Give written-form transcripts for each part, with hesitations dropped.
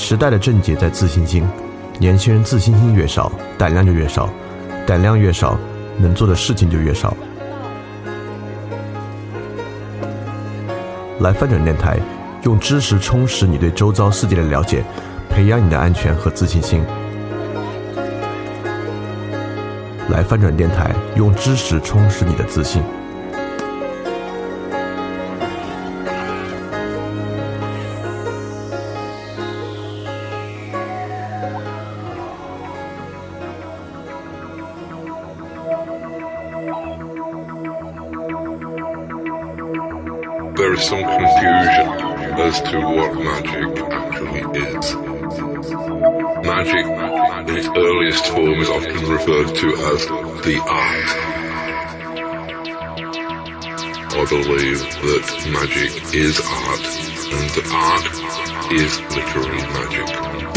时代的症结在自信心，年轻人自信心越少，胆量就越少，胆量越少，能做的事情就越少。来翻转电台，用知识充实你对周遭世界的了解，培养你的安全和自信心。来翻转电台，用知识充实你的自信。 There is some confusion as to what magic actually is. Magic, in its earliest form, is often referred to as the art. I believe that magic is art, and that art is literally magic.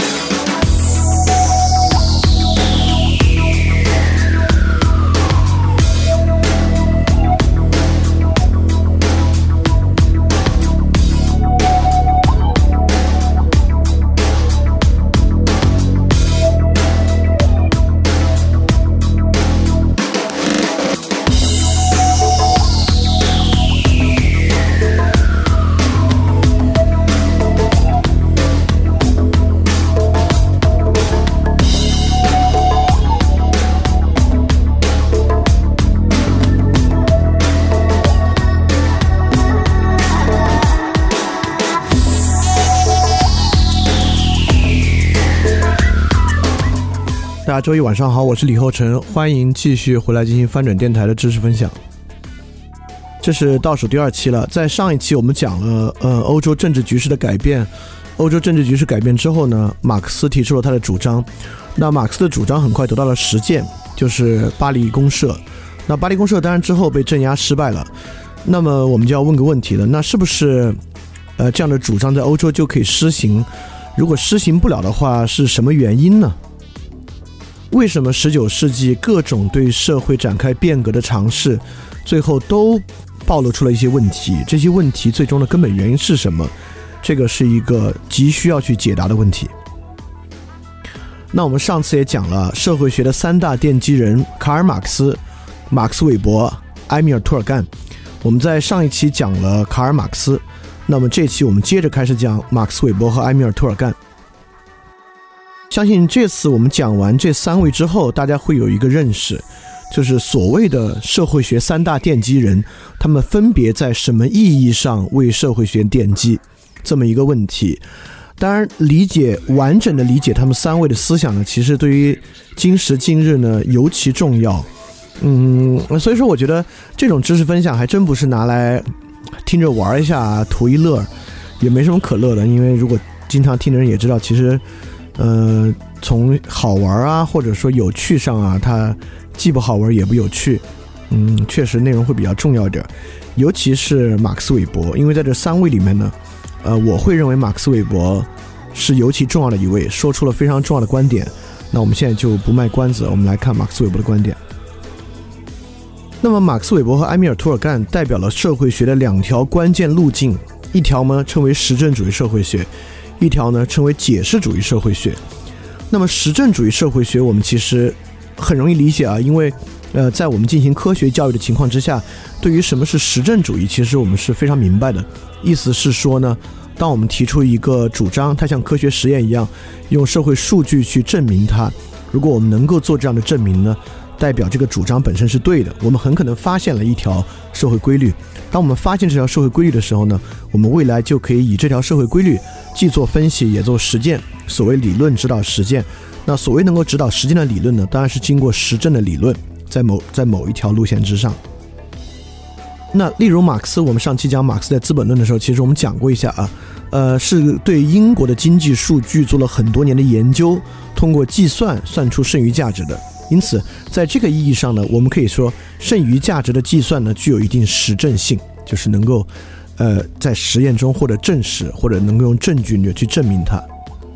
大家周一晚上好，我是李厚成，欢迎继续回来进行翻转电台的知识分享。这是倒数第二期了，在上一期我们讲了欧洲政治局势的改变。欧洲政治局势改变之后呢，马克思提出了他的主张。那马克思的主张很快得到了实践，就是巴黎公社。那巴黎公社当然之后被镇压失败了。那么我们就要问个问题了，那是不是这样的主张在欧洲就可以施行？如果施行不了的话，是什么原因呢？为什么19世纪各种对社会展开变革的尝试最后都暴露出了一些问题？这些问题最终的根本原因是什么？这个是一个急需要去解答的问题。那我们上次也讲了社会学的三大奠基人卡尔马克思、马克思韦伯、埃米尔图尔干。我们在上一期讲了卡尔马克思，那么这期我们接着开始讲马克思韦伯和埃米尔图尔干。相信这次我们讲完这三位之后，大家会有一个认识，就是所谓的社会学三大奠基人，他们分别在什么意义上为社会学奠基这么一个问题。当然完整的理解他们三位的思想呢，其实对于今时今日呢尤其重要。所以说我觉得这种知识分享还真不是拿来听着玩一下图一乐，也没什么可乐的，因为如果经常听的人也知道，其实从好玩啊或者说有趣上啊，它既不好玩也不有趣。确实内容会比较重要一点，尤其是马克思韦伯，因为在这三位里面呢我会认为马克思韦伯是尤其重要的一位，说出了非常重要的观点。那我们现在就不卖关子，我们来看马克思韦伯的观点。那么马克思韦伯和埃米尔图尔干代表了社会学的两条关键路径，一条呢称为实证主义社会学，一条呢称为解释主义社会学。那么实证主义社会学我们其实很容易理解啊，因为在我们进行科学教育的情况之下，对于什么是实证主义其实我们是非常明白的。意思是说呢，当我们提出一个主张，它像科学实验一样用社会数据去证明它，如果我们能够做这样的证明呢，代表这个主张本身是对的，我们很可能发现了一条社会规律。当我们发现这条社会规律的时候呢，我们未来就可以以这条社会规律既做分析也做实践，所谓理论指导实践。那所谓能够指导实践的理论呢，当然是经过实证的理论，在某一条路线之上。那例如马克思，我们上期讲马克思在《资本论》的时候，其实我们讲过一下啊，是对英国的经济数据做了很多年的研究，通过计算算出剩余价值的。因此在这个意义上呢，我们可以说剩余价值的计算呢具有一定实证性，就是能够在实验中或者证实，或者能够用证据去证明它。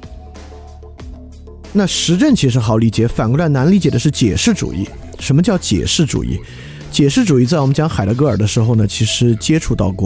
那实证其实好理解，反过来难理解的是解释主义。什么叫解释主义？解释主义在我们讲海德格尔的时候呢，其实接触到过。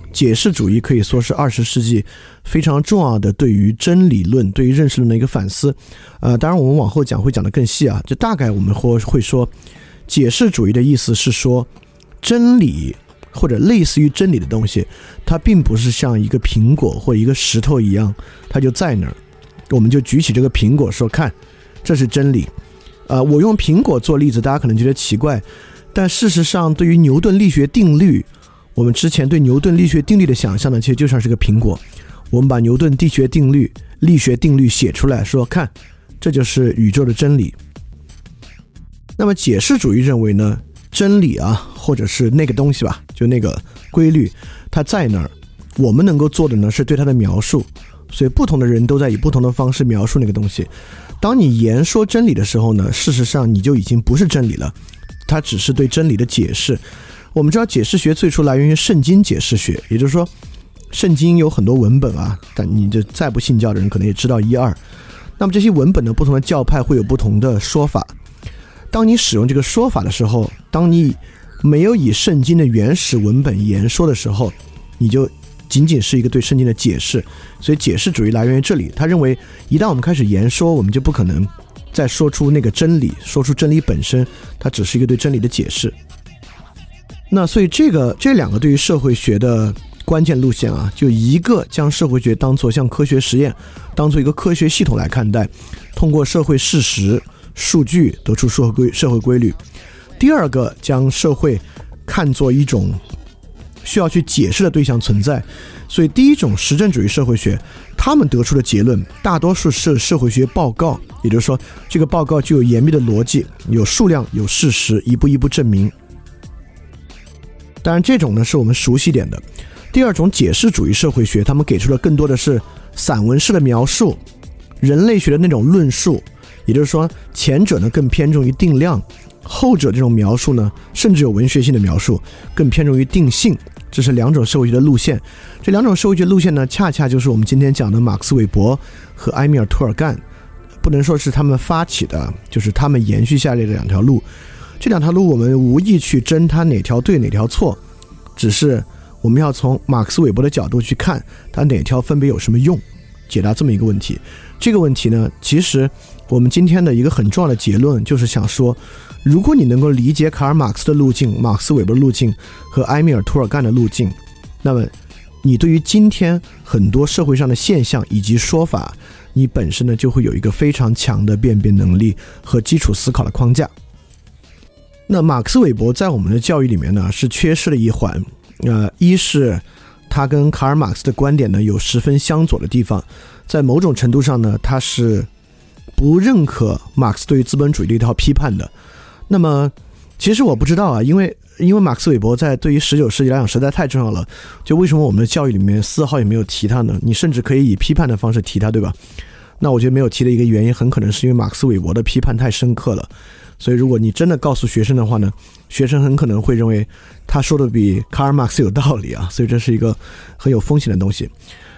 解释主义可以说是20世纪非常重要的对于真理论、对于认识论的一个反思。当然我们往后讲会讲得更细啊，就大概我们会说，解释主义的意思是说，真理或者类似于真理的东西，它并不是像一个苹果或一个石头一样，它就在那儿，我们就举起这个苹果说，看，这是真理。我用苹果做例子，大家可能觉得奇怪，但事实上对于牛顿力学定律，我们之前对牛顿力学定律的想象呢，其实就像是个苹果。我们把牛顿力学定律写出来说，看，这就是宇宙的真理。那么解释主义认为呢，真理啊，或者是那个东西吧，就那个规律，它在那儿，我们能够做的呢是对它的描述。所以不同的人都在以不同的方式描述那个东西。当你言说真理的时候呢，事实上你就已经不是真理了，它只是对真理的解释。我们知道解释学最初来源于圣经解释学，也就是说圣经有很多文本啊，但你就再不信教的人可能也知道一二。那么这些文本的不同的教派会有不同的说法。当你使用这个说法的时候，当你没有以圣经的原始文本言说的时候，你就仅仅是一个对圣经的解释。所以解释主义来源于这里，他认为一旦我们开始言说，我们就不可能再说出那个真理，说出真理本身，它只是一个对真理的解释。那所以这两个对于社会学的关键路线啊，就一个将社会学当作像科学实验，当作一个科学系统来看待，通过社会事实数据得出社会规律。第二个将社会看作一种需要去解释的对象存在。所以第一种实证主义社会学，他们得出的结论大多数是社会学报告，也就是说这个报告具有严密的逻辑，有数量，有事实，一步一步证明。当然这种呢是我们熟悉点的。第二种解释主义社会学，他们给出的更多的是散文式的描述，人类学的那种论述，也就是说前者呢更偏重于定量，后者这种描述呢甚至有文学性的描述，更偏重于定性。这是两种社会学的路线。这两种社会学路线呢，恰恰就是我们今天讲的马克思韦伯和埃米尔图尔干，不能说是他们发起的，就是他们延续下来的两条路。这两条路我们无意去争它哪条对哪条错，只是我们要从马克思韦伯的角度去看它哪条分别有什么用，解答这么一个问题。这个问题呢，其实我们今天的一个很重要的结论就是想说，如果你能够理解卡尔马克思的路径、马克思韦伯的路径和埃米尔图尔干的路径，那么你对于今天很多社会上的现象以及说法，你本身呢就会有一个非常强的辨别能力和基础思考的框架。那马克思韦伯在我们的教育里面呢是缺失了一环，一是他跟卡尔马克思的观点呢有十分相左的地方，在某种程度上呢他是不认可马克思对于资本主义的一套批判的。那么其实我不知道啊，因为马克思韦伯在对于19世纪来讲实在太重要了，就为什么我们的教育里面丝毫也没有提他呢？你甚至可以以批判的方式提他，对吧？那我觉得没有提的一个原因很可能是因为马克思韦伯的批判太深刻了，所以如果你真的告诉学生的话呢，学生很可能会认为他说的比卡尔马克思有道理啊，所以这是一个很有风险的东西。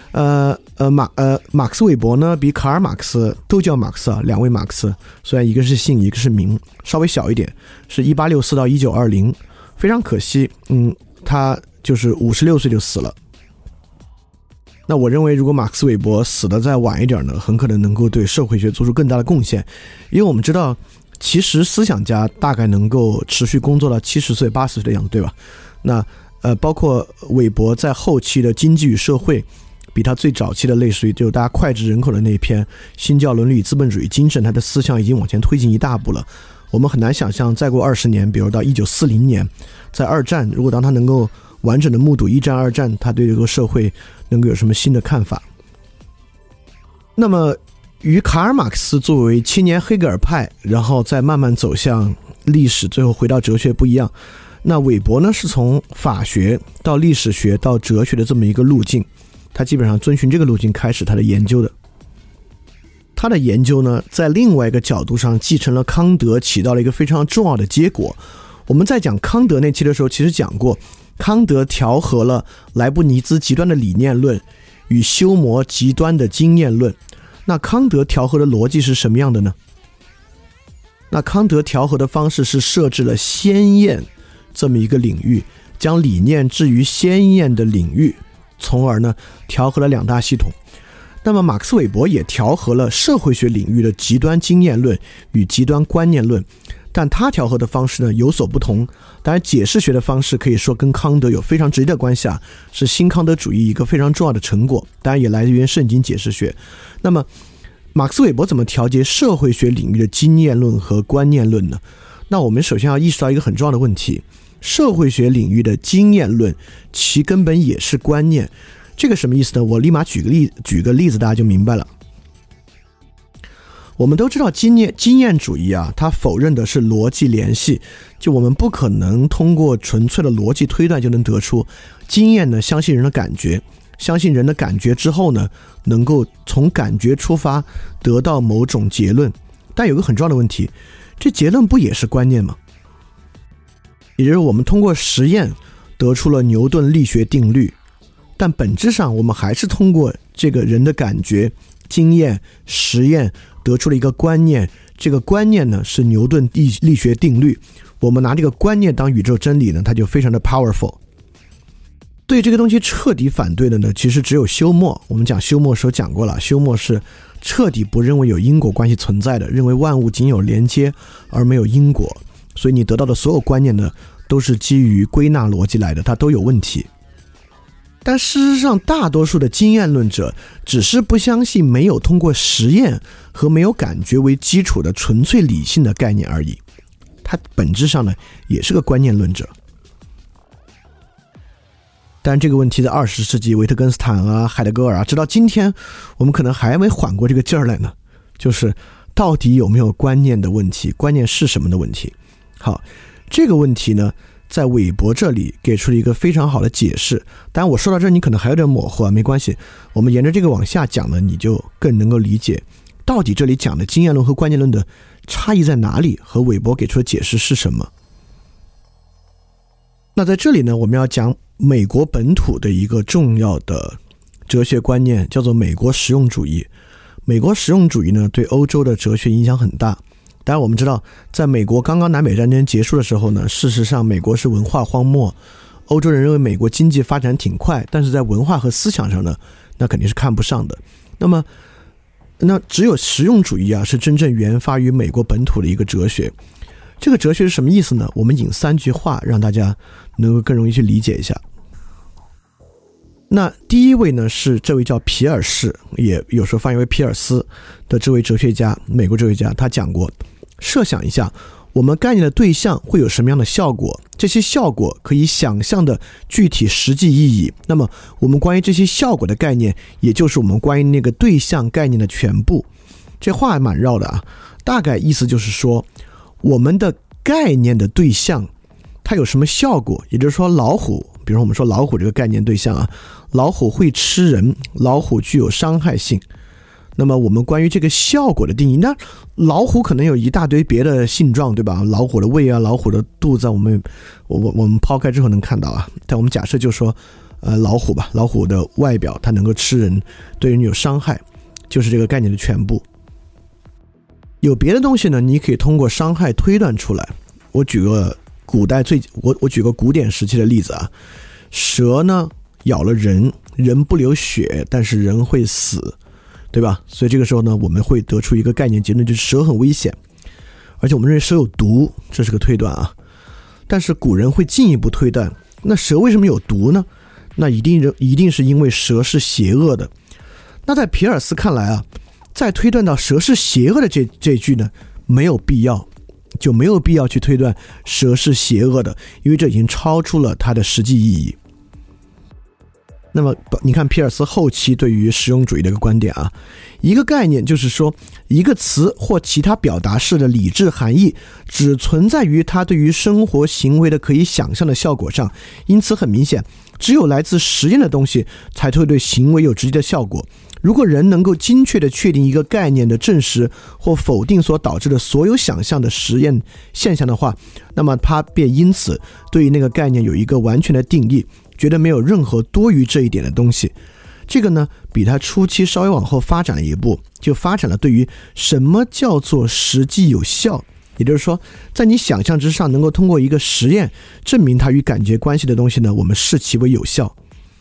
马克思韦伯呢比卡尔马克思都叫马克思啊，两位马克思，虽然一个是姓一个是名，稍微小一点，是1864到1920，非常可惜，他就是56岁就死了。那我认为如果马克思韦伯死得再晚一点呢，很可能能够对社会学做出更大的贡献。因为我们知道其实思想家大概能够持续工作到70岁80岁的样子，对吧？那包括韦伯在后期的经济与社会，比他最早期的类似于就大家脍炙人口的那篇新教伦理与资本主义精神，他的思想已经往前推进一大步了。我们很难想象再过20年，比如到1940年，在二战，如果当他能够完整的目睹一战二战，他对这个社会能够有什么新的看法。那么与卡尔马克思作为青年黑格尔派，然后再慢慢走向历史，最后回到哲学不一样，那韦伯呢是从法学到历史学到哲学的这么一个路径，他基本上遵循这个路径开始他的研究的。他的研究呢在另外一个角度上继承了康德，起到了一个非常重要的结果。我们在讲康德那期的时候其实讲过，康德调和了莱布尼兹极端的理念论与休谟极端的经验论。那康德调和的逻辑是什么样的呢？那康德调和的方式是设置了先验这么一个领域， 将理念置于鲜艳的领域，从而呢调和了两大系统。那么马克思韦伯也调和了社会学领域的极端经验论与极端观念论，但他调和的方式呢有所不同。当然解释学的方式可以说跟康德有非常直接的关系啊，是新康德主义一个非常重要的成果，当然也来源于圣经解释学。那么马克思韦伯怎么调节社会学领域的经验论和观念论呢？那我们首先要意识到一个很重要的问题，社会学领域的经验论其根本也是观念。这个什么意思呢？我立马举个例子大家就明白了。我们都知道经验主义啊，它否认的是逻辑联系，就我们不可能通过纯粹的逻辑推断就能得出。经验呢，相信人的感觉，相信人的感觉之后呢，能够从感觉出发得到某种结论。但有个很重要的问题，这结论不也是观念吗？也就是我们通过实验得出了牛顿力学定律，但本质上我们还是通过这个人的感觉、经验、实验得出了一个观念，这个观念呢是牛顿力学定律。我们拿这个观念当宇宙真理呢，它就非常的 powerful。对这个东西彻底反对的呢，其实只有休谟。我们讲休谟时候讲过了，休谟是彻底不认为有因果关系存在的，认为万物仅有连接而没有因果。所以你得到的所有观念呢，都是基于归纳逻辑来的，它都有问题。但事实上大多数的经验论者只是不相信没有通过实验和没有感觉为基础的纯粹理性的概念而已，他本质上呢也是个观念论者。但这个问题在20世纪维特根斯坦啊、海德格尔啊，直到今天我们可能还没缓过这个劲儿来呢，就是到底有没有观念的问题，观念是什么的问题。好，这个问题呢在韦伯这里给出了一个非常好的解释。当然我说到这儿你可能还有点模糊啊，没关系，我们沿着这个往下讲呢，你就更能够理解到底这里讲的经验论和观念论的差异在哪里，和韦伯给出的解释是什么。那在这里呢，我们要讲美国本土的一个重要的哲学观念，叫做美国实用主义。美国实用主义呢对欧洲的哲学影响很大。当然我们知道在美国刚刚南北战争结束的时候呢，事实上美国是文化荒漠，欧洲人认为美国经济发展挺快，但是在文化和思想上呢，那肯定是看不上的。那只有实用主义啊是真正源发于美国本土的一个哲学。这个哲学是什么意思呢？我们引3句话让大家能够更容易去理解一下。那第一位呢是这位叫皮尔士，也有时候翻译为皮尔斯的这位哲学家，美国哲学家，他讲过，设想一下我们概念的对象会有什么样的效果，这些效果可以想象的具体实际意义，那么我们关于这些效果的概念也就是我们关于那个对象概念的全部。这话还蛮绕的啊，大概意思就是说我们的概念的对象它有什么效果，也就是说老虎，比如说我们说老虎这个概念对象啊，老虎会吃人，老虎具有伤害性。那么我们关于这个效果的定义，那老虎可能有一大堆别的性状，对吧？老虎的胃啊，老虎的肚子啊，我们抛开之后能看到啊。但我们假设就说老虎吧，老虎的外表它能够吃人，对人有伤害，就是这个概念的全部。有别的东西呢，你可以通过伤害推断出来。我举个古典时期的例子啊，蛇呢咬了人，人不流血，但是人会死，对吧？所以这个时候呢，我们会得出一个概念结论，就是蛇很危险，而且我们认为蛇有毒，这是个推断啊。但是古人会进一步推断，那蛇为什么有毒呢？那一定是因为蛇是邪恶的。那在皮尔斯看来啊，再推断到蛇是邪恶的这句呢，没有必要去推断蛇是邪恶的，因为这已经超出了它的实际意义。那么你看皮尔斯后期对于实用主义的一个观点啊，一个概念就是说一个词或其他表达式的理智含义只存在于它对于生活行为的可以想象的效果上，因此很明显只有来自实验的东西才会对行为有直接的效果。如果人能够精确地确定一个概念的证实或否定所导致的所有想象的实验现象的话，那么它便因此对于那个概念有一个完全的定义，觉得没有任何多于这一点的东西。这个呢比它初期稍微往后发展了一步，就发展了对于什么叫做实际有效也就是说，在你想象之上能够通过一个实验证明它与感觉关系的东西呢，我们视其为有效。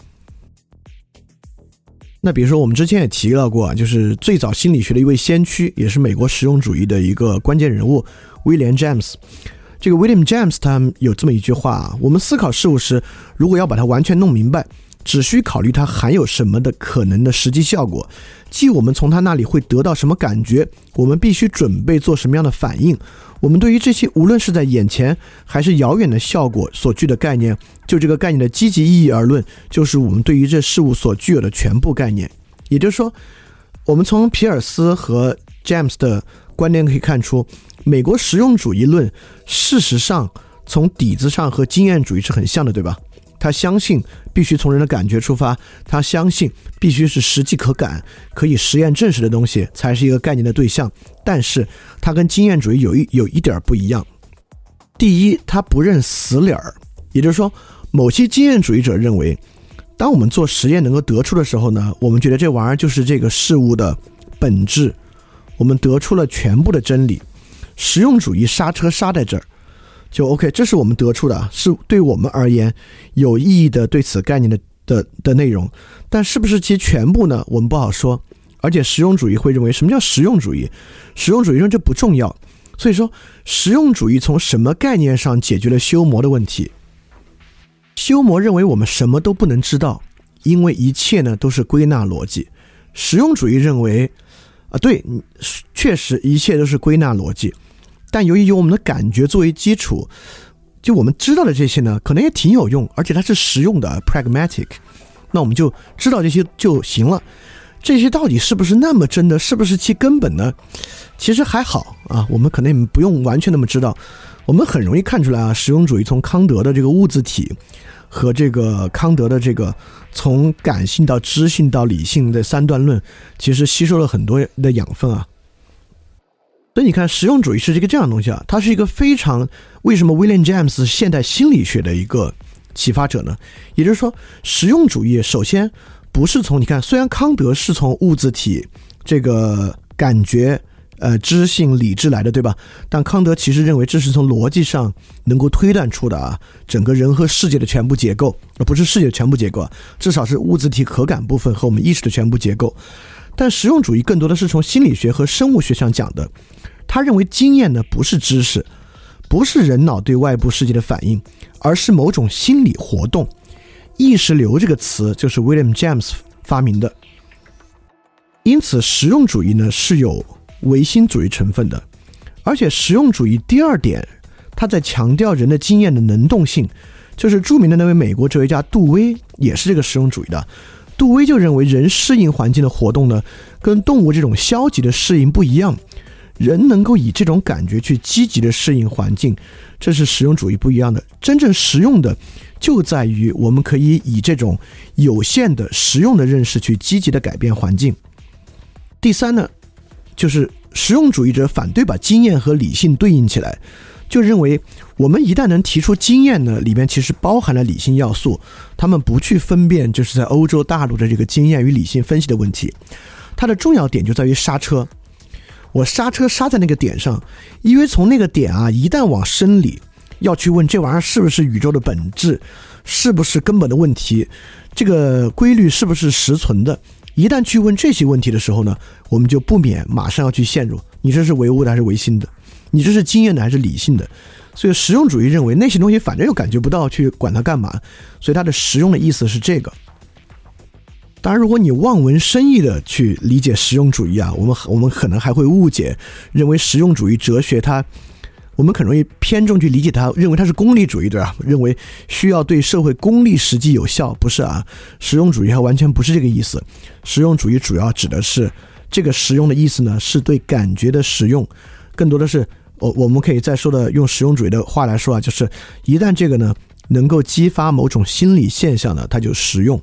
那比如说我们之前也提到过，就是最早心理学的一位先驱，也是美国实用主义的一个关键人物 William James。 这个 William James 他有这么一句话啊，我们思考事物时，如果要把它完全弄明白，只需考虑它含有什么的可能的实际效果，即我们从它那里会得到什么感觉，我们必须准备做什么样的反应，我们对于这些无论是在眼前还是遥远的效果所具的概念，就这个概念的积极意义而论，就是我们对于这事物所具有的全部概念。也就是说，我们从皮尔斯和 James 的观点可以看出，美国实用主义论事实上从底子上和经验主义是很像的，对吧？他相信必须从人的感觉出发，他相信必须是实际可感可以实验证实的东西才是一个概念的对象，但是他跟经验主义有一点不一样。第一，他不认死理儿，也就是说，某些经验主义者认为，当我们做实验能够得出的时候呢，我们觉得这玩意儿就是这个事物的本质，我们得出了全部的真理。实用主义刹车刹在这儿，就 OK， 这是我们得出的，是对我们而言有意义的对此概念的内容，但是不是其全部呢？我们不好说。而且实用主义会认为，什么叫实用主义？实用主义认为这不重要。所以说，实用主义从什么概念上解决了休谟的问题？休谟认为我们什么都不能知道，因为一切呢都是归纳逻辑。实用主义认为，对，确实一切都是归纳逻辑。但由于有我们的感觉作为基础，就我们知道的这些呢，可能也挺有用，而且它是实用的 pragmatic， 那我们就知道这些就行了。这些到底是不是那么真的，是不是其根本呢？其实还好啊，我们可能也不用完全那么知道。我们很容易看出来啊，实用主义从康德的这个物质体和这个康德的这个从感性到知性到理性的三段论，其实吸收了很多的养分啊。所以你看，实用主义是这样的东西啊，它是一个非常，为什么 William James 是现代心理学的一个启发者呢？也就是说，实用主义首先不是从，你看，虽然康德是从物质体这个感觉知性理智来的，对吧？但康德其实认为这是从逻辑上能够推断出的啊，整个人和世界的全部结构，而不是世界的全部结构，至少是物质体可感部分和我们意识的全部结构。但实用主义更多的是从心理学和生物学上讲的。他认为经验呢不是知识，不是人脑对外部世界的反应，而是某种心理活动。意识流这个词就是 William James 发明的。因此实用主义呢是有唯心主义成分的。而且实用主义第二点，他在强调人的经验的能动性，就是著名的那位美国哲学家杜威也是这个实用主义的。杜威就认为人适应环境的活动呢跟动物这种消极的适应不一样，人能够以这种感觉去积极的适应环境，这是实用主义不一样的。真正实用的就在于我们可以以这种有限的实用的认识去积极的改变环境。第三呢，就是实用主义者反对把经验和理性对应起来，就认为我们一旦能提出经验呢，里面其实包含了理性要素，他们不去分辨就是在欧洲大陆的这个经验与理性分析的问题。它的重要点就在于刹车，我刹车刹在那个点上，因为从那个点啊，一旦往深里要去问这玩意儿是不是宇宙的本质，是不是根本的问题，这个规律是不是实存的，一旦去问这些问题的时候呢，我们就不免马上要去陷入你这是唯物的还是唯心的，你这是经验的还是理性的。所以实用主义认为那些东西反正又感觉不到，去管它干嘛，所以它的实用的意思是这个。当然如果你望文生义的去理解实用主义啊，我们可能还会误解，认为实用主义哲学它，我们很容易偏重去理解它，认为它是功利主义，对吧？认为需要对社会功利实际有效，不是啊，实用主义还完全不是这个意思。实用主义主要指的是这个实用的意思呢，是对感觉的实用，更多的是我们可以再说的用实用主义的话来说啊，就是一旦这个呢能够激发某种心理现象呢，它就实用。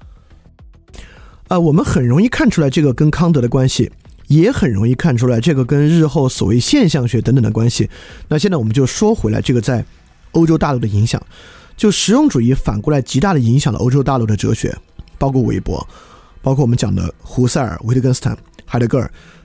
我们很容易看出来这个跟康德的关系，也很容易看出来这个跟日后所谓现象学等等的关系。那现在我们就说回来这个在欧洲大陆的影响，就实用主义反过来极大的影响了欧洲大陆的哲学，包括韦伯，包括我们讲的胡塞尔、维特根斯坦、海德格尔，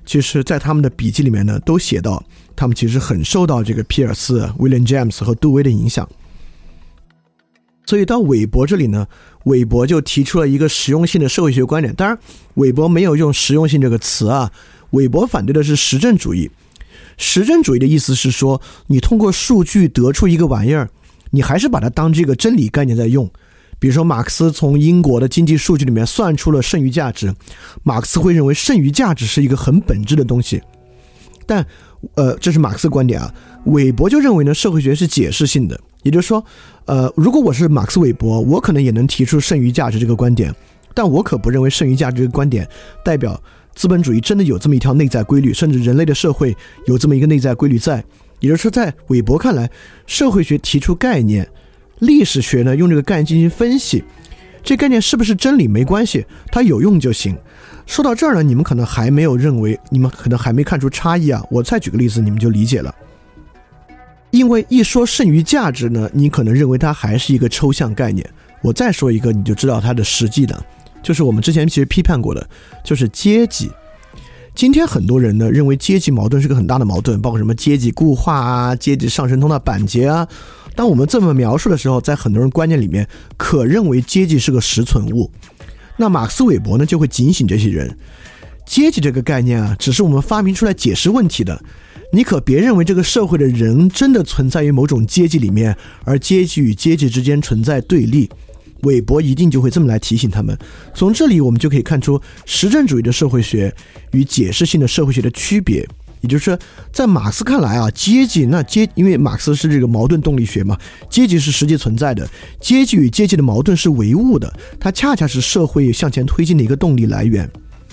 其实在他们的笔记里面呢都写到，他们其实很受到这个皮尔斯、William James 和杜威的影响。所以到韦伯这里呢，韦伯就提出了一个实用性的社会学观点。当然韦伯没有用实用性这个词啊，韦伯反对的是实证主义。实证主义的意思是说，你通过数据得出一个玩意儿，你还是把它当这个真理概念在用。比如说马克思从英国的经济数据里面算出了剩余价值，马克思会认为剩余价值是一个很本质的东西。但这是马克思观点啊，韦伯就认为呢，社会学是解释性的。也就是说如果我是马克思韦伯，我可能也能提出剩余价值这个观点，但我可不认为剩余价值这个观点代表资本主义真的有这么一条内在规律，甚至人类的社会有这么一个内在规律在。也就是说在韦伯看来，社会学提出概念，历史学呢用这个概念进行分析，这概念是不是真理没关系，它有用就行。说到这儿呢，你们可能还没有认为，你们可能还没看出差异啊。我再举个例子你们就理解了。因为一说剩余价值呢，你可能认为它还是一个抽象概念。我再说一个你就知道它的实际的，就是我们之前其实批判过的，就是阶级。今天很多人呢认为阶级矛盾是个很大的矛盾，包括什么阶级固化啊、阶级上升通道板结啊。当我们这么描述的时候，在很多人观念里面可认为阶级是个实存物。那马克思韦伯呢就会警醒这些人，阶级这个概念啊，只是我们发明出来解释问题的，你可别认为这个社会的人真的存在于某种阶级里面，而阶级与阶级之间存在对立。韦伯一定就会这么来提醒他们。从这里我们就可以看出实证主义的社会学与解释性的社会学的区别。也就是说在马克思看来啊，阶级因为马克思是这个矛盾动力学嘛，阶级是实际存在的，阶级与阶级的矛盾是唯物的，它恰恰是社会向前推进的一个动力来源。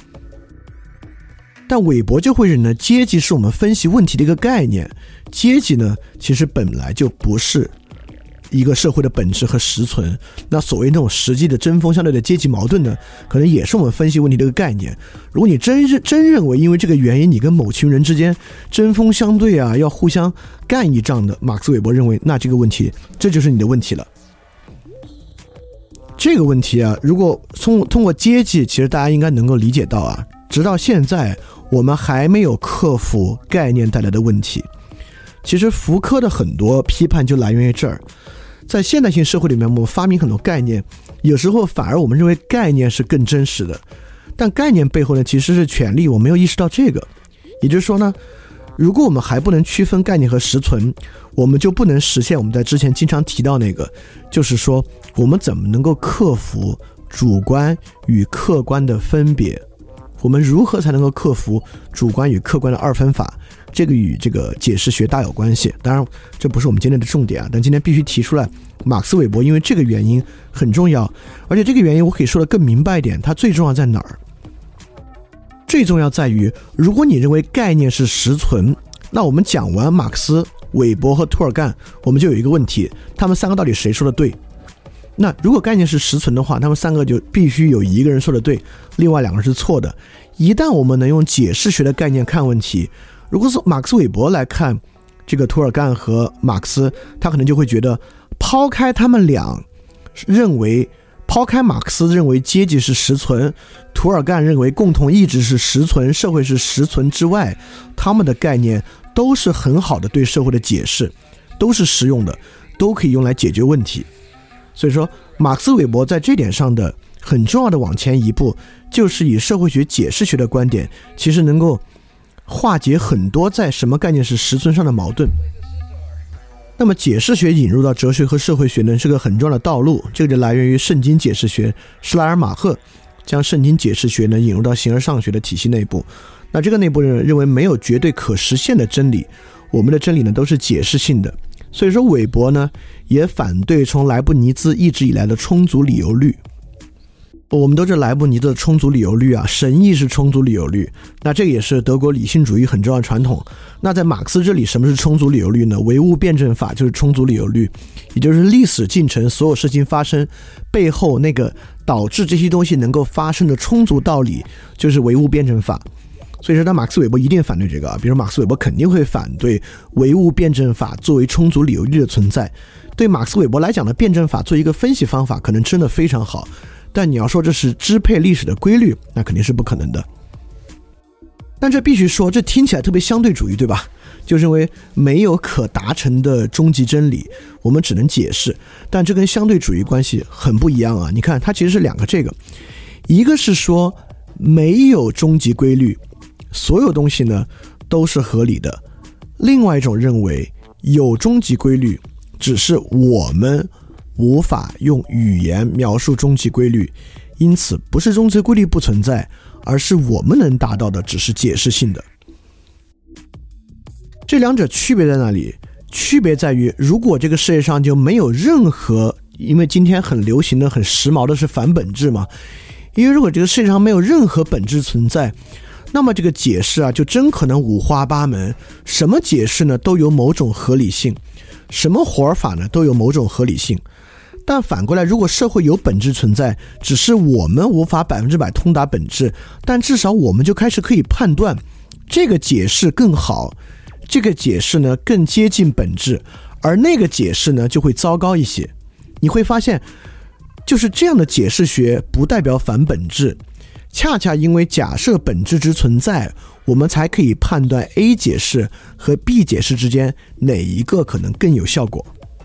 但韦伯就会认为阶级是我们分析问题的一个概念，阶级呢其实本来就不是一个社会的本质和实存。那所谓那种实际的针锋相对的阶级矛盾呢，可能也是我们分析问题的一个概念。如果你真认为因为这个原因你跟某群人之间针锋相对啊，要互相干一仗的，马克思韦伯认为那这个问题这就是你的问题了。这个问题啊，如果通过阶级，其实大家应该能够理解到啊，直到现在我们还没有克服概念带来的问题。其实福柯的很多批判就来源于这儿。在现代性社会里面，我们发明很多概念，有时候反而我们认为概念是更真实的，但概念背后呢其实是权力，我没有意识到这个。也就是说呢，如果我们还不能区分概念和实存，我们就不能实现我们在之前经常提到那个，就是说我们怎么能够克服主观与客观的分别，我们如何才能够克服主观与客观的二分法，这个与这个解释学大有关系。当然这不是我们今天的重点啊，但今天必须提出来，马克思韦伯因为这个原因很重要，而且这个原因我可以说得更明白一点，它最重要在哪儿？最重要在于，如果你认为概念是实存，那我们讲完马克思、韦伯和涂尔干，我们就有一个问题，他们三个到底谁说的对？那如果概念是实存的话，他们三个就必须有一个人说的对，另外两个人是错的。一旦我们能用解释学的概念看问题，如果是马克思韦伯来看这个涂尔干和马克思，他可能就会觉得抛开他们俩抛开马克思认为阶级是实存，涂尔干认为共同意志是实存，社会是实存之外，他们的概念都是很好的对社会的解释，都是实用的，都可以用来解决问题。所以说马克思韦伯在这点上的很重要的往前一步，就是以社会学解释学的观点，其实能够化解很多在什么概念是实存上的矛盾。那么解释学引入到哲学和社会学呢，是个很重要的道路，这个就来源于圣经解释学，施莱尔马赫将圣经解释学呢引入到形而上学的体系内部。那这个内部人认为没有绝对可实现的真理，我们的真理呢都是解释性的。所以说韦伯呢也反对从莱布尼兹一直以来的充足理由律。我们都知道莱布尼兹的充足理由律啊，神意是充足理由律，那这个也是德国理性主义很重要的传统。那在马克思这里，什么是充足理由律呢？唯物辩证法就是充足理由律，也就是历史进程所有事情发生背后那个导致这些东西能够发生的充足道理，就是唯物辩证法。所以说马克思韦伯一定反对这个啊，比如马克思韦伯肯定会反对唯物辩证法作为充足理由律的存在。对马克思韦伯来讲的辩证法做一个分析方法可能真的非常好，但你要说这是支配历史的规律，那肯定是不可能的。 但这必须说，这听起来特别相对主义，对吧？就认为没有可达成的终极真理，我们只能解释。但这跟相对主义关系很不一样啊！你看，它其实是两个这个，一个是说没有终极规律，所有东西呢都是合理的；另外一种认为有终极规律，只是我们无法用语言描述终极规律，因此不是终极规律不存在，而是我们能达到的只是解释性的。这两者区别在哪里？区别在于，如果这个世界上就没有任何，因为今天很流行的很时髦的是反本质嘛，因为如果这个世界上没有任何本质存在，那么这个解释啊就真可能五花八门，什么解释呢都有某种合理性，什么活法呢都有某种合理性。但反过来，如果社会有本质存在，只是我们无法100%通达本质，但至少我们就开始可以判断这个解释更好，这个解释呢更接近本质，而那个解释呢就会糟糕一些。你会发现，就是这样的解释学不代表反本质，恰恰因为假设本质之存在，我们才可以判断 A 解释和 B 解释之间哪一个可能更有效果。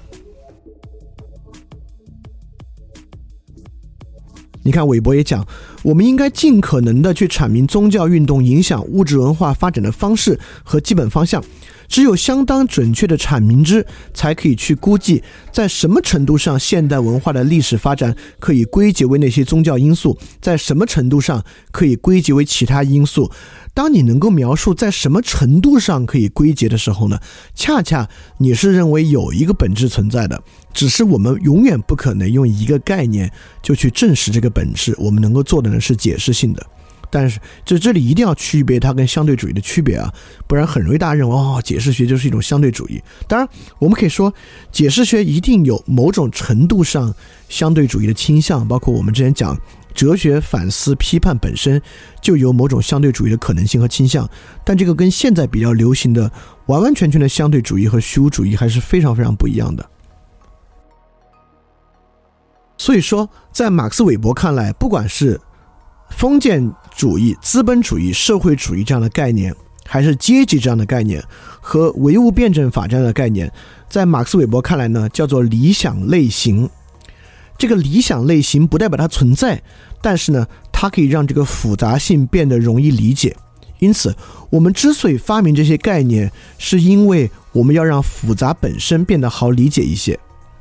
你看韦伯也讲，我们应该尽可能的去阐明宗教运动影响物质文化发展的方式和基本方向，只有相当准确的阐明之，才可以去估计在什么程度上现代文化的历史发展可以归结为那些宗教因素，在什么程度上可以归结为其他因素。当你能够描述在什么程度上可以归结的时候呢，恰恰你是认为有一个本质存在的，只是我们永远不可能用一个概念就去证实这个本质，我们能够做的呢是解释性的。但是这里一定要区别它跟相对主义的区别啊，不然很容易大家认为解释学就是一种相对主义。当然我们可以说解释学一定有某种程度上相对主义的倾向，包括我们之前讲哲学反思批判本身就有某种相对主义的可能性和倾向，但这个跟现在比较流行的完完全全的相对主义和虚无主义还是非常非常不一样的。所以说在马克思韦伯看来，不管是封建主义、资本主义、社会主义这样的概念，还是阶级这样的概念和唯物辩证法这样的概念，在马克思韦伯看来呢叫做理想类型。这个理想类型不代表它存在，但是呢它可以让这个复杂性变得容易理解。因此我们之所以发明这些概念，是因为我们要让复杂本身变得好理解一些。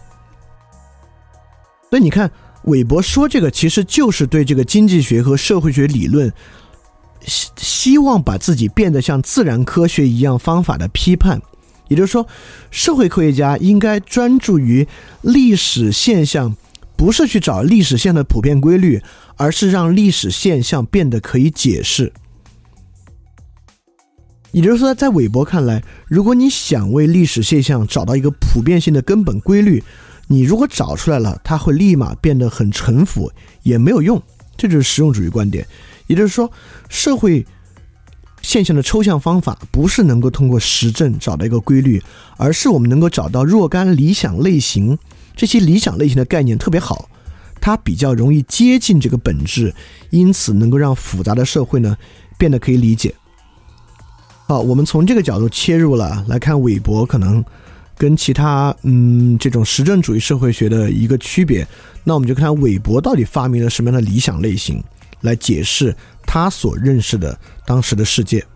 所以你看韦伯说这个其实就是对这个经济学和社会学理论希望把自己变得像自然科学一样方法的批判。也就是说，社会科学家应该专注于历史现象，不是去找历史现象的普遍规律，而是让历史现象变得可以解释。也就是说，在韦伯看来，如果你想为历史现象找到一个普遍性的根本规律，你如果找出来了，它会立马变得很陈腐，也没有用。这就是实用主义观点。也就是说，社会现象的抽象方法不是能够通过实证找到一个规律，而是我们能够找到若干理想类型。这些理想类型的概念特别好，它比较容易接近这个本质，因此能够让复杂的社会呢变得可以理解。好，我们从这个角度切入了来看韦伯可能跟其他这种实证主义社会学的一个区别。那我们就看韦伯到底发明了什么样的理想类型来解释他所认识的当时的世界。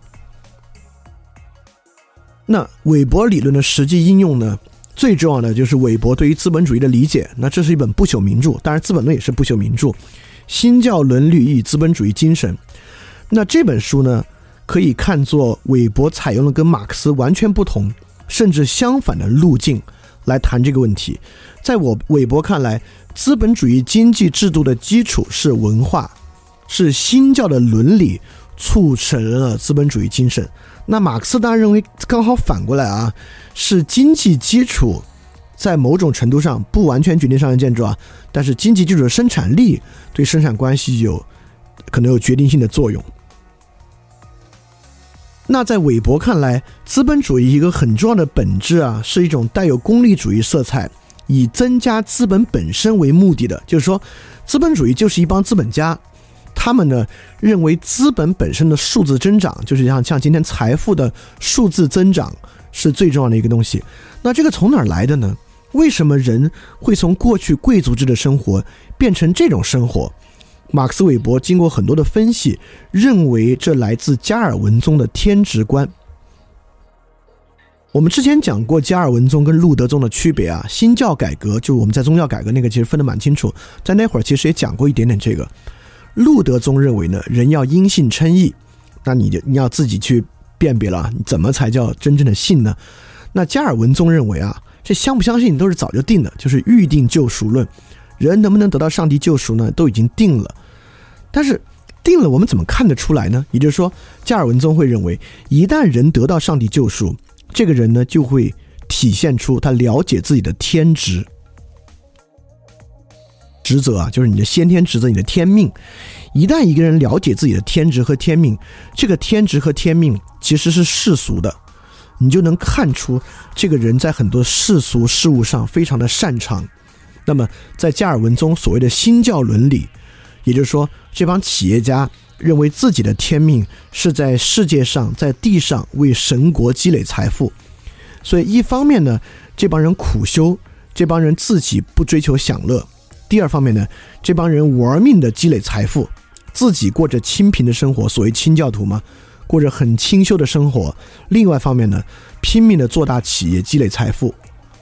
那韦伯理论的实际应用呢，最重要的就是韦伯对于资本主义的理解。那这是一本不朽名著，当然资本论也是不朽名著，新教伦理与资本主义精神。那这本书呢可以看作韦伯采用了跟马克思完全不同甚至相反的路径来谈这个问题。在韦伯看来，资本主义经济制度的基础是文化，是新教的伦理促成了资本主义精神。那马克思当然认为刚好反过来啊，是经济基础在某种程度上不完全决定商业建筑啊，但是经济基础的生产力对生产关系可能有决定性的作用。那在韦伯看来，资本主义一个很重要的本质啊，是一种带有功利主义色彩，以增加资本本身为目的的。就是说，资本主义就是一帮资本家， 他们呢认为资本本身的数字增长，就是像今天财富的数字增长是最重要的一个东西。那这个从哪儿来的呢？为什么人会从过去贵族制的生活变成这种生活？马克思韦伯经过很多的分析，认为这来自加尔文宗的天职观。我们之前讲过加尔文宗跟路德宗的区别啊，新教改革就我们在宗教改革那个其实分得蛮清楚，在那会儿其实也讲过一点点这个。路德宗认为呢，人要因信称义，那你要自己去辨别了，你怎么才叫真正的信呢？那加尔文宗认为啊，这相不相信都是早就定的，就是预定救赎论，人能不能得到上帝救赎呢，都已经定了。但是定了我们怎么看得出来呢？也就是说，加尔文宗会认为，一旦人得到上帝救赎，这个人呢就会体现出他了解自己的天职责啊，就是你的先天职责，你的天命。一旦一个人了解自己的天职和天命，这个天职和天命其实是世俗的，你就能看出这个人在很多世俗事物上非常的擅长。那么在加尔文宗所谓的新教伦理，也就是说这帮企业家认为自己的天命是在世界上在地上为神国积累财富，所以一方面呢，这帮人苦修，这帮人自己不追求享乐；第二方面呢，这帮人玩命的积累财富，自己过着清贫的生活，所谓清教徒嘛，过着很清修的生活。另外一方面呢，拼命的做大企业积累财富。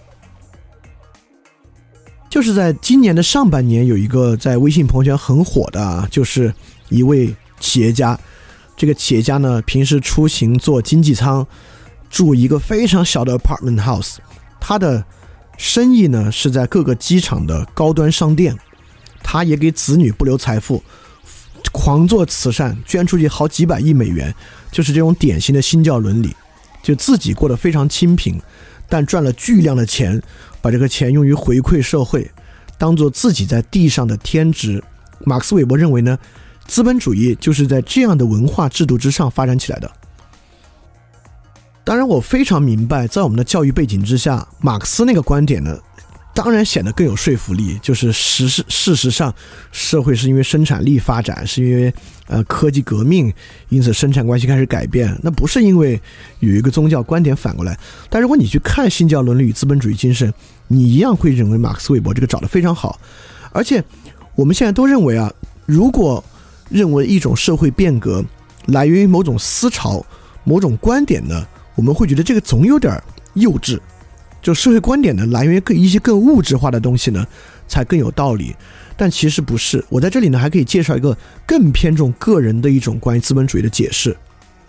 就是在今年的上半年，有一个在微信朋友圈很火的啊，就是一位企业家。这个企业家呢，平时出行坐经济舱，住一个非常小的 apartment house。他的生意呢是在各个机场的高端商店，他也给子女不留财富，狂做慈善，捐出去好几百亿美元，就是这种典型的新教伦理，就自己过得非常清贫，但赚了巨量的钱，把这个钱用于回馈社会，当做自己在地上的天职。马克思韦伯认为呢，资本主义就是在这样的文化制度之上发展起来的。当然我非常明白，在我们的教育背景之下，马克思那个观点呢，当然显得更有说服力，就是事实上社会是因为生产力发展，是因为科技革命，因此生产关系开始改变，那不是因为有一个宗教观点反过来。但如果你去看新教伦理与资本主义精神，你一样会认为马克思韦伯这个找得非常好。而且我们现在都认为啊，如果认为一种社会变革来源于某种思潮某种观点呢，我们会觉得这个总有点幼稚。就社会观点呢，来源于一些更物质化的东西呢，才更有道理。但其实不是。我在这里呢，还可以介绍一个更偏重个人的一种关于资本主义的解释。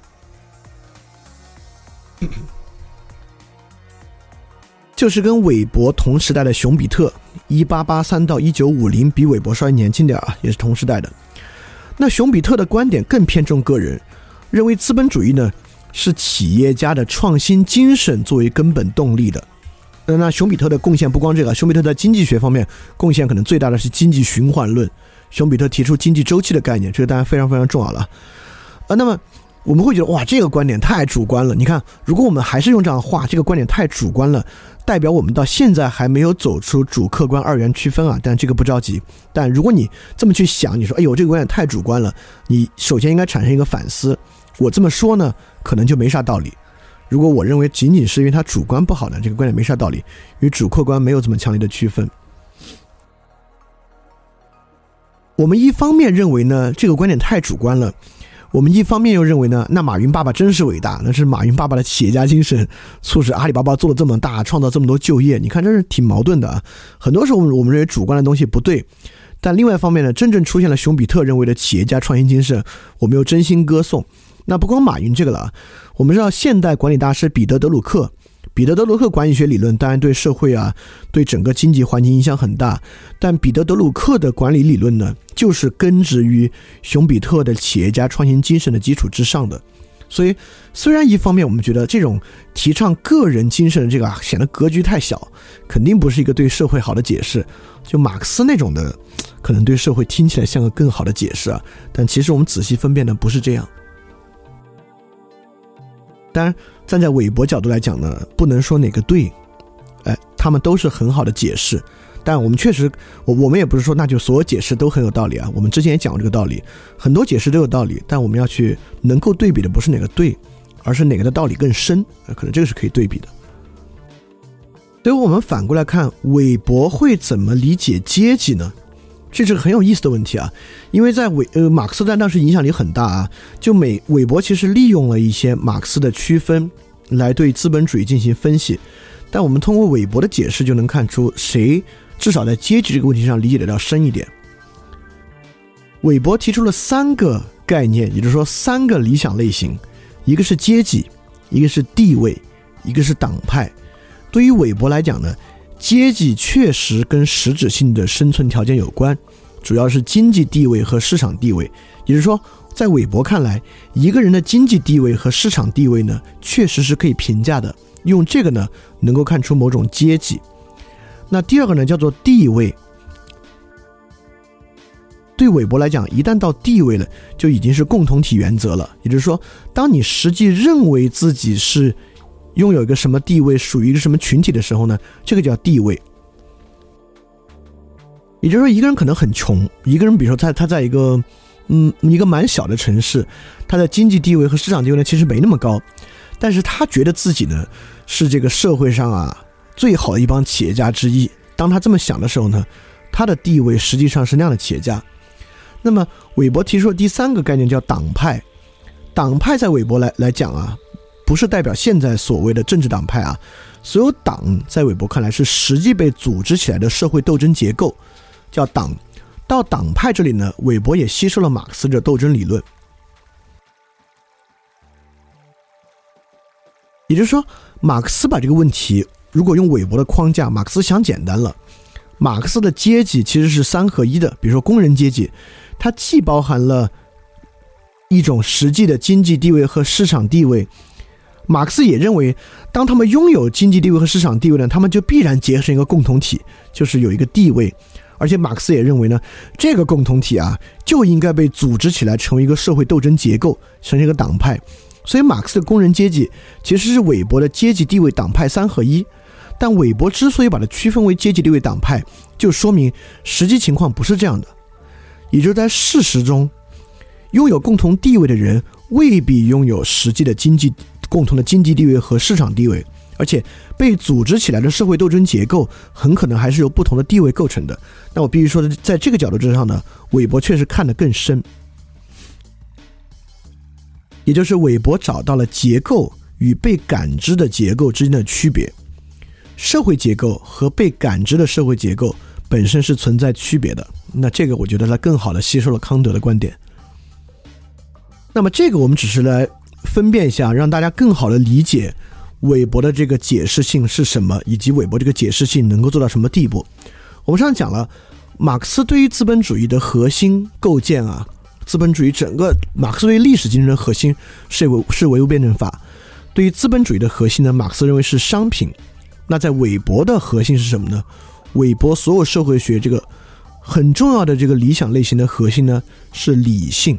就是跟韦伯同时代的熊彼特，1883到1950，比韦伯稍微年轻点啊，也是同时代的。那熊彼特的观点更偏重个人，认为资本主义呢是企业家的创新精神作为根本动力的。那熊彼特的贡献不光这个，熊彼特在经济学方面贡献可能最大的是经济循环论。熊彼特提出经济周期的概念，这个当然非常非常重要了。那么我们会觉得哇，这个观点太主观了。你看，如果我们还是用这样画，这个观点太主观了，代表我们到现在还没有走出主客观二元区分啊。但这个不着急。但如果你这么去想，你说哎呦，这个观点太主观了，你首先应该产生一个反思。我这么说呢，可能就没啥道理。如果我认为仅仅是因为它主观不好呢，这个观点没啥道理，与主客观没有这么强烈的区分。我们一方面认为呢，这个观点太主观了，我们一方面又认为呢，那马云爸爸真是伟大，那是马云爸爸的企业家精神促使阿里巴巴做得这么大，创造这么多就业。你看这是挺矛盾的啊。很多时候我们认为主观的东西不对，但另外一方面呢，真正出现了熊彼特认为的企业家创新精神，我们又真心歌颂。那不光马云这个了，我们知道现代管理大师彼得德鲁克管理学理论当然对社会啊，对整个经济环境影响很大，但彼得德鲁克的管理理论呢，就是根植于熊彼特的企业家创新精神的基础之上的。所以虽然一方面我们觉得这种提倡个人精神的这个显得格局太小，肯定不是一个对社会好的解释，就马克思那种的可能对社会听起来像个更好的解释啊，但其实我们仔细分辨的不是这样。当然站在韦伯角度来讲呢，不能说哪个对，他们都是很好的解释， 但我们确实，我们也不是说那就所有解释都很有道理啊。我们之前也讲过这个道理，很多解释都有道理，但我们要去能够对比的不是哪个对，而是哪个的道理更深，可能这个是可以对比的。所以我们反过来看，韦伯会怎么理解阶级呢？这是个很有意思的问题啊，因为在马克思在当时影响力很大啊，就韦伯其实利用了一些马克思的区分来对资本主义进行分析，但我们通过韦伯的解释就能看出谁至少在阶级这个问题上理解的要深一点。韦伯提出了3个概念，也就是说3个理想类型，一个是阶级，一个是地位，一个是党派。对于韦伯来讲呢，阶级确实跟实质性的生存条件有关，主要是经济地位和市场地位。也就是说，在韦伯看来，一个人的经济地位和市场地位呢，确实是可以评价的，用这个呢能够看出某种阶级。那第二个呢叫做地位。对韦伯来讲，一旦到地位了，就已经是共同体原则了。也就是说，当你实际认为自己是拥有一个什么地位，属于一个什么群体的时候呢，这个叫地位。也就是说，一个人可能很穷，一个人比如说他在一个蛮小的城市，他的经济地位和市场地位呢其实没那么高，但是他觉得自己呢是这个社会上啊最好的一帮企业家之一。当他这么想的时候呢，他的地位实际上是那样的企业家。那么韦伯提出的第3个概念叫党派。党派在韦伯来讲啊，不是代表现在所谓的政治党派啊，所有党在韦伯看来是实际被组织起来的社会斗争结构，叫党。到党派这里呢，韦伯也吸收了马克思的斗争理论。也就是说，马克思把这个问题如果用韦伯的框架，马克思想简单了。马克思的阶级其实是3合1的，比如说工人阶级，它既包含了一种实际的经济地位和市场地位。马克思也认为，当他们拥有经济地位和市场地位呢，他们就必然结合成一个共同体，就是有一个地位。而且马克思也认为呢，这个共同体啊，就应该被组织起来成为一个社会斗争结构，成为一个党派。所以马克思的工人阶级其实是韦伯的阶级地位党派3合1。但韦伯之所以把它区分为阶级地位党派，就说明实际情况不是这样的。也就是在事实中，拥有共同地位的人未必拥有实际的共同的经济地位和市场地位，而且被组织起来的社会斗争结构很可能还是由不同的地位构成的。那我必须说的，在这个角度之上呢，韦伯确实看得更深。也就是韦伯找到了结构与被感知的结构之间的区别。社会结构和被感知的社会结构本身是存在区别的，那这个我觉得它更好的吸收了康德的观点。那么这个我们只是来分辨一下，让大家更好的理解韦伯的这个解释性是什么，以及韦伯这个解释性能够做到什么地步。我们上次讲了，马克思对于资本主义的核心构建啊，资本主义整个马克思对于历史精神的核心是唯物辩证法。对于资本主义的核心呢，马克思认为是商品。那在韦伯的核心是什么呢？韦伯所有社会学这个很重要的这个理想类型的核心呢，是理性。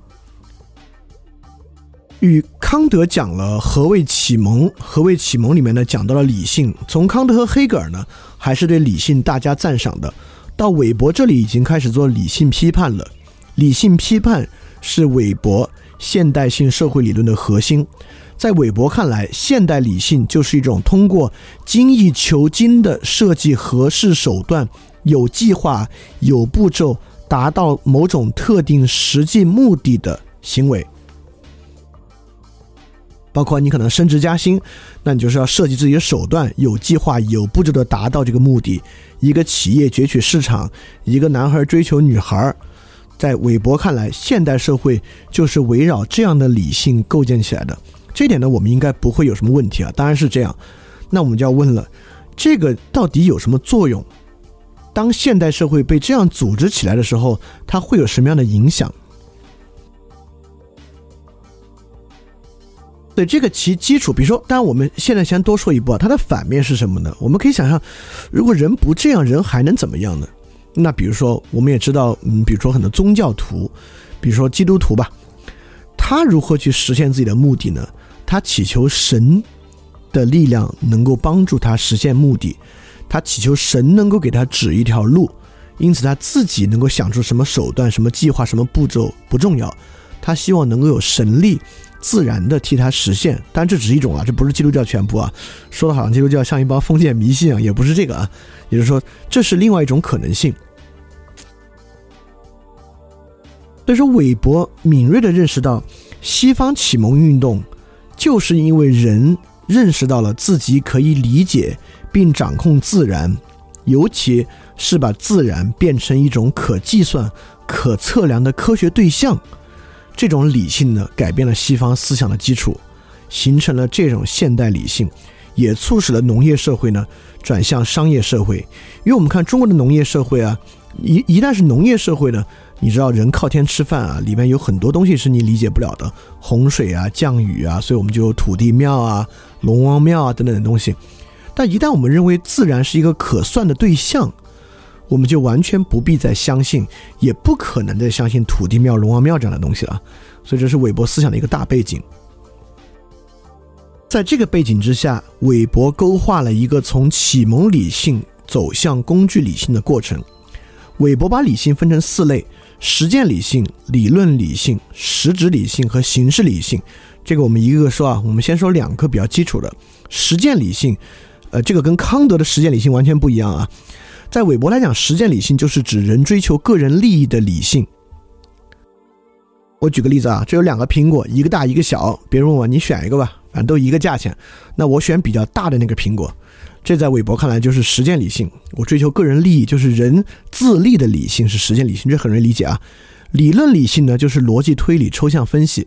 与康德讲了何谓启蒙，何谓启蒙里面呢讲到了理性。从康德和黑格尔呢，还是对理性大加赞赏的。到韦伯这里已经开始做理性批判了。理性批判是韦伯现代性社会理论的核心。在韦伯看来，现代理性就是一种通过精益求精的设计合适手段，有计划、有步骤，达到某种特定实际目的的行为。包括你可能升职加薪，那你就是要设计自己的手段，有计划、有步骤的达到这个目的。一个企业攫取市场，一个男孩追求女孩，在韦伯看来，现代社会就是围绕这样的理性构建起来的。这一点呢，我们应该不会有什么问题啊，当然是这样。那我们就要问了，这个到底有什么作用？当现代社会被这样组织起来的时候，它会有什么样的影响？对，这个其基础，比如说，当然我们现在先多说一步啊，它的反面是什么呢？我们可以想象，如果人不这样，人还能怎么样呢？那比如说，我们也知道，比如说很多宗教徒，比如说基督徒吧，他如何去实现自己的目的呢？他祈求神的力量能够帮助他实现目的， 他祈求神能够给他指一条路，因此他自己能够想出什么手段、什么计划、什么步骤不重要，他希望能够有神力自然的替他实现。但这只是一种啊，这不是基督教全部啊，说的好像基督教像一帮封建迷信啊，也不是这个啊，也就是说这是另外一种可能性。所以说韦伯敏锐地认识到，西方启蒙运动就是因为人认识到了自己可以理解并掌控自然，尤其是把自然变成一种可计算、可测量的科学对象。这种理性呢，改变了西方思想的基础，形成了这种现代理性，也促使了农业社会呢转向商业社会。因为我们看中国的农业社会啊，一旦是农业社会呢，你知道人靠天吃饭啊，里面有很多东西是你理解不了的，洪水啊、降雨啊，所以我们就有土地庙啊、龙王庙啊等等的东西。但一旦我们认为自然是一个可算的对象，我们就完全不必再相信，也不可能再相信土地庙、龙王庙这样的东西了。所以这是韦伯思想的一个大背景。在这个背景之下，韦伯勾画了一个从启蒙理性走向工具理性的过程。韦伯把理性分成4类：实践理性、理论理性、实质理性和形式理性。这个我们一个个说啊，我们先说2个比较基础的。实践理性，这个跟康德的实践理性完全不一样啊。在韦伯来讲，实践理性就是指人追求个人利益的理性。我举个例子啊，这有2个苹果，一个大一个小，别人问我你选一个吧，反正都一个价钱，那我选比较大的那个苹果。这在韦伯看来就是实践理性，我追求个人利益，就是人自利的理性是实践理性，这很容易理解啊。理论理性呢，就是逻辑推理、抽象分析。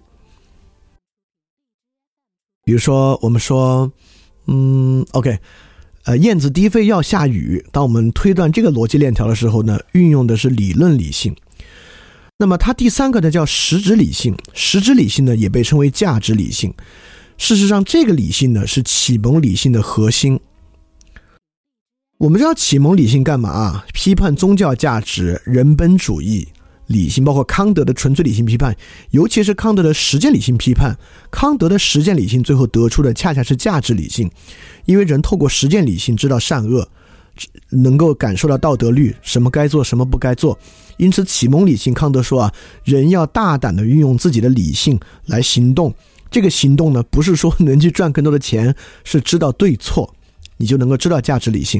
比如说我们说OK，燕子低飞要下雨，当我们推断这个逻辑链条的时候呢，运用的是理论理性。那么它第3个呢叫实质理性，实质理性呢也被称为价值理性。事实上这个理性呢是启蒙理性的核心。我们知道启蒙理性干嘛啊？批判宗教价值、人本主义理性，包括康德的纯粹理性批判，尤其是康德的实践理性批判。康德的实践理性最后得出的恰恰是价值理性，因为人透过实践理性知道善恶，能够感受到道德律，什么该做什么不该做。因此启蒙理性，康德说啊，人要大胆地运用自己的理性来行动。这个行动呢，不是说能去赚更多的钱，是知道对错，你就能够知道价值理性。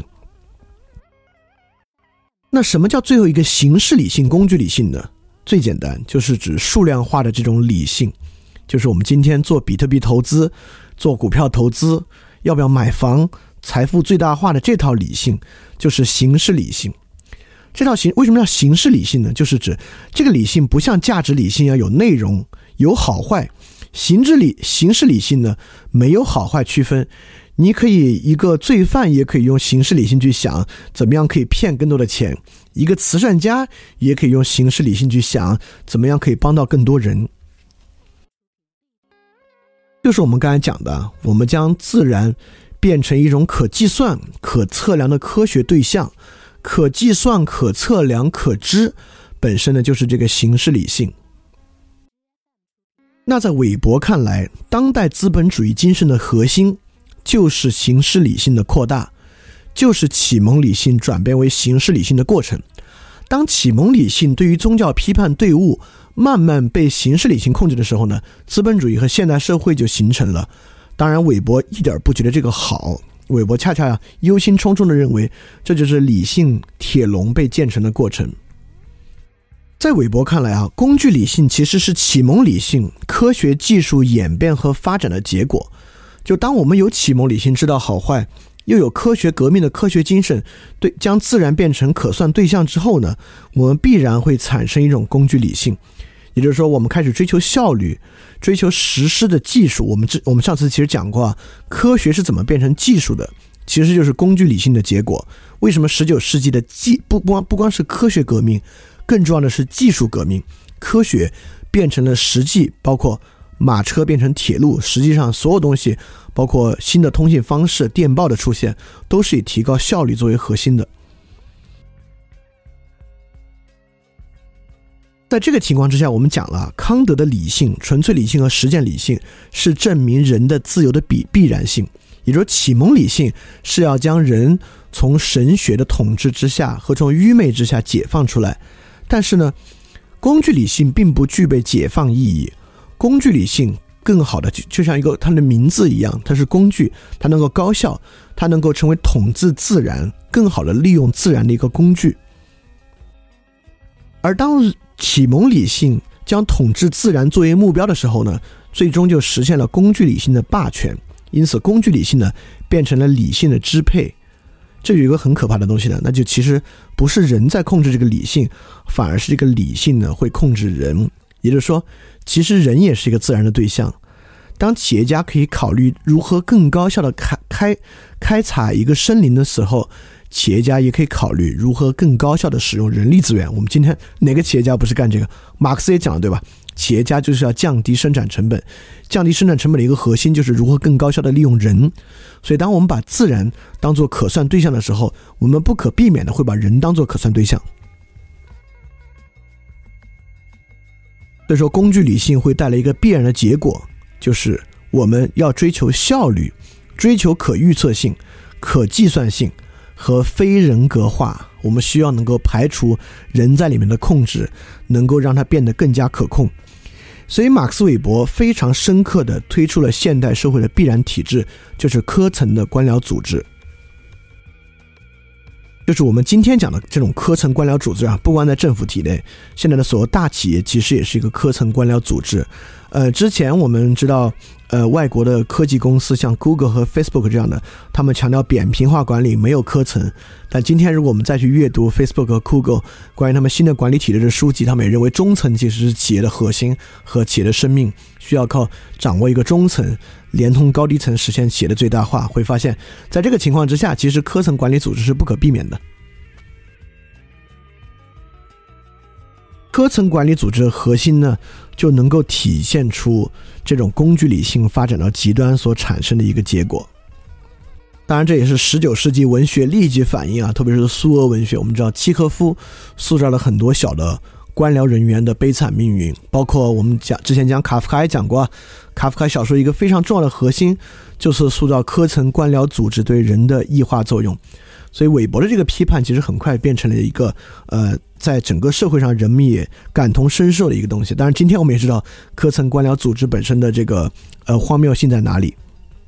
那什么叫最后一个形式理性、工具理性呢？最简单，就是指数量化的这种理性，就是我们今天做比特币投资、做股票投资、要不要买房、财富最大化的这套理性，就是形式理性。这套为什么叫形式理性呢？就是指这个理性不像价值理性要有内容、有好坏，形式理性呢没有好坏区分。你可以一个罪犯也可以用形式理性去想怎么样可以骗更多的钱，一个慈善家也可以用形式理性去想怎么样可以帮到更多人。就是我们刚才讲的，我们将自然变成一种可计算、可测量的科学对象，可计算、可测量、可知，本身呢就是这个形式理性。那在韦伯看来，当代资本主义精神的核心就是形式理性的扩大，就是启蒙理性转变为形式理性的过程。当启蒙理性对于宗教批判队伍慢慢被形式理性控制的时候呢，资本主义和现代社会就形成了。当然韦伯一点不觉得这个好，韦伯恰恰忧心忡忡地认为这就是理性铁笼被建成的过程。在韦伯看来啊，工具理性其实是启蒙理性科学技术演变和发展的结果。就当我们有启蒙理性知道好坏，又有科学革命的科学精神，对将自然变成可算对象之后呢，我们必然会产生一种工具理性。也就是说，我们开始追求效率，追求实施的技术。我们上次其实讲过啊，科学是怎么变成技术的，其实就是工具理性的结果。为什么19世纪的不光是科学革命，更重要的是技术革命，科学变成了实际，包括马车变成铁路，实际上所有东西，包括新的通信方式、电报的出现，都是以提高效率作为核心的。在这个情况之下，我们讲了康德的理性、纯粹理性和实践理性是证明人的自由的必然性， 也就是启蒙理性是要将人从神学的统治之下和从愚昧之下解放出来，但是呢，工具理性并不具备解放意义。工具理性更好的就像一个它的名字一样，它是工具，它能够高效，它能够成为统治自然，更好的利用自然的一个工具。而当启蒙理性将统治自然作为目标的时候呢，最终就实现了工具理性的霸权，因此工具理性呢变成了理性的支配。这有一个很可怕的东西呢，那就其实不是人在控制这个理性，反而是这个理性呢会控制人。也就是说，其实人也是一个自然的对象。当企业家可以考虑如何更高效的开采一个森林的时候，企业家也可以考虑如何更高效的使用人力资源。我们今天哪个企业家不是干这个？马克思也讲了，对吧？企业家就是要降低生产成本，降低生产成本的一个核心就是如何更高效的利用人。所以当我们把自然当作可算对象的时候，我们不可避免的会把人当作可算对象。所以说工具理性会带来一个必然的结果，就是我们要追求效率，追求可预测性、可计算性和非人格化。我们需要能够排除人在里面的控制，能够让它变得更加可控。所以马克思韦伯非常深刻地推出了现代社会的必然体制，就是科层的官僚组织。就是我们今天讲的这种科层官僚组织啊，不光在政府体内，现在的所有大企业其实也是一个科层官僚组织。之前我们知道外国的科技公司像 Google 和 Facebook 这样的，他们强调扁平化管理，没有科层。但今天如果我们再去阅读 Facebook 和 Google 关于他们新的管理体制的书籍，他们也认为中层其实是企业的核心和企业的生命，需要靠掌握一个中层连通高低层实现企业的最大化。会发现在这个情况之下，其实科层管理组织是不可避免的。科层管理组织的核心呢，就能够体现出这种工具理性发展到极端所产生的一个结果。当然这也是19世纪文学立即反应啊，特别是苏俄文学。我们知道契诃夫塑造了很多小的官僚人员的悲惨命运，包括我们之前讲卡夫卡也讲过，卡夫卡小说一个非常重要的核心就是塑造科层官僚组织对人的异化作用。所以韦伯的这个批判其实很快变成了一个在整个社会上人们也感同身受的一个东西。当然今天我们也知道科层官僚组织本身的这个荒谬性在哪里。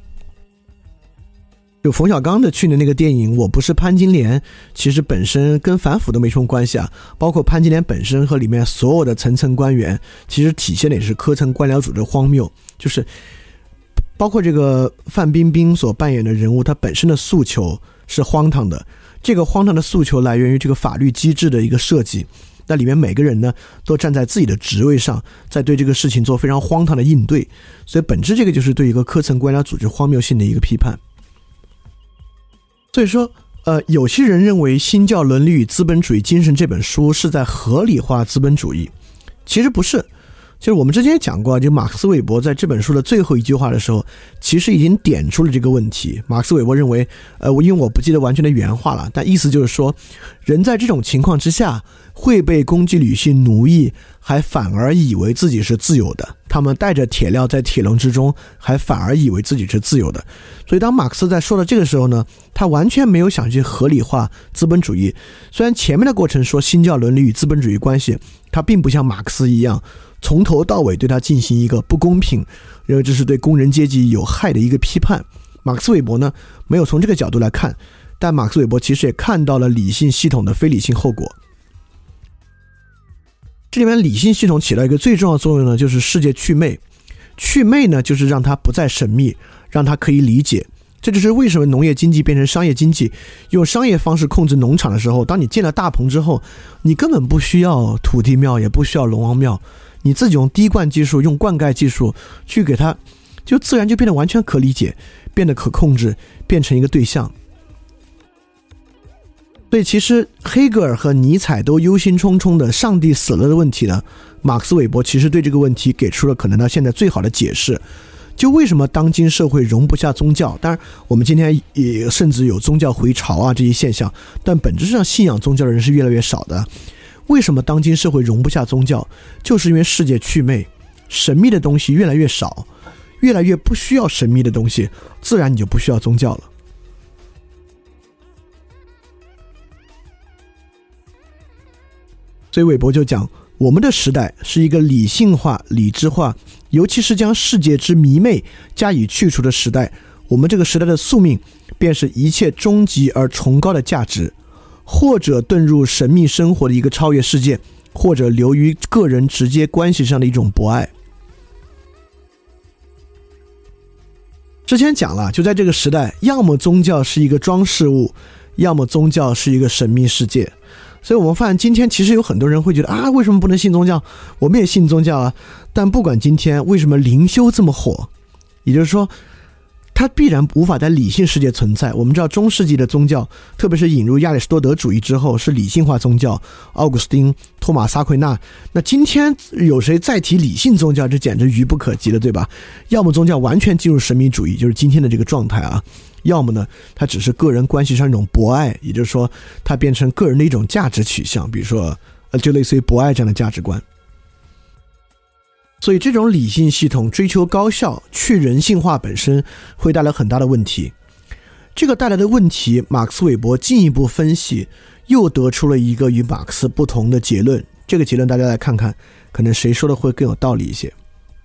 就冯小刚的去年那个电影《我不是潘金莲》，其实本身跟反腐都没什么关系啊，包括潘金莲本身和里面所有的层层官员，其实体现的也是科层官僚组织的荒谬。就是包括这个范冰冰所扮演的人物，他本身的诉求是荒唐的，这个荒唐的诉求来源于这个法律机制的一个设计，那里面每个人呢都站在自己的职位上，在对这个事情做非常荒唐的应对。所以本质这个就是对一个科层官僚组织荒谬性的一个批判。所以说有些人认为《新教伦理与资本主义精神》这本书是在合理化资本主义，其实不是。就是我们之前也讲过，就马克思韦伯在这本书的最后一句话的时候，其实已经点出了这个问题。马克思韦伯认为因为我不记得完全的原话了，但意思就是说，人在这种情况之下会被工具理性奴役，还反而以为自己是自由的。他们带着铁镣在铁笼之中，还反而以为自己是自由的。所以当马克思在说的这个时候呢，他完全没有想去合理化资本主义。虽然前面的过程说新教伦理与资本主义关系，他并不像马克思一样从头到尾对他进行一个不公平，认为这是对工人阶级有害的一个批判。马克思韦伯呢没有从这个角度来看，但马克思韦伯其实也看到了理性系统的非理性后果。这里面理性系统起到一个最重要的作用呢，就是世界祛魅。祛魅呢就是让它不再神秘，让它可以理解。这就是为什么农业经济变成商业经济，用商业方式控制农场的时候，当你建了大棚之后，你根本不需要土地庙，也不需要龙王庙，你自己用滴灌技术，用灌溉技术去给它，就自然就变得完全可理解，变得可控制，变成一个对象。所以其实黑格尔和尼采都忧心忡忡的上帝死了的问题呢，马克思韦伯其实对这个问题给出了可能到现在最好的解释。就为什么当今社会容不下宗教，当然我们今天也甚至有宗教回潮啊这些现象，但本质上信仰宗教的人是越来越少的。为什么当今社会容不下宗教，就是因为世界祛魅，神秘的东西越来越少， 越来越不需要神秘的东西，自然你就不需要宗教了。所以韦伯就讲，我们的时代是一个理性化、理智化，尤其是将世界之迷昧加以去除的时代。我们这个时代的宿命便是一切终极而崇高的价值，或者遁入神秘生活的一个超越世界，或者流于个人直接关系上的一种博爱。之前讲了，就在这个时代，要么宗教是一个装饰物，要么宗教是一个神秘世界。所以我们发现今天其实有很多人会觉得啊，为什么不能信宗教？我们也信宗教啊。但不管今天为什么灵修这么火，也就是说它必然无法在理性世界存在。我们知道中世纪的宗教，特别是引入亚里士多德主义之后，是理性化宗教，奥古斯丁、托马萨奎纳。那今天有谁再提理性宗教，这简直愚不可及了，对吧？要么宗教完全进入神秘主义，就是今天的这个状态啊，要么呢它只是个人关系上一种博爱，也就是说它变成个人的一种价值取向，比如说就类似于博爱这样的价值观。所以这种理性系统追求高效去人性化本身会带来很大的问题。这个带来的问题，马克思韦伯进一步分析，又得出了一个与马克思不同的结论。这个结论大家来看看，可能谁说的会更有道理一些。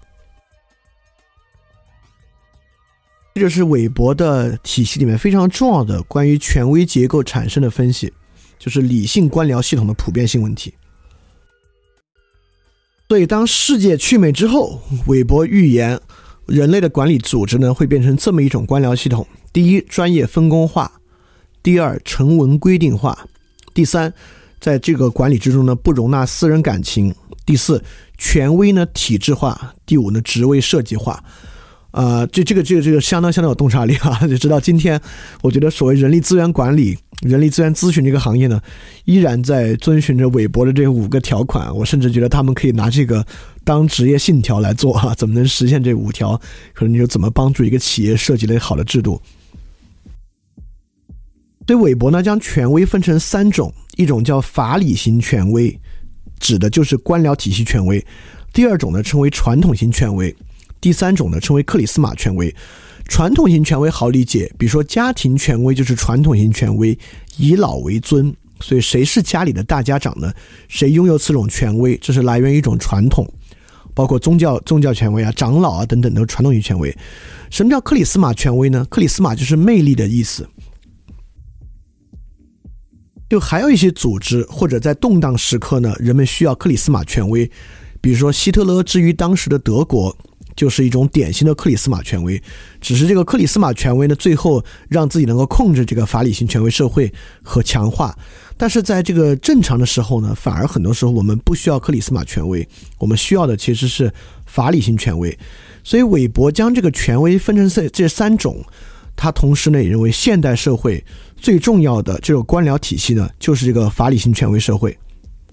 这就是韦伯的体系里面非常重要的关于权威结构产生的分析，就是理性官僚系统的普遍性问题。所以当世界祛魅之后，韦伯预言人类的管理组织呢会变成这么一种官僚系统：第一，专业分工化；第二，成文规定化；第三，在这个管理之中呢不容纳私人感情；第四，权威呢体制化；第五呢，职位设计化。这个相当有洞察力啊！就知道今天，我觉得所谓人力资源管理、人力资源咨询这个行业呢，依然在遵循着韦伯的这5个条款。我甚至觉得他们可以拿这个当职业信条来做啊！怎么能实现这5条？可能就怎么帮助一个企业设计了好的制度。所以韦伯呢，将权威分成3种，一种叫法理型权威，指的就是官僚体系权威；第二种呢，称为传统型权威。第三种呢，称为克里斯玛权威。传统型权威好理解，比如说家庭权威就是传统型权威，以老为尊，所以谁是家里的大家长呢？谁拥有此种权威，这是来源于一种传统，包括宗教权威啊、长老啊等等都是传统型权威。什么叫克里斯玛权威呢？克里斯玛就是魅力的意思。就还有一些组织或者在动荡时刻呢，人们需要克里斯玛权威，比如说希特勒之于当时的德国，就是一种典型的克里斯玛权威。只是这个克里斯玛权威呢，最后让自己能够控制这个法理型权威社会和强化。但是在这个正常的时候呢，反而很多时候我们不需要克里斯玛权威，我们需要的其实是法理型权威。所以韦伯将这个权威分成这3种，他同时呢也认为现代社会最重要的这个官僚体系呢，就是这个法理型权威社会。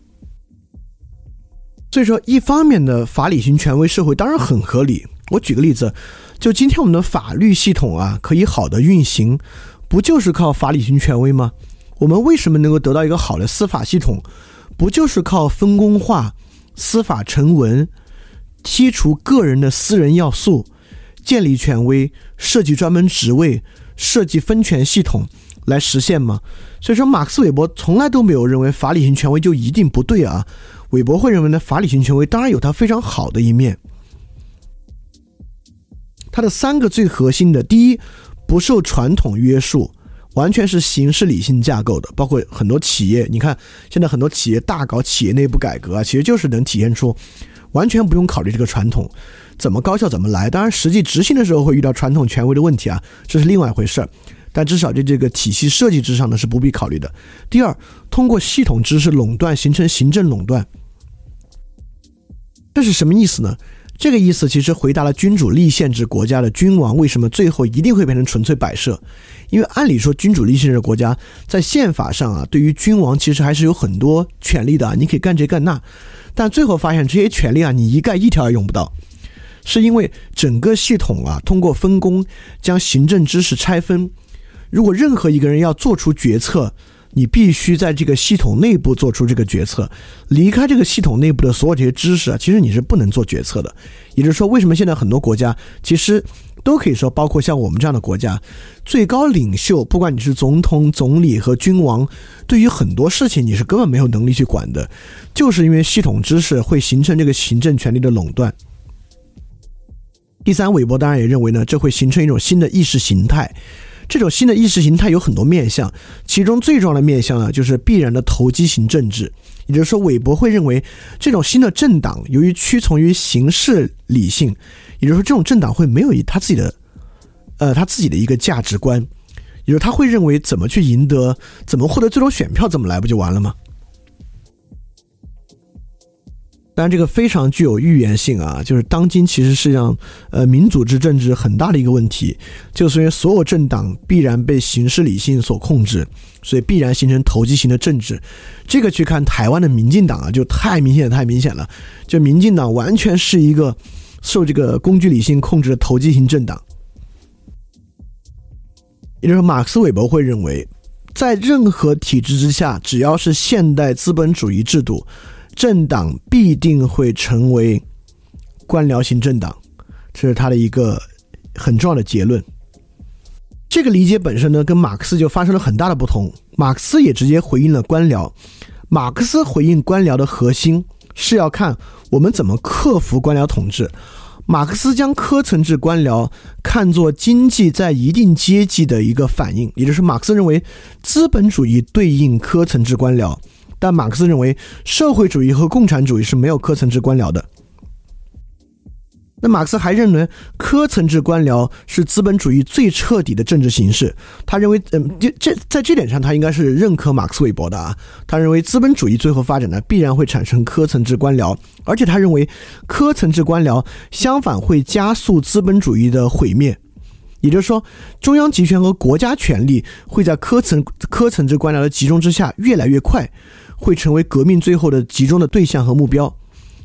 所以说一方面的法理型权威社会当然很合理。我举个例子，就今天我们的法律系统啊，可以好的运行，不就是靠法理型权威吗？我们为什么能够得到一个好的司法系统，不就是靠分工化、司法成文、剔除个人的私人要素、建立权威、设计专门职位、设计分权系统来实现吗？所以说马克思韦伯从来都没有认为法理型权威就一定不对啊。韦伯会认为呢，法理型权威当然有它非常好的一面。它的3个最核心的，第一，不受传统约束，完全是形式理性架构的，包括很多企业，你看现在很多企业大搞企业内部改革啊，其实就是能体现出完全不用考虑这个传统，怎么高效怎么来。当然实际执行的时候会遇到传统权威的问题啊，这是另外一回事，但至少这个体系设计之上呢是不必考虑的。第二，通过系统知识垄断形成行政垄断。这是什么意思呢？这个意思其实回答了君主立宪制国家的君王为什么最后一定会变成纯粹摆设。因为按理说君主立宪制国家在宪法上啊，对于君王其实还是有很多权利的啊，你可以干这干那，但最后发现这些权利啊，你一条也用不到，是因为整个系统啊，通过分工将行政知识拆分。如果任何一个人要做出决策， 你必须在这个系统内部做出这个决策，离开这个系统内部的所有这些知识啊，其实你是不能做决策的。也就是说，为什么现在很多国家其实都可以说，包括像我们这样的国家，最高领袖不管你是总统、总理和君王，对于很多事情你是根本没有能力去管的，就是因为系统知识会形成这个行政权力的垄断。第三，韦伯当然也认为呢，这会形成一种新的意识形态。这种新的意识形态有很多面向，其中最重要的面向呢，就是必然的投机型政治。也就是说，韦伯会认为这种新的政党由于屈从于形式理性，也就是说，这种政党会没有他自己的一个价值观，也就是他会认为怎么去赢得，怎么获得最多选票，怎么来不就完了吗？当然这个非常具有预言性啊，就是当今其实是让民主制政治很大的一个问题，就是因为所有政党必然被形式理性所控制，所以必然形成投机型的政治。这个去看台湾的民进党啊，就太明显了，就民进党完全是一个受这个工具理性控制的投机型政党。也就是说，马克思韦伯会认为，在任何体制之下，只要是现代资本主义制度，政党必定会成为官僚型政党，这是他的一个很重要的结论。这个理解本身呢，跟马克思就发生了很大的不同。马克思也直接回应了官僚，马克思回应官僚的核心是要看我们怎么克服官僚统治。马克思将科层制官僚看作经济在一定阶级的一个反应，也就是马克思认为资本主义对应科层制官僚，但马克思认为社会主义和共产主义是没有科层制官僚的。那马克思还认为科层制官僚是资本主义最彻底的政治形式，他认为在这点上他应该是认可马克思韦伯的啊。他认为资本主义最后发展呢，必然会产生科层制官僚，而且他认为科层制官僚相反会加速资本主义的毁灭。也就是说，中央集权和国家权力会在科层制官僚的集中之下越来越快，会成为革命最后的集中的对象和目标。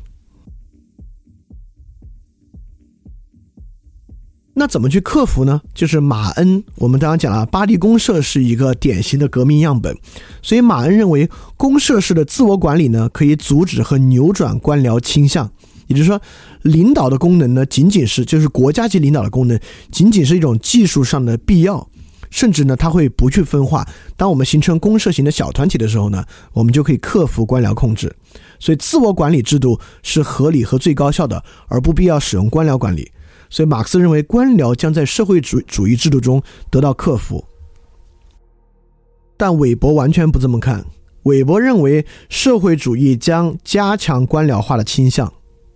那怎么去克服呢？就是马恩，我们刚刚讲了，巴黎公社是一个典型的革命样本，所以马恩认为公社式的自我管理呢，可以阻止和扭转官僚倾向。也就是说，领导的功能呢，就是国家级领导的功能，仅仅是一种技术上的必要，甚至呢，它会不去分化。当我们形成公社型的小团体的时候呢，我们就可以克服官僚控制。所以，自我管理制度是合理和最高效的，而不必要使用官僚管理。所以马克思认为官僚将在社会主义制度中得到克服，但韦伯完全不这么看。韦伯认为社会主义将加强官僚化的倾向。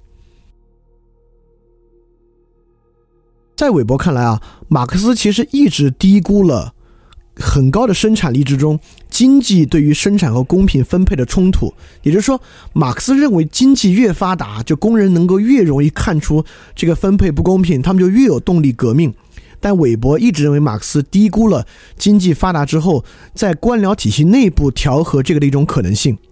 在韦伯看来啊，马克思其实一直低估了很高的生产力之中经济对于生产和公平分配的冲突。也就是说，马克思认为经济越发达，就工人能够越容易看出这个分配不公平，他们就越有动力革命。但韦伯一直认为马克思低估了经济发达之后在官僚体系内部调和这个的一种可能性。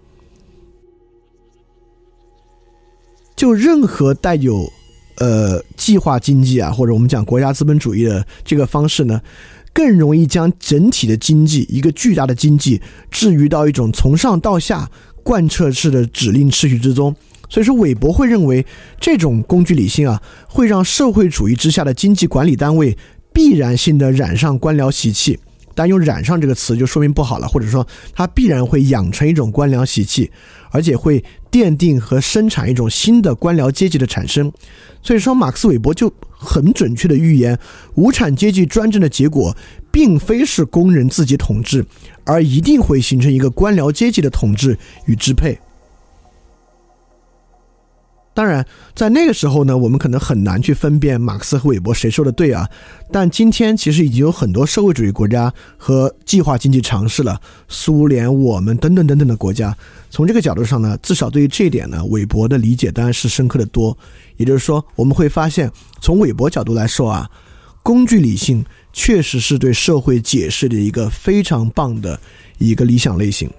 就任何带有计划经济啊，或者我们讲国家资本主义的这个方式呢，更容易将整体的经济，一个巨大的经济，置于到一种从上到下贯彻式的指令秩序之中。所以说韦伯会认为这种工具理性啊，会让社会主义之下的经济管理单位必然性的染上官僚习气。但用染上这个词就说明不好了，或者说它必然会养成一种官僚习气，而且会奠定和生产一种新的官僚阶级的产生。所以说马克思韦伯就很准确的预言，无产阶级专政的结果并非是工人自己统治，而一定会形成一个官僚阶级的统治与支配。当然在那个时候呢，我们可能很难去分辨马克思和韦伯谁说的对啊，但今天其实已经有很多社会主义国家和计划经济尝试了，苏联、我们等等等等的国家。从这个角度上呢，至少对于这一点呢，韦伯的理解当然是深刻的多。也就是说，我们会发现从韦伯角度来说啊，工具理性确实是对社会解释的一个非常棒的一个理想类型。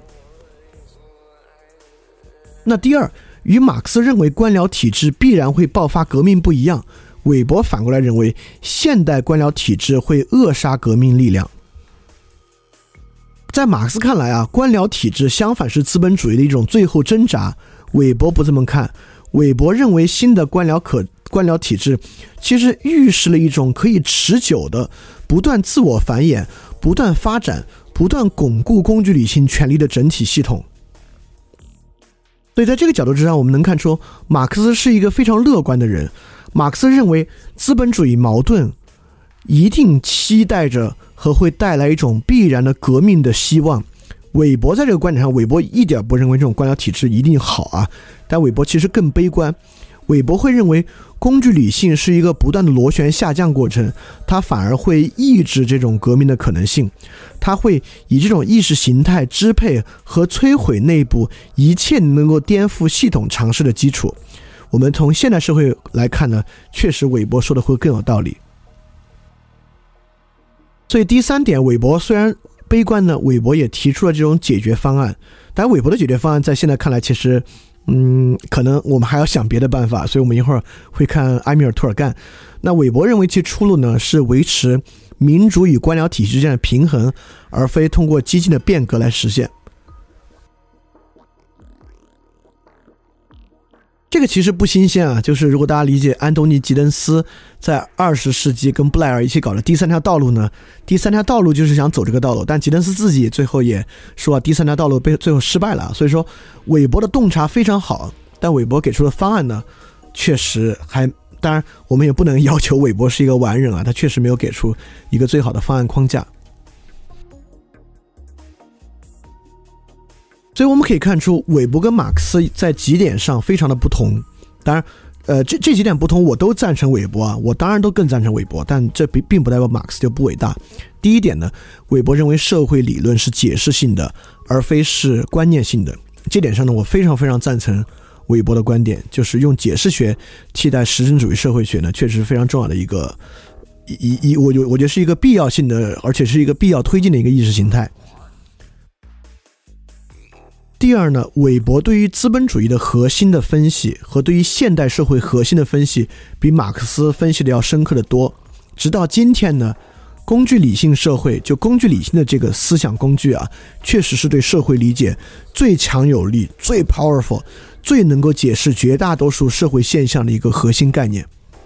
那第二，与马克思认为官僚体制必然会爆发革命不一样，韦伯反过来认为现代官僚体制会扼杀革命力量。 在马克思看来啊，官僚体制相反是资本主义的一种最后挣扎。韦伯不这么看，韦伯认为新的官僚体制其实预示了一种可以持久的不断自我繁衍、不断发展、不断巩固工具理性权力的整体系统。所以在这个角度之上，我们能看出马克思是一个非常乐观的人。马克思认为资本主义矛盾一定期待着和会带来一种必然的革命的希望。韦伯在这个观点上，韦伯一点不认为这种官僚体制一定好啊，但韦伯其实更悲观。韦伯会认为工具理性是一个不断的螺旋下降过程，它反而会抑制这种革命的可能性，它会以这种意识形态支配和摧毁内部一切能够颠覆系统常识的基础。我们从现代社会来看呢，确实韦伯说的会更有道理。所以第三点，韦伯虽然悲观呢，韦伯也提出了这种解决方案，但韦伯的解决方案在现在看来其实可能我们还要想别的办法，所以我们一会儿会看埃米尔·图尔干。那韦伯认为其出路呢是维持民主与官僚体系之间的平衡，而非通过激进的变革来实现。这个其实不新鲜啊，就是如果大家理解安东尼·吉登斯在20世纪跟布莱尔一起搞的第三条道路呢，第三条道路就是想走这个道路，但吉登斯自己最后也说第三条道路最后失败了。所以说韦伯的洞察非常好，但韦伯给出的方案呢确实还，当然我们也不能要求韦伯是一个完人啊，他确实没有给出一个最好的方案框架。所以我们可以看出韦伯跟马克思在几点上非常的不同。当然这几点不同我都赞成韦伯啊，我当然都更赞成韦伯，但这并不代表马克思就不伟大。第一点呢，韦伯认为社会理论是解释性的而非是观念性的，这点上呢我非常非常赞成韦伯的观点，就是用解释学替代实证主义社会学呢确实是非常重要的一个我觉得是一个必要性的，而且是一个必要推进的一个意识形态。第二呢，韦伯对于资本主义的核心的分析和对于现代社会核心的分析比马克思分析的要深刻的多。直到今天呢，工具理性社会，就工具理性的这个思想工具啊，确实是对社会理解最强有力、最 powerful、最能够解释绝大多数社会现象的一个核心概念。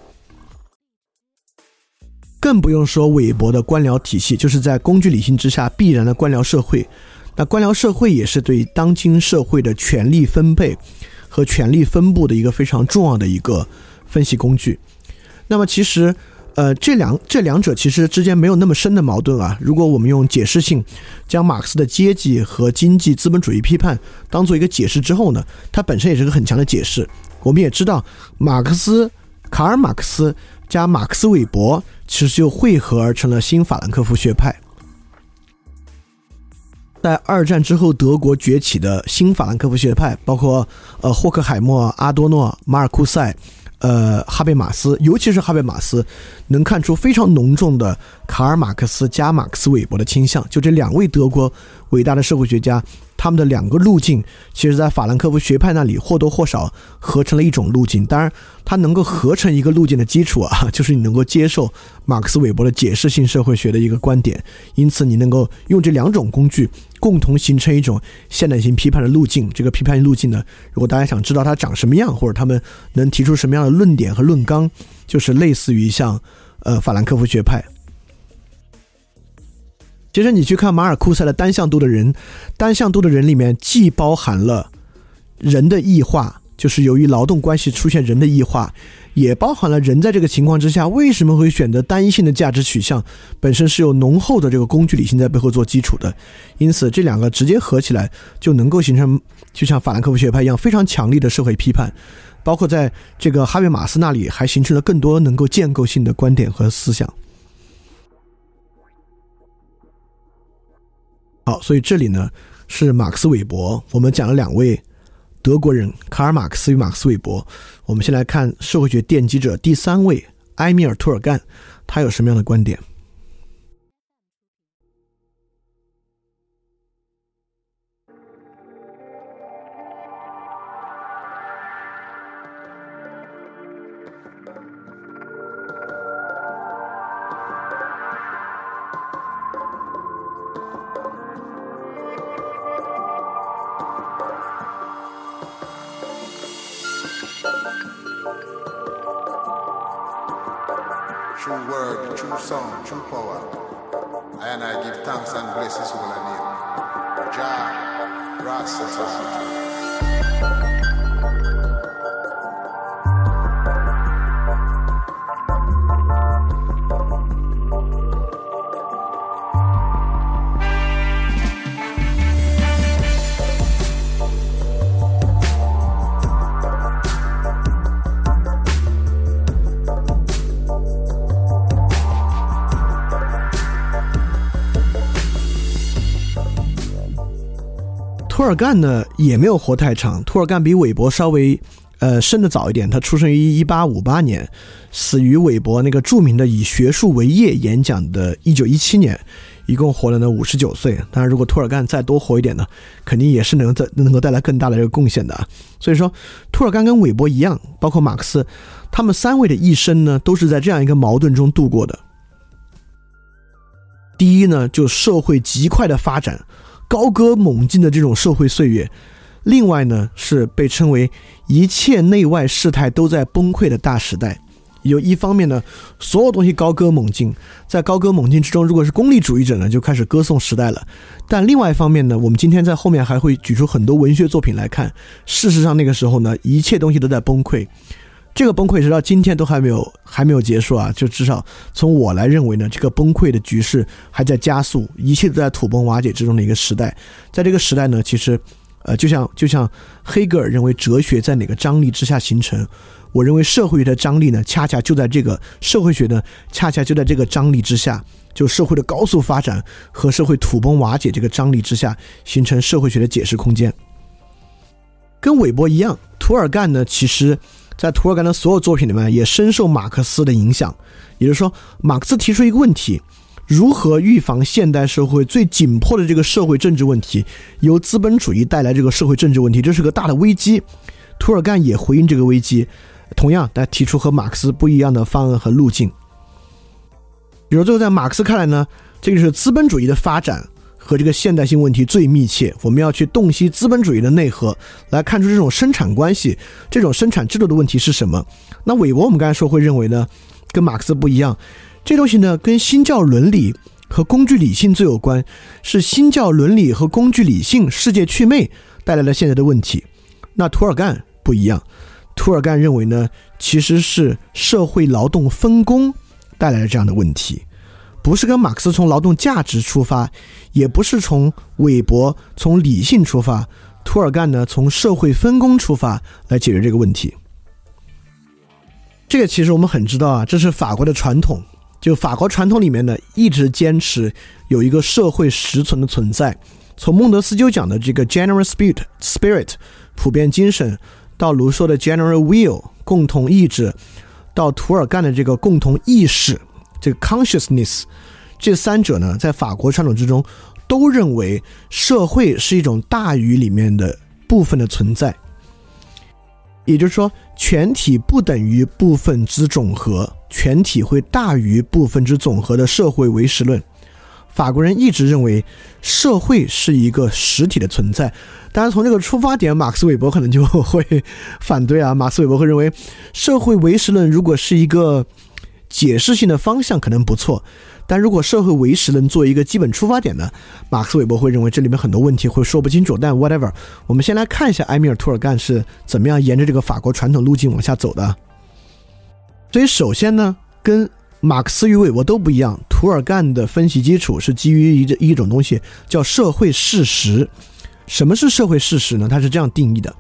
更不用说韦伯的官僚体系，就是在工具理性之下必然的官僚社会。那官僚社会也是对当今社会的权力分配和权力分布的一个非常重要的一个分析工具。那么其实这两者其实之间没有那么深的矛盾啊。如果我们用解释性将马克思的阶级和经济资本主义批判当做一个解释之后呢，它本身也是个很强的解释。我们也知道卡尔马克思加马克思韦伯其实就汇合而成了新法兰克福学派。在二战之后德国崛起的新法兰克福学派，包括霍克海默、阿多诺、马尔库塞、哈贝马斯，尤其是哈贝马斯，能看出非常浓重的卡尔马克思加马克思韦伯的倾向。就这两位德国伟大的社会学家，他们的两个路径其实在法兰克福学派那里或多或少合成了一种路径。当然它能够合成一个路径的基础啊，就是你能够接受马克思韦伯的解释性社会学的一个观点，因此你能够用这两种工具共同形成一种现代性批判的路径。这个批判路径呢，如果大家想知道它长什么样，或者他们能提出什么样的论点和论纲，就是类似于像法兰克福学派。其实你去看马尔库塞的单向度的人里面既包含了人的异化，就是由于劳动关系出现人的异化，也包含了人在这个情况之下为什么会选择单一性的价值取向，本身是有浓厚的这个工具理性在背后做基础的。因此这两个直接合起来就能够形成就像法兰克福学派一样非常强力的社会批判，包括在这个哈贝马斯那里还形成了更多能够建构性的观点和思想。好，所以这里呢是马克思韦伯，我们讲了两位德国人，卡尔马克思与马克思韦伯。我们先来看社会学奠基者第三位埃米尔·图尔干，他有什么样的观点？ True word, true song, true power. And I give thanks and bless his holy name. Jah Rastafari. 涂尔干呢也没有活太长，涂尔干比韦伯稍微生得早一点，他出生于1858年，死于韦伯那个著名的以学术为业演讲的1917年，一共活了呢59岁。当然如果涂尔干再多活一点呢，肯定也是能够带来更大的这个贡献的啊。所以说涂尔干跟韦伯一样，包括马克思，他们三位的一生呢都是在这样一个矛盾中度过的。第一呢，就社会极快的发展，高歌猛进的这种社会岁月；另外呢，是被称为一切内外事态都在崩溃的大时代。有一方面呢，所有东西高歌猛进，在高歌猛进之中，如果是功利主义者呢，就开始歌颂时代了。但另外一方面呢，我们今天在后面还会举出很多文学作品来看，事实上那个时候呢，一切东西都在崩溃。这个崩溃直到今天都还没有结束啊！就至少从我来认为呢，这个崩溃的局势还在加速，一切都在土崩瓦解之中的一个时代。在这个时代呢，其实就像黑格尔认为哲学在哪个张力之下形成，我认为社会学的张力呢，恰恰就在这个社会学呢，恰恰就在这个张力之下，就社会的高速发展和社会土崩瓦解这个张力之下，形成社会学的解释空间。跟韦伯一样，涂尔干呢，其实在涂尔干的所有作品里面也深受马克思的影响。也就是说，马克思提出一个问题，如何预防现代社会最紧迫的这个社会政治问题由资本主义带来这个社会政治问题，这是个大的危机。涂尔干也回应这个危机，同样他提出和马克思不一样的方案和路径。比如最后在马克思看来呢，这个是资本主义的发展和这个现代性问题最密切，我们要去洞悉资本主义的内核，来看出这种生产关系，这种生产制度的问题是什么。那韦伯我们刚才说会认为呢，跟马克思不一样，这东西呢跟新教伦理和工具理性最有关，是新教伦理和工具理性世界祛魅带来了现在的问题。那涂尔干不一样，涂尔干认为呢，其实是社会劳动分工带来了这样的问题，不是跟马克思从劳动价值出发，也不是从韦伯从理性出发，涂尔干呢从社会分工出发来解决这个问题。这个其实我们很知道啊，这是法国的传统，就法国传统里面呢一直坚持有一个社会实存的存在。从孟德斯鸠讲的这个 general spirit 普遍精神，到卢梭的 general will 共同意志，到涂尔干的这个共同意识这个 consciousness， 这三者呢在法国传统之中都认为社会是一种大于里面的部分的存在，也就是说全体不等于部分之总和，全体会大于部分之总和的社会唯实论。法国人一直认为社会是一个实体的存在，当然从这个出发点马克思韦伯可能就会反对啊，马克思韦伯会认为社会唯实论如果是一个解释性的方向可能不错，但如果社会唯实论作为一个基本出发点呢，马克思韦伯会认为这里面很多问题会说不清楚。但 whatever， 我们先来看一下埃米尔·涂尔干是怎么样沿着这个法国传统路径往下走的。所以首先呢，跟马克思与韦伯都不一样，涂尔干的分析基础是基于一种东西叫社会事实。什么是社会事实呢？它是这样定义的：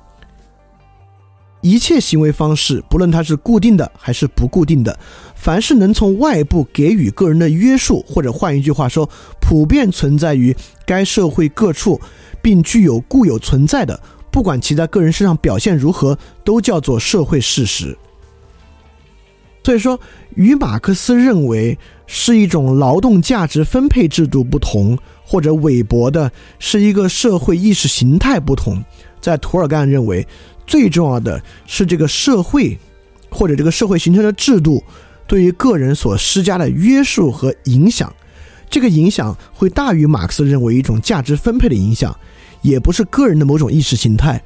一切行为方式，不论它是固定的还是不固定的，凡是能从外部给予个人的约束，或者换一句话说，普遍存在于该社会各处并具有固有存在的，不管其在个人身上表现如何，都叫做社会事实。所以说，与马克思认为是一种劳动价值分配制度不同，或者韦伯的是一个社会意识形态不同，在涂尔干认为最重要的是这个社会或者这个社会形成的制度对于个人所施加的约束和影响，这个影响会大于马克思认为一种价值分配的影响，也不是个人的某种意识形态，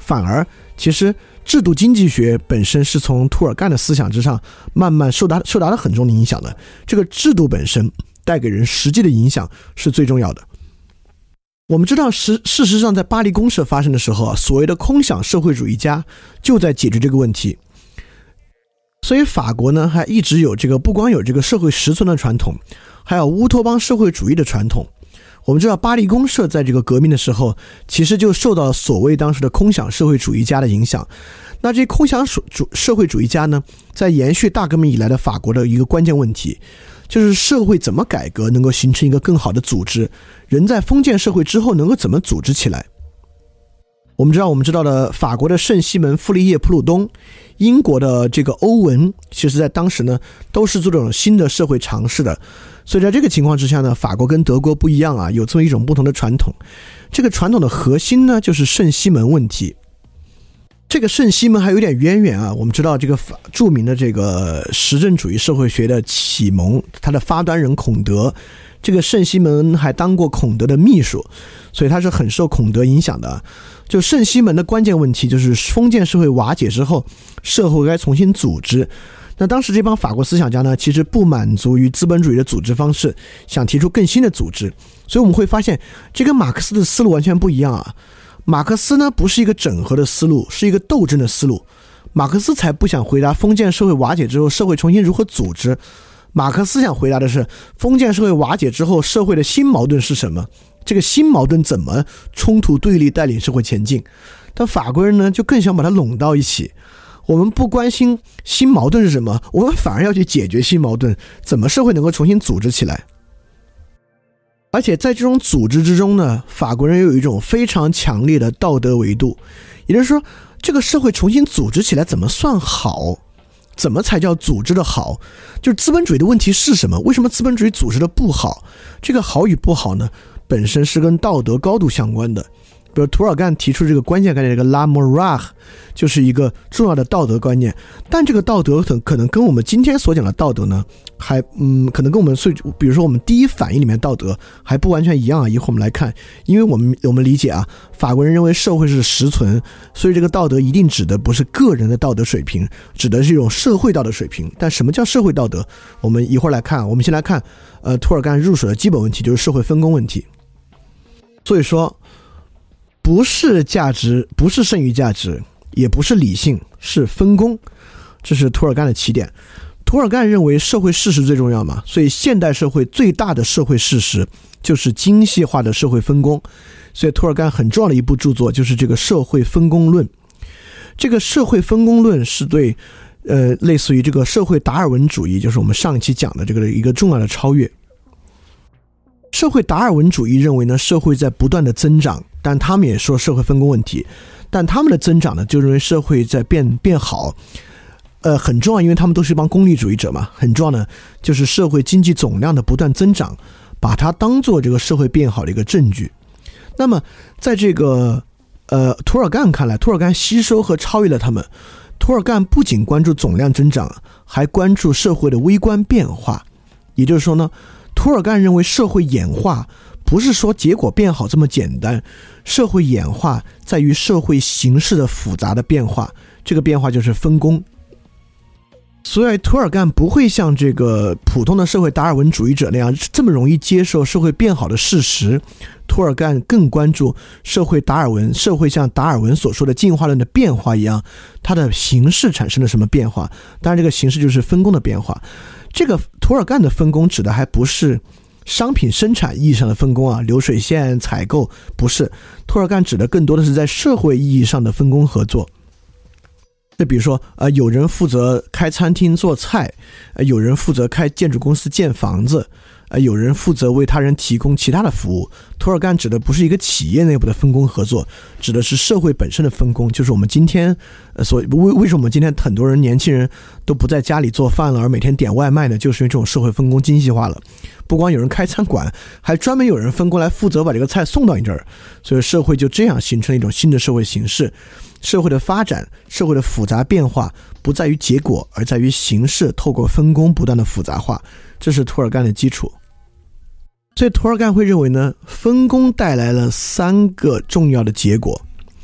反而其实制度经济学本身是从涂尔干的思想之上慢慢受到了很重的影响的，这个制度本身带给人实际的影响是最重要的。我们知道事实上在巴黎公社发生的时候所谓的空想社会主义家就在解决这个问题。所以法国呢还一直有这个不光有这个社会实存的传统，还有乌托邦社会主义的传统。我们知道巴黎公社在这个革命的时候其实就受到了所谓当时的空想社会主义家的影响。那这些空想社会主义家呢在延续大革命以来的法国的一个关键问题，就是社会怎么改革能够形成一个更好的组织，人在封建社会之后能够怎么组织起来。我们知道的法国的圣西门、傅立叶、普鲁东，英国的这个欧文，其实在当时呢都是做这种新的社会尝试的。所以在这个情况之下呢，法国跟德国不一样啊，有这么一种不同的传统。这个传统的核心呢就是圣西门问题。这个圣西门还有点渊源啊，我们知道这个著名的这个实证主义社会学的启蒙，他的发端人孔德，这个圣西门还当过孔德的秘书，所以他是很受孔德影响的。就圣西门的关键问题就是封建社会瓦解之后，社会该重新组织。那当时这帮法国思想家呢，其实不满足于资本主义的组织方式，想提出更新的组织。所以我们会发现这跟马克思的思路完全不一样啊。马克思呢不是一个整合的思路，是一个斗争的思路。马克思才不想回答封建社会瓦解之后社会重新如何组织，马克思想回答的是封建社会瓦解之后社会的新矛盾是什么，这个新矛盾怎么冲突对立带领社会前进。但法国人呢就更想把它拢到一起，我们不关心新矛盾是什么，我们反而要去解决新矛盾，怎么社会能够重新组织起来。而且在这种组织之中呢，法国人有一种非常强烈的道德维度，也就是说这个社会重新组织起来怎么算好，怎么才叫组织的好，就是资本主义的问题是什么，为什么资本主义组织的不好，这个好与不好呢本身是跟道德高度相关的。比如涂尔干提出这个关键概念，这个 La Morale 就是一个重要的道德观念，但这个道德可能跟我们今天所讲的道德呢还可能跟我们比如说我们第一反应里面道德还不完全一样啊。一会儿我们来看，因为我们理解啊，法国人认为社会是实存，所以这个道德一定指的不是个人的道德水平，指的是一种社会道德水平。但什么叫社会道德，我们一会儿来看。我们先来看涂尔干入手的基本问题，就是社会分工问题。所以说不是价值，不是剩余价值，也不是理性，是分工，这是涂尔干的起点。涂尔干认为社会事实最重要嘛，所以现代社会最大的社会事实就是精细化的社会分工。所以涂尔干很重要的一部著作就是这个社会分工论。这个社会分工论是对类似于这个社会达尔文主义，就是我们上一期讲的这个一个重要的超越。社会达尔文主义认为呢，社会在不断的增长，但他们也说社会分工问题，但他们的增长呢就认为社会在变好。很重要，因为他们都是一帮功利主义者嘛，很重要呢就是社会经济总量的不断增长，把它当做这个社会变好的一个证据。那么在这个涂尔干看来，涂尔干吸收和超越了他们。涂尔干不仅关注总量增长，还关注社会的微观变化。也就是说呢，涂尔干认为社会演化不是说结果变好这么简单，社会演化在于社会形式的复杂的变化，这个变化就是分工。所以涂尔干不会像这个普通的社会达尔文主义者那样这么容易接受社会变好的事实，涂尔干更关注社会像达尔文所说的进化论的变化一样，它的形式产生了什么变化，当然这个形式就是分工的变化。这个涂尔干的分工指的还不是商品生产意义上的分工啊，流水线采购不是，涂尔干指的更多的是在社会意义上的分工合作。就比如说有人负责开餐厅做菜，有人负责开建筑公司建房子，有人负责为他人提供其他的服务。涂尔干指的不是一个企业内部的分工合作，指的是社会本身的分工，就是我们今天为什么我们今天很多人年轻人都不在家里做饭了，而每天点外卖呢？就是因为这种社会分工精细化了。不光有人开餐馆，还专门有人分工来负责把这个菜送到你这儿，所以社会就这样形成了一种新的社会形式。社会的发展，社会的复杂变化不在于结果，而在于形式透过分工不断的复杂化，这是涂尔干的基础。所以涂尔干会认为呢，分工带来了3个重要的结果。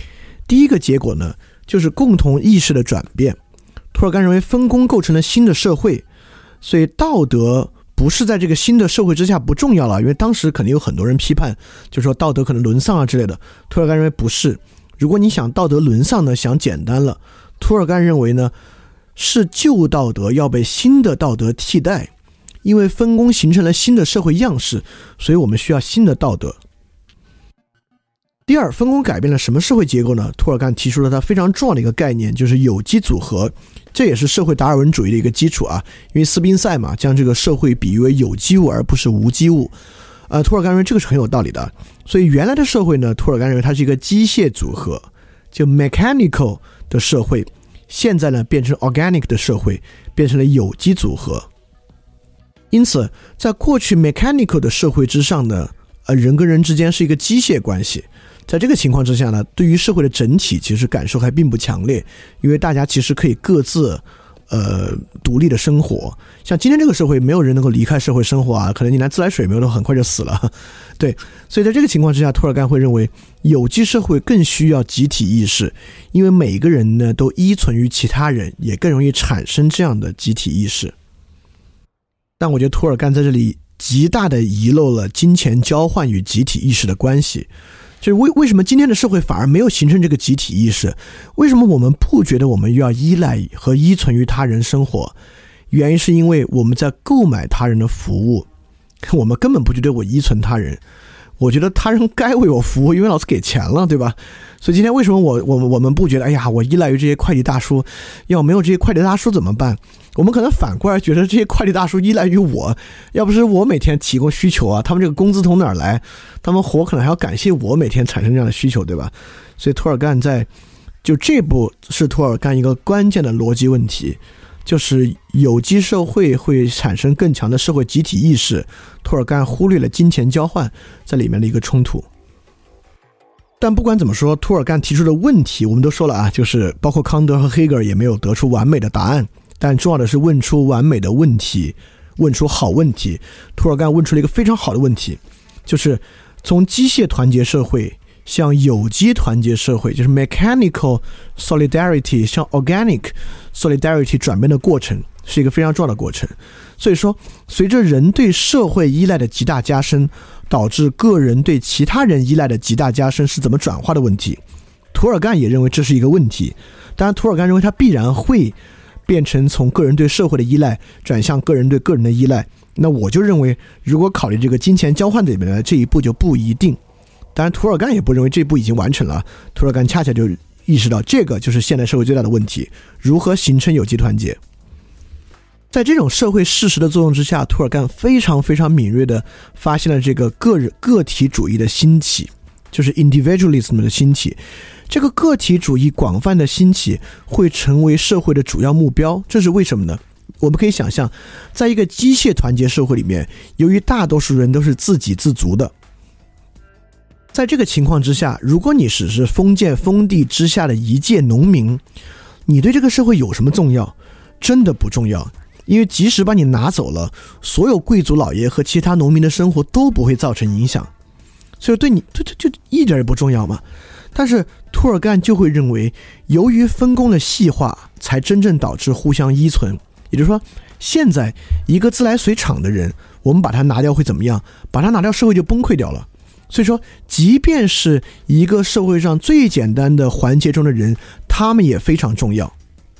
第一个结果呢，就是共同意识的转变。涂尔干认为分工构成了新的社会，所以道德不是在这个新的社会之下不重要了，因为当时肯定有很多人批判，就说道德可能沦丧啊之类的。涂尔干认为不是，如果你想道德沦丧呢，想简单了。涂尔干认为呢，是旧道德要被新的道德替代，因为分工形成了新的社会样式，所以我们需要新的道德。第二，分工改变了什么社会结构呢？涂尔干提出了他非常重要的一个概念，就是有机组合，这也是社会达尔文主义的一个基础啊。因为斯宾塞嘛，将这个社会比喻为有机物而不是无机物。涂尔干认为这个是很有道理的。所以原来的社会呢，涂尔干认为它是一个机械组合，就 mechanical 的社会，现在呢变成 organic 的社会，变成了有机组合。因此，在过去 mechanical 的社会之上呢，人跟人之间是一个机械关系。在这个情况之下呢，对于社会的整体其实感受还并不强烈，因为大家其实可以各自独立的生活。像今天这个社会，没有人能够离开社会生活啊，可能你连自来水没有都很快就死了。对，所以在这个情况之下，涂尔干会认为有机社会更需要集体意识，因为每个人呢都依存于其他人，也更容易产生这样的集体意识。但我觉得涂尔干在这里极大的遗漏了金钱交换与集体意识的关系。就是为什么今天的社会反而没有形成这个集体意识？为什么我们不觉得我们要依赖和依存于他人生活？原因是因为我们在购买他人的服务，我们根本不觉得我依存他人，我觉得他人该为我服务，因为老子给钱了，对吧？所以今天为什么我们不觉得，哎呀，我依赖于这些快递大叔，要没有这些快递大叔怎么办？我们可能反过来觉得这些快递大叔依赖于我，要不是我每天提供需求啊，他们这个工资从哪儿来？他们活可能还要感谢我每天产生这样的需求，对吧？所以涂尔干就这步是涂尔干一个关键的逻辑问题，就是有机社会会产生更强的社会集体意识，涂尔干忽略了金钱交换在里面的一个冲突。但不管怎么说，涂尔干提出的问题我们都说了啊，就是包括康德和黑格尔也没有得出完美的答案，但重要的是问出完美的问题，问出好问题。涂尔干问出了一个非常好的问题，就是从机械团结社会向有机团结社会，就是 mechanical solidarity 向 organic solidarity 转变的过程，是一个非常重要的过程。所以说，随着人对社会依赖的极大加深，导致个人对其他人依赖的极大加深是怎么转化的问题。涂尔干也认为这是一个问题，当然涂尔干认为它必然会变成从个人对社会的依赖转向个人对个人的依赖。那我就认为，如果考虑这个金钱交换里面的这一步就不一定。当然涂尔干也不认为这一步已经完成了，涂尔干恰恰就意识到这个就是现代社会最大的问题，如何形成有机团结。在这种社会事实的作用之下，涂尔干非常非常敏锐地发现了这个个体主义的兴起，就是 individualism 的兴起。这个个体主义广泛的兴起会成为社会的主要目标，这是为什么呢？我们可以想象，在一个机械团结社会里面，由于大多数人都是自给自足的，在这个情况之下，如果你只是封建封地之下的一介农民，你对这个社会有什么重要？真的不重要。因为即使把你拿走了，所有贵族老爷和其他农民的生活都不会造成影响，所以对你就一点也不重要嘛。但是涂尔干就会认为，由于分工的细化，才真正导致互相依存。也就是说，现在一个自来水厂的人，我们把它拿掉会怎么样？把它拿掉，社会就崩溃掉了。所以说，即便是一个社会上最简单的环节中的人，他们也非常重要。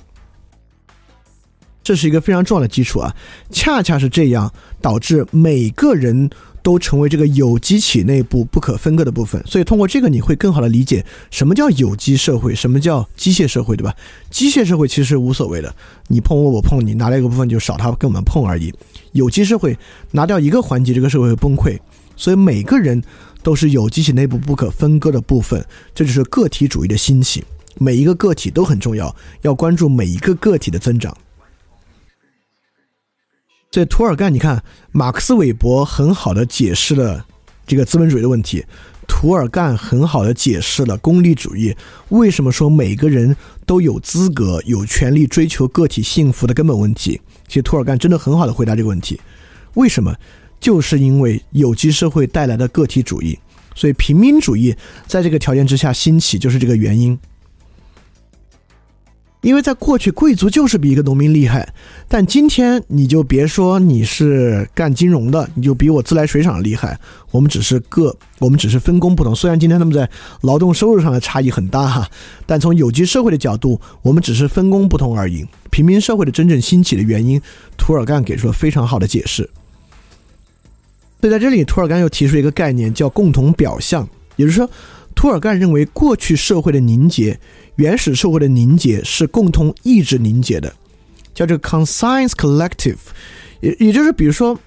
这是一个非常重要的基础啊，恰恰是这样导致每个人都成为这个有机体内部不可分割的部分。所以通过这个你会更好的理解什么叫有机社会，什么叫机械社会，对吧？机械社会其实无所谓的，你碰我碰你，拿掉一个部分就少他跟我们碰而已。有机社会拿掉一个环节，这个社会会崩溃。所以每个人都是有机体内部不可分割的部分，这就是个体主义的兴起。每一个个体都很重要，要关注每一个个体的增长。所以涂尔干，你看马克思韦伯很好的解释了这个资本主义的问题，涂尔干很好的解释了功利主义为什么说每个人都有资格有权利追求个体幸福的根本问题。其实涂尔干真的很好的回答这个问题，为什么？就是因为有机社会带来的个体主义，所以平民主义在这个条件之下兴起就是这个原因。 因为在过去贵族就是比一个农民厉害，但今天你就别说你是干金融的，你就比我自来水厂厉害，我们只是分工不同。虽然今天他们在劳动收入上的差异很大哈，但从有机社会的角度，我们只是分工不同而已。平民社会的真正兴起的原因，涂尔干给出了非常好的解释。所以在这里，涂尔干又提出一个概念叫共同表象，也就是说，涂尔干认为过去社会的凝结，原始社会的凝结是共同意志凝结的，叫这个 conscience collective， 也就是比如说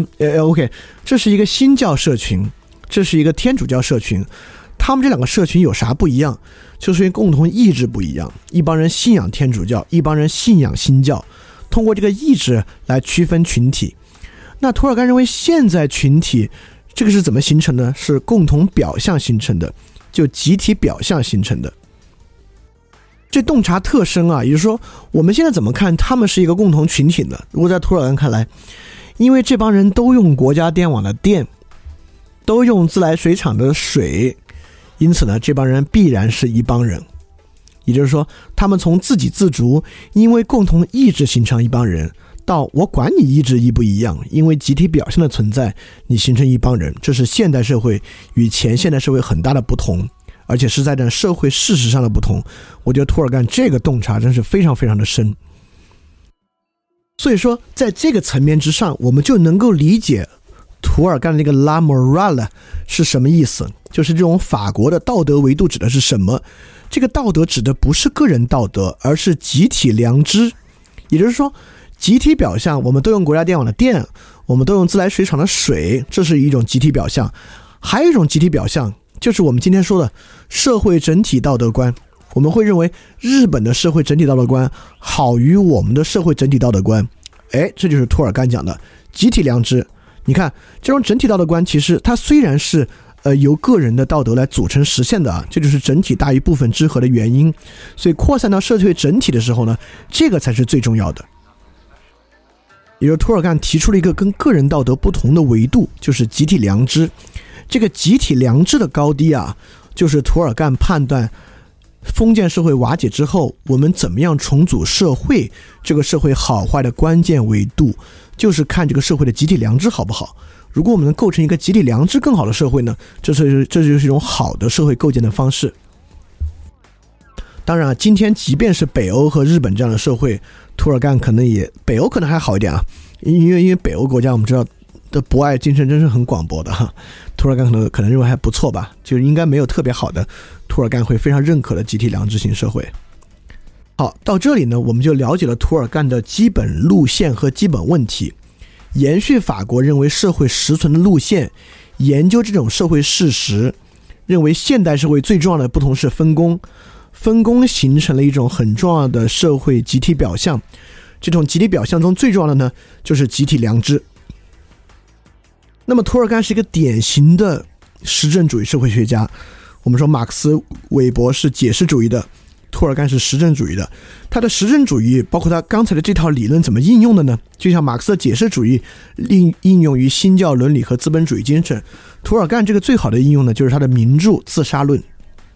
OK， 这是一个新教社群，这是一个天主教社群，他们这两个社群有啥不一样？就是因为共同意志不一样，一帮人信仰天主教，一帮人信仰新教，通过这个意志来区分群体。那涂尔干认为现在群体这个是怎么形成的？是共同表象形成的，就集体表象形成的。这洞察特深啊，也就是说我们现在怎么看他们是一个共同群体呢？如果在涂尔干看来，因为这帮人都用国家电网的电，都用自来水厂的水，因此呢这帮人必然是一帮人。也就是说他们从自给自足，因为共同意志形成一帮人，到我管你意志一不一样，因为集体表象的存在你形成一帮人，这是现代社会与前现代社会很大的不同，而且是在这社会事实上的不同。我觉得涂尔干这个洞察真是非常非常的深。所以说在这个层面之上，我们就能够理解涂尔干的那个 La Morale 是什么意思，就是这种法国的道德维度指的是什么。这个道德指的不是个人道德，而是集体良知。也就是说集体表象，我们都用国家电网的电，我们都用自来水厂的水，这是一种集体表象。还有一种集体表象，就是我们今天说的社会整体道德观。我们会认为日本的社会整体道德观好于我们的社会整体道德观，这就是涂尔干讲的集体良知。你看这种整体道德观，其实它虽然是由个人的道德来组成实现的啊，这就是整体大于部分之和的原因。所以扩散到社会整体的时候呢，这个才是最重要的。也就是涂尔干提出了一个跟个人道德不同的维度，就是集体良知。这个集体良知的高低啊，就是涂尔干判断封建社会瓦解之后，我们怎么样重组社会，这个社会好坏的关键维度，就是看这个社会的集体良知好不好。如果我们能构成一个集体良知更好的社会呢，这就是一种好的社会构建的方式。当然今天即便是北欧和日本这样的社会，涂尔干可能也，北欧可能还好一点啊，因为北欧国家我们知道的博爱精神真是很广博的哈，涂尔干可能认为还不错吧，就是应该没有特别好的涂尔干会非常认可的集体良知型社会。好，到这里呢，我们就了解了涂尔干的基本路线和基本问题，延续法国认为社会实存的路线，研究这种社会事实，认为现代社会最重要的不同是分工，分工形成了一种很重要的社会集体表象，这种集体表象中最重要的呢，就是集体良知。那么涂尔干是一个典型的实证主义社会学家，我们说马克思韦伯是解释主义的，涂尔干是实证主义的。他的实证主义包括他刚才的这套理论怎么应用的呢？就像马克思的解释主义应用于新教伦理和资本主义精神，涂尔干这个最好的应用呢，就是他的名著《自杀论》。《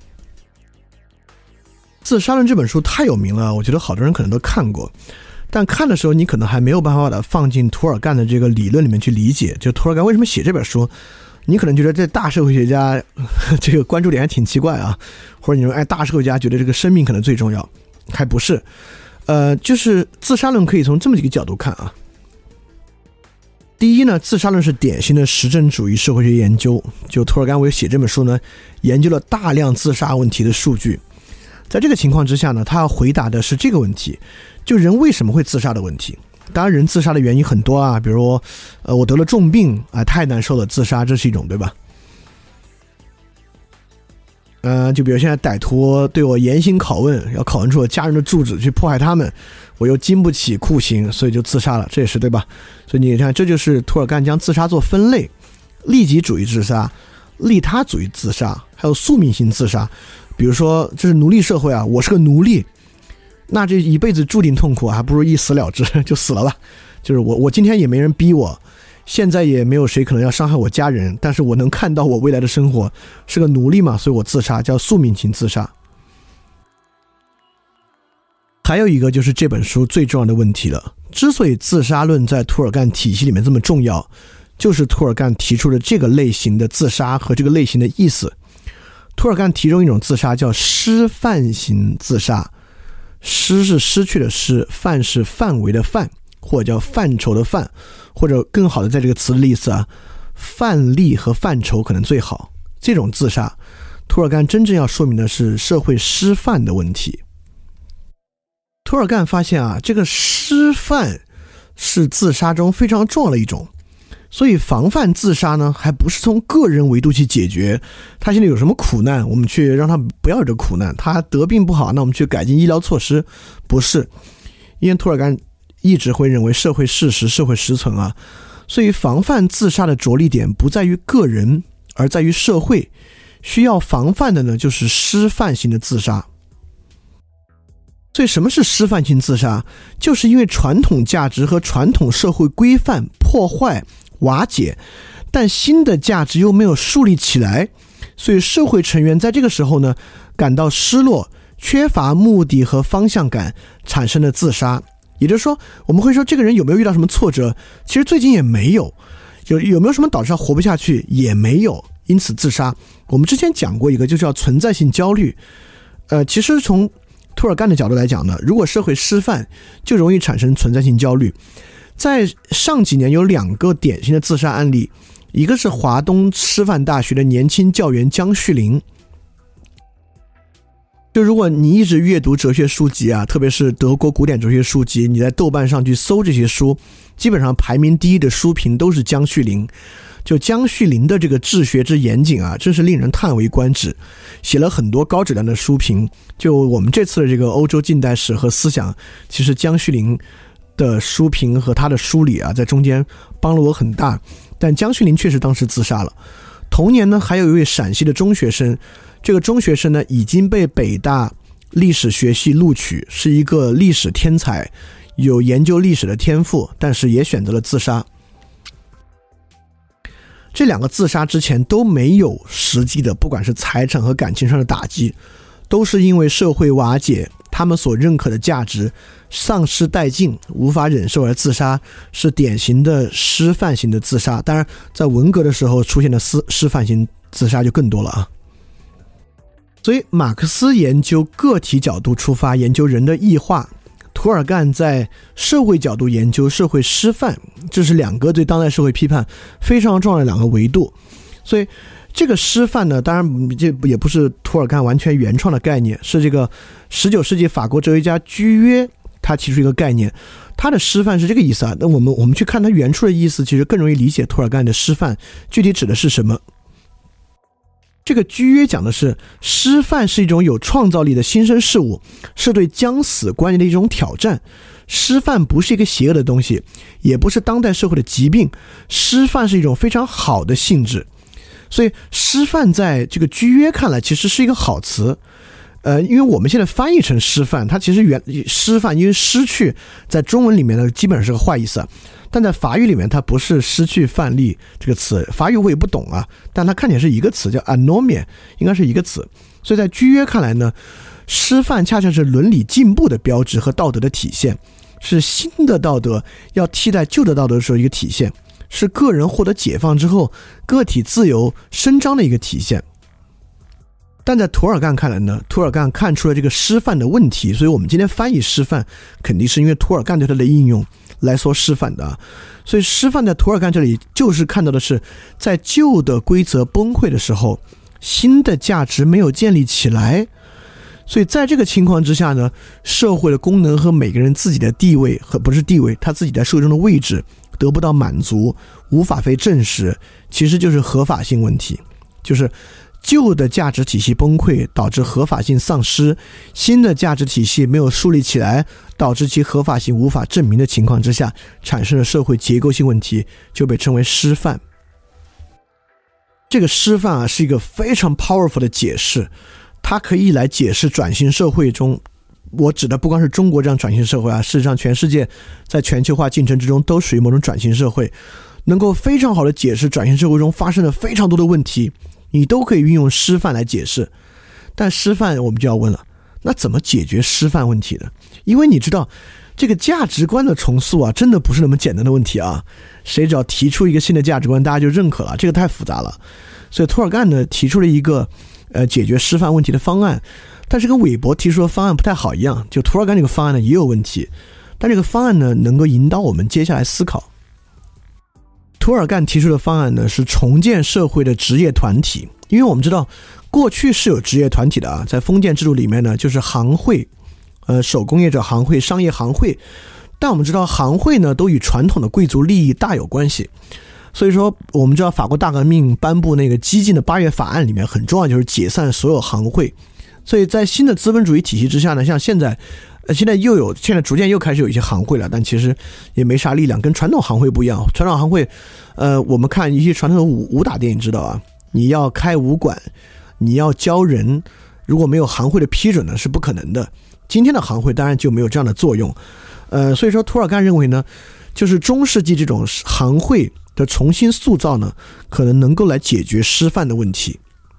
自杀论》这本书太有名了，我觉得好多人可能都看过，但看的时候你可能还没有办法把它放进涂尔干的这个理论里面去理解，就涂尔干为什么写这本书，你可能觉得这大社会学家这个关注点还挺奇怪啊，或者你说大社会学家觉得这个生命可能最重要，还不是。就是自杀论可以从这么几个角度看啊。第一呢，自杀论是典型的实证主义社会学研究，就涂尔干为写这本书呢，研究了大量自杀问题的数据。在这个情况之下呢，他要回答的是这个问题，就人为什么会自杀的问题。当然人自杀的原因很多啊，比如我得了重病啊，太难受了，自杀，这是一种，对吧？就比如现在歹徒对我严刑拷问，要拷问出我家人的住址去迫害他们，我又经不起酷刑，所以就自杀了，这也是对吧？所以你看，这就是涂尔干将自杀做分类，利己主义自杀、利他主义自杀，还有宿命型自杀。比如说这是奴隶社会啊，我是个奴隶，那这一辈子注定痛苦啊，还不如一死了之，就死了吧。就是我今天也没人逼我，现在也没有谁可能要伤害我家人，但是我能看到我未来的生活，是个奴隶嘛，所以我自杀，叫宿命型自杀。 还有一个就是这本书最重要的问题了，之所以自杀论在涂尔干体系里面这么重要，就是涂尔干提出的这个类型的自杀和这个类型的意思。涂尔干提出一种自杀叫失范型自杀，失是失去的失，范是范围的范，或者叫范畴的范，或者更好的在这个词的意思啊，范例和范畴可能最好。这种自杀，涂尔干真正要说明的是社会失范的问题。涂尔干发现啊，这个失范是自杀中非常重要的一种，所以防范自杀呢，还不是从个人维度去解决他现在有什么苦难，我们去让他不要有这个苦难，他得病不好，那我们去改进医疗措施，不是。因为涂尔干一直会认为社会事实、社会实存啊，所以防范自杀的着力点不在于个人，而在于社会。需要防范的呢，就是失范型的自杀。所以什么是失范性自杀？就是因为传统价值和传统社会规范破坏瓦解，但新的价值又没有树立起来，所以社会成员在这个时候呢，感到失落，缺乏目的和方向感，产生了自杀。也就是说，我们会说这个人有没有遇到什么挫折？其实最近也没有。有没有什么导致他活不下去？也没有，因此自杀。我们之前讲过一个就叫存在性焦虑。其实从涂尔干的角度来讲呢，如果社会失范，就容易产生存在性焦虑。在上几年有2个典型的自杀案例，一个是华东师范大学的年轻教员江旭林。就如果你一直阅读哲学书籍啊，特别是德国古典哲学书籍，你在豆瓣上去搜这些书，基本上排名第一的书评都是江旭林。就江旭林的这个治学之严谨啊，真是令人叹为观止，写了很多高质量的书评。就我们这次的这个欧洲近代史和思想，其实江旭林的书评和他的梳理啊，在中间帮了我很大。但江旭林确实当时自杀了。同年呢，还有一位陕西的中学生，这个中学生呢已经被北大历史学系录取，是一个历史天才，有研究历史的天赋，但是也选择了自杀。这2个自杀之前都没有实际的，不管是财产和感情上的打击，都是因为社会瓦解，他们所认可的价值丧失殆尽，无法忍受而自杀，是典型的失范型的自杀。当然在文革的时候出现的失范型自杀就更多了啊。所以马克思研究个体角度出发，研究人的异化，涂尔干在社会角度研究社会失范，这是2个对当代社会批判非常重要的2个维度。所以这个失范呢，当然这也不是涂尔干完全原创的概念，是这个19世纪法国哲学家居约他提出一个概念，他的失范是这个意思啊。那我们去看他原初的意思，其实更容易理解涂尔干的失范具体指的是什么。这个居约讲的是，失范是一种有创造力的新生事物，是对将死观念的一种挑战。失范不是一个邪恶的东西，也不是当代社会的疾病，失范是一种非常好的性质。所以失范在这个居约看来其实是一个好词。因为我们现在翻译成失范，它其实失范因为失去在中文里面呢基本上是个坏意思，但在法语里面它不是失去范例这个词，法语我也不懂啊，但它看起来是一个词叫 anomie， 应该是一个词。所以在居约看来呢，失范恰恰是伦理进步的标志和道德的体现，是新的道德要替代旧的道德的时候一个体现，是个人获得解放之后个体自由伸张的一个体现。但在涂尔干看来呢，涂尔干看出了这个失范的问题，所以我们今天翻译失范肯定是因为涂尔干对它的应用来说失范的。所以失范在涂尔干这里就是看到的是，在旧的规则崩溃的时候，新的价值没有建立起来。所以在这个情况之下呢，社会的功能和每个人自己的地位和不是地位，他自己在社会中的位置得不到满足，无法被证实，其实就是合法性问题。就是旧的价值体系崩溃导致合法性丧失，新的价值体系没有树立起来，导致其合法性无法证明的情况之下，产生了社会结构性问题，就被称为失范。这个失范啊，是一个非常 powerful 的解释，它可以来解释转型社会中，我指的不光是中国这样转型社会啊，事实上全世界在全球化进程之中都属于某种转型社会，能够非常好的解释转型社会中发生了非常多的问题，你都可以运用失范来解释。但失范我们就要问了， 那怎么解决师范问题呢？因为你知道这个价值观的重塑啊，真的不是那么简单的问题啊。谁只要提出一个新的价值观，大家就认可了，这个太复杂了。所以涂尔干呢提出了一个解决师范问题的方案，但是跟韦伯提出的方案不太好一样，就涂尔干这个方案呢也有问题，但这个方案呢能够引导我们接下来思考。涂尔干提出的方案呢是重建社会的职业团体，因为我们知道过去是有职业团体的啊，在封建制度里面呢就是行会，手工业者行会、商业行会，但我们知道行会呢都与传统的贵族利益大有关系，所以说我们知道法国大革命颁布那个激进的8月法案里面很重要就是解散所有行会，所以在新的资本主义体系之下呢，像现在逐渐又开始有一些行会了，但其实也没啥力量，跟传统行会不一样。传统行会我们看一些传统的武打电影知道啊，你要开武馆，你要教人，如果没有行会的批准呢是不可能的。今天的行会当然就没有这样的作用。所以说涂尔干认为呢，就是中世纪这种行会的重新塑造呢，可能能够来解决师范的问题。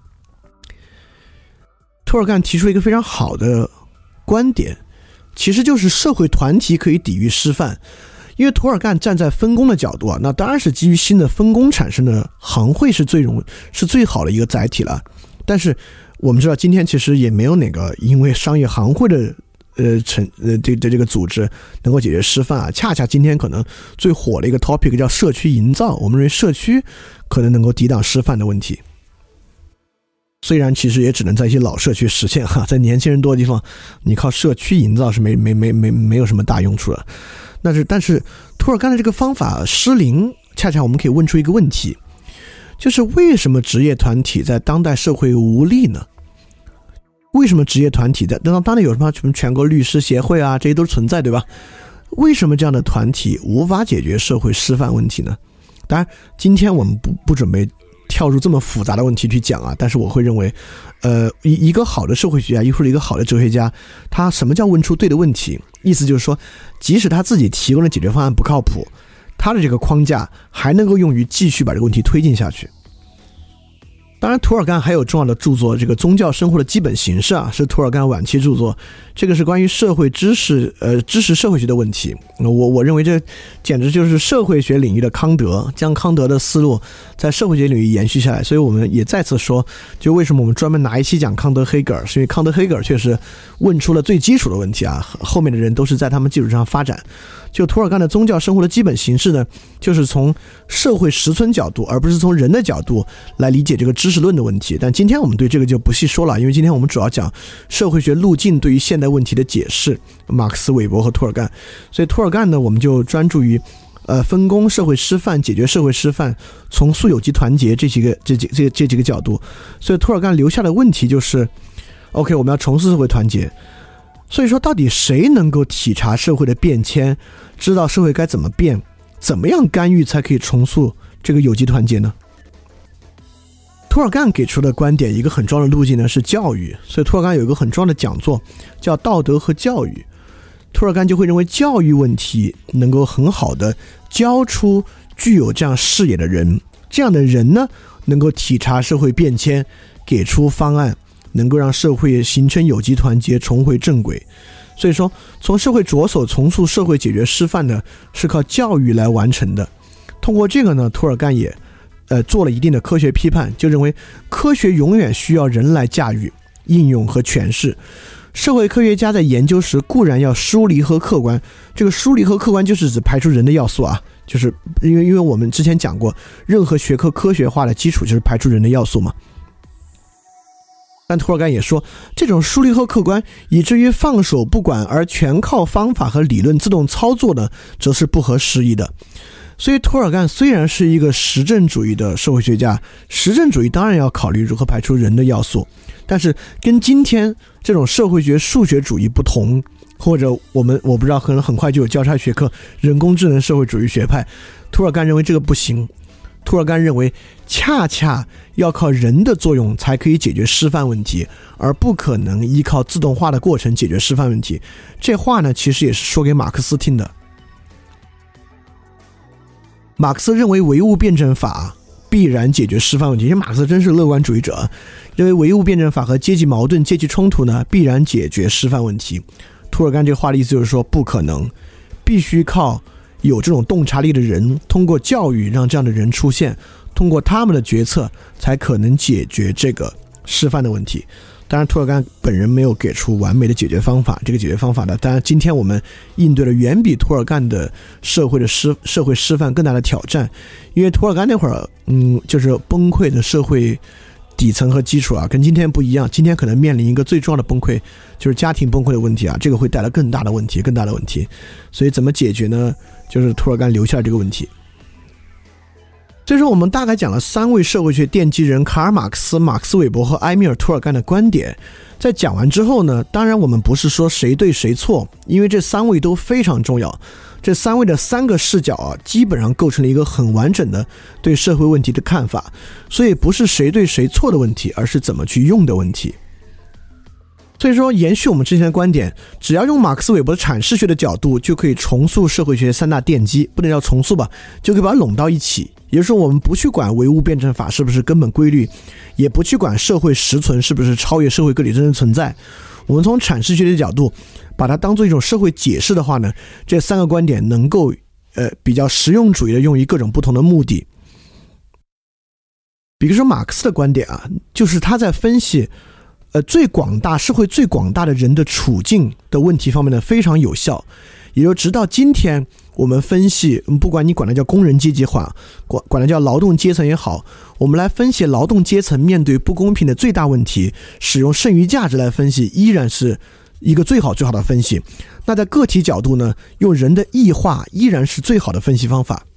涂尔干提出了一个非常好的观点，其实就是社会团体可以抵御师范。因为涂尔干站在分工的角度啊，那当然是基于新的分工产生的行会是最好的一个载体了。但是我们知道今天其实也没有哪个因为商业行会的这个组织能够解决师范啊。恰恰今天可能最火的一个 topic 叫社区营造，我们认为社区可能能够抵挡师范的问题。虽然其实也只能在一些老社区实现哈，在年轻人多的地方，你靠社区营造是没有什么大用处的。但是涂尔干的这个方法失灵，恰恰我们可以问出一个问题，就是为什么职业团体在当代社会无力呢？为什么职业团体在当代有什么全国律师协会啊，这些都是存在，对吧？为什么这样的团体无法解决社会师范问题呢？当然今天我们不准备跳入这么复杂的问题去讲啊，但是我会认为一个好的社会学家或者一个好的哲学家，他什么叫问出对的问题，意思就是说即使他自己提供的解决方案不靠谱，他的这个框架还能够用于继续把这个问题推进下去。当然涂尔干还有重要的著作，这个宗教生活的基本形式啊，是涂尔干晚期著作，这个是关于社会知识社会学的问题。我认为这简直就是社会学领域的康德，将康德的思路在社会学领域延续下来。所以我们也再次说，就为什么我们专门拿一期讲康德黑格尔，是因为康德黑格尔确实问出了最基础的问题啊，后面的人都是在他们基础上发展。就涂尔干的宗教生活的基本形式呢，就是从社会实存角度而不是从人的角度来理解这个知识论的问题。但今天我们对这个就不细说了，因为今天我们主要讲社会学路径对于现代问题的解释，马克思、韦伯和涂尔干。所以涂尔干呢，我们就专注于分工、社会师范、解决社会师范、重塑有机团结这几个角度。所以涂尔干留下的问题就是 OK， 我们要重塑社会团结。所以说到底谁能够体察社会的变迁，知道社会该怎么变，怎么样干预才可以重塑这个有机团结呢？涂尔干给出的观点一个很重要的路径呢是教育，所以涂尔干有一个很重要的讲座叫道德和教育。涂尔干就会认为教育问题能够很好的教出具有这样视野的人，这样的人呢能够体察社会变迁，给出方案，能够让社会形成有机团结，重回正轨。所以说从社会着手重塑社会，解决师范呢是靠教育来完成的。通过这个呢，涂尔干也做了一定的科学批判，就认为科学永远需要人来驾驭、应用和诠释。社会科学家在研究时固然要疏离和客观，这个疏离和客观就是指排除人的要素啊，就是因为我们之前讲过，任何学科科学化的基础就是排除人的要素嘛。但涂尔干也说，这种疏离和客观以至于放手不管而全靠方法和理论自动操作呢，则是不合时宜的。所以涂尔干虽然是一个实证主义的社会学家，实证主义当然要考虑如何排除人的要素，但是跟今天这种社会学数学主义不同，或者我不知道可能很快就有交叉学科人工智能社会主义学派，涂尔干认为这个不行。涂尔干认为恰恰要靠人的作用才可以解决师范问题，而不可能依靠自动化的过程解决师范问题。这话呢其实也是说给马克思听的。马克思认为唯物辩证法必然解决师范问题。因为马克思真是乐观主义者，认为唯物辩证法和阶级矛盾、阶级冲突呢必然解决师范问题。涂尔干这个话的意思就是说不可能，必须靠有这种洞察力的人，通过教育让这样的人出现，通过他们的决策才可能解决这个师范的问题。当然涂尔干本人没有给出完美的解决方法，这个解决方法呢，当然今天我们应对了远比涂尔干的社会师范更大的挑战。因为涂尔干那会儿就是崩溃的社会底层和基础啊，跟今天不一样。今天可能面临一个最重要的崩溃，就是家庭崩溃的问题啊，这个会带来更大的问题。所以怎么解决呢？就是涂尔干留下这个问题。所以说我们大概讲了3位社会学奠基人卡尔马克思、马克思韦伯和埃米尔·涂尔干的观点。在讲完之后呢，当然我们不是说谁对谁错，因为这3位都非常重要。这3位的3个视角啊，基本上构成了一个很完整的对社会问题的看法。所以不是谁对谁错的问题，而是怎么去用的问题。所以说延续我们之前的观点，只要用马克思韦伯的阐释学的角度，就可以重塑社会学3大奠基，不能叫重塑吧，就可以把它拢到一起。也就是说我们不去管唯物辩证法是不是根本规律，也不去管社会实存是不是超越社会个体真正存在，我们从阐释学的角度把它当做一种社会解释的话呢，这3个观点能够比较实用主义的用于各种不同的目的。比如说马克思的观点啊，就是他在分析社会最广大的人的处境的问题方面呢非常有效。也就直到今天我们分析，不管你管它叫工人阶级化，管它叫劳动阶层也好，我们来分析劳动阶层面对不公平的最大问题，使用剩余价值来分析，依然是一个最好的分析。那在个体角度呢，用人的异化依然是最好的分析方法。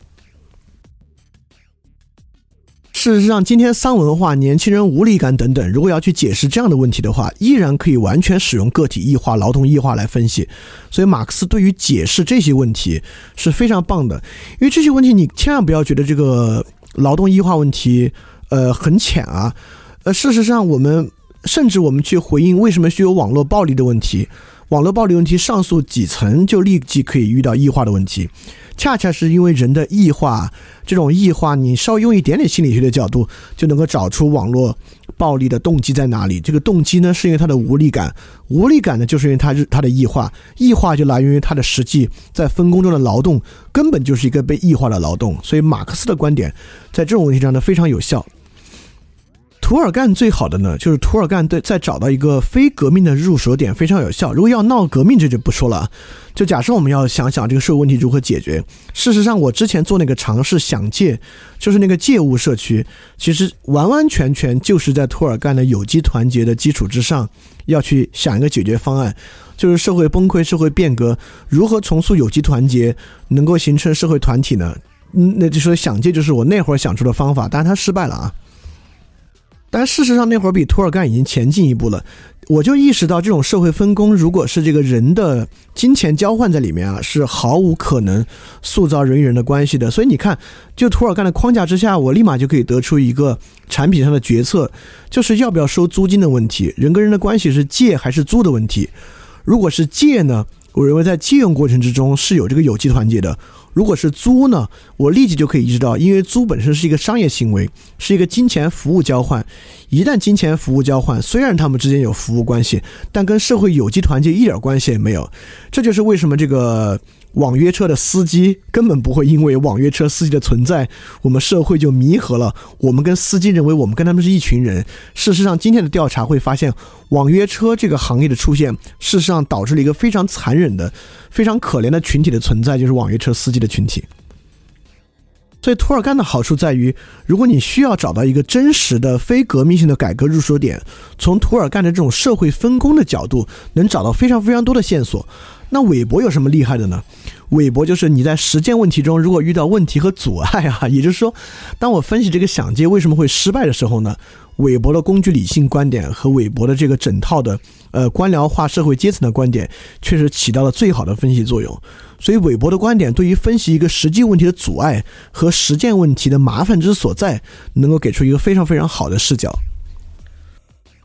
事实上今天丧文化、年轻人无力感等等，如果要去解释这样的问题的话，依然可以完全使用个体异化、劳动异化来分析。所以马克思对于解释这些问题是非常棒的。因为这些问题你千万不要觉得这个劳动异化问题很浅啊。事实上我们去回应为什么需有网络暴力的问题，网络暴力问题上溯几层就立即可以遇到异化的问题。恰恰是因为人的异化，这种异化你稍微用一点点心理学的角度就能够找出网络暴力的动机在哪里。这个动机呢是因为他的无力感，无力感呢就是因为他的异化，异化就来源于他的实际在分工中的劳动根本就是一个被异化的劳动。所以马克思的观点在这种问题上呢非常有效。涂尔干最好的呢，就是涂尔干在找到一个非革命的入手点非常有效。如果要闹革命这就不说了，就假设我们要想想这个社会问题如何解决。事实上我之前做那个尝试想借，就是那个借物社区，其实完完全全就是在涂尔干的有机团结的基础之上要去想一个解决方案，就是社会崩溃、社会变革如何重塑有机团结，能够形成社会团体呢？那就说想借就是我那会儿想出的方法，但是他失败了啊。但事实上那会儿比涂尔干已经前进一步了。我就意识到这种社会分工如果是这个人的金钱交换在里面啊，是毫无可能塑造人与人的关系的。所以你看，就涂尔干的框架之下，我立马就可以得出一个产品上的决策，就是要不要收租金的问题。人跟人的关系是借还是租的问题。如果是借呢，我认为在借用过程之中是有这个有机团结的。如果是租呢，我立即就可以意识到，因为租本身是一个商业行为，是一个金钱服务交换。一旦金钱服务交换，虽然他们之间有服务关系，但跟社会有机团结一点关系也没有。这就是为什么这个网约车的司机根本不会因为网约车司机的存在，我们社会就弥合了，我们跟司机认为我们跟他们是一群人。事实上今天的调查会发现，网约车这个行业的出现事实上导致了一个非常残忍的非常可怜的群体的存在，就是网约车司机的群体。所以涂尔干的好处在于，如果你需要找到一个真实的非革命性的改革入手点，从涂尔干的这种社会分工的角度能找到非常非常多的线索。那韦伯有什么厉害的呢？韦伯就是你在实践问题中如果遇到问题和阻碍啊，也就是说当我分析这个想借为什么会失败的时候呢，韦伯的工具理性观点和韦伯的这个整套的官僚化社会阶层的观点确实起到了最好的分析作用。所以韦伯的观点对于分析一个实际问题的阻碍和实践问题的麻烦之所在能够给出一个非常非常好的视角。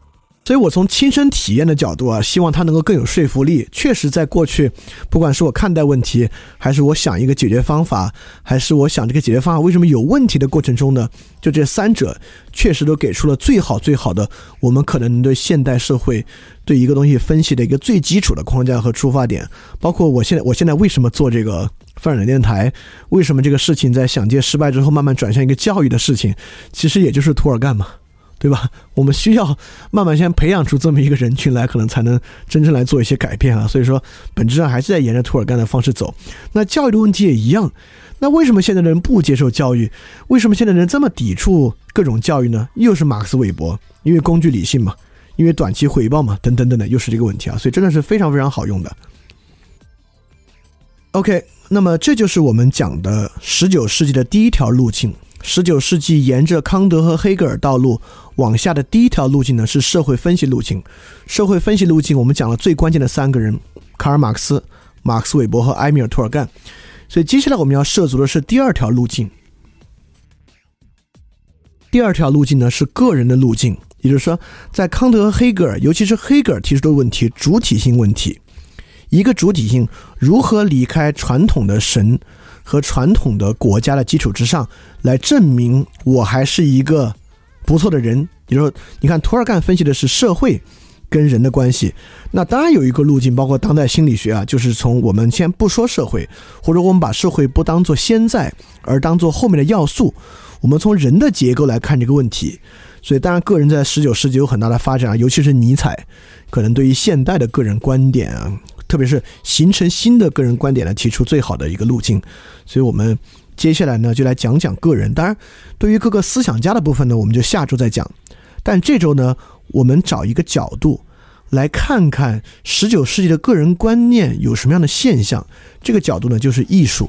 所以我从亲身体验的角度啊，希望它能够更有说服力。确实在过去，不管是我看待问题，还是我想一个解决方法，还是我想这个解决方法为什么有问题的过程中呢，就这三者确实都给出了最好的我们可能对现代社会对一个东西分析的一个最基础的框架和出发点。包括我现在为什么做这个翻转电台，为什么这个事情在想界失败之后慢慢转向一个教育的事情，其实也就是涂尔干嘛，对吧？我们需要慢慢先培养出这么一个人群来，可能才能真正来做一些改变啊。所以说本质上还是在沿着涂尔干的方式走。那教育的问题也一样，那为什么现在的人不接受教育？为什么现在的人这么抵触各种教育呢？又是马克思韦伯，因为工具理性嘛，因为短期回报嘛，等等等等，又是这个问题啊。所以真的是非常非常好用的。OK， 那么这就是我们讲的19世纪的第一条路径。19世纪沿着康德和黑格尔道路往下的第一条路径呢，是社会分析路径。社会分析路径我们讲了最关键的三个人，卡尔马克思、马克思韦伯和埃米尔图尔干。所以接下来我们要涉足的是第二条路径。第二条路径呢是个人的路径，也就是说在康德和黑格尔，尤其是黑格尔提出的问题，主体性问题。一个主体性如何离开传统的神和传统的国家的基础之上，来证明我还是一个不错的人。也就是说，你看涂尔干分析的是社会跟人的关系，那当然有一个路径，包括当代心理学啊，就是从我们先不说社会，或者我们把社会不当作现在，而当作后面的要素，我们从人的结构来看这个问题。所以当然个人在19世纪有很大的发展啊，尤其是尼采可能对于现代的个人观点啊，特别是形成新的个人观点来提出最好的一个路径。所以我们接下来呢就来讲讲个人，当然对于各个思想家的部分呢我们就下周再讲。但这周呢我们找一个角度来看看19世纪的个人观念有什么样的现象，这个角度呢就是艺术。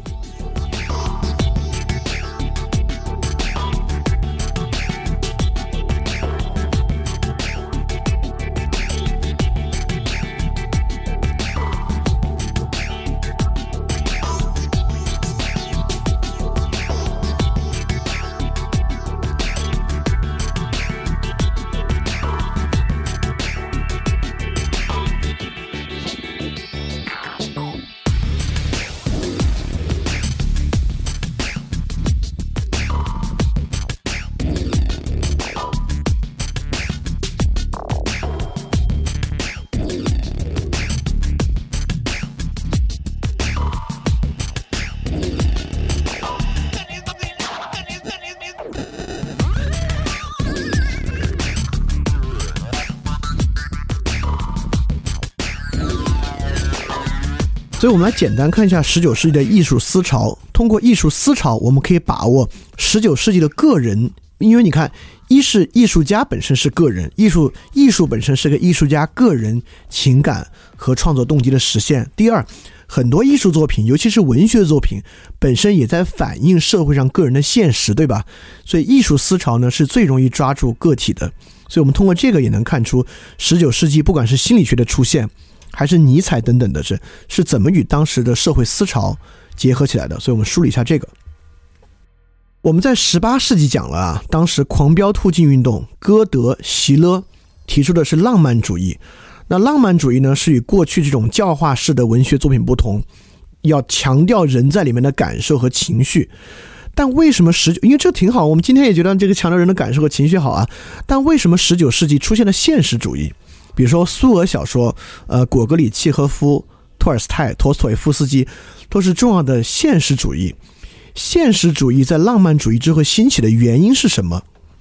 所以我们来简单看一下19世纪的艺术思潮。通过艺术思潮我们可以把握19世纪的个人，因为你看，一是艺术家本身是个人，艺术本身是个艺术家个人情感和创作动机的实现。第二，很多艺术作品尤其是文学作品本身也在反映社会上个人的现实，对吧？所以艺术思潮呢是最容易抓住个体的。所以我们通过这个也能看出19世纪不管是心理学的出现还是尼采等等的是怎么与当时的社会思潮结合起来的。所以我们梳理一下这个。我们在18世纪讲了啊，当时狂飙突进运动，歌德、席勒提出的是浪漫主义。那浪漫主义呢是与过去这种教化式的文学作品不同，要强调人在里面的感受和情绪。但为什么因为这挺好，我们今天也觉得这个强调人的感受和情绪好啊，但为什么19世纪出现了现实主义？比如说苏俄小说，果戈里、契诃夫、托尔斯泰、陀思妥耶夫斯基都是重要的现实主义。现实主义在浪漫主义之后兴起的原因是什么？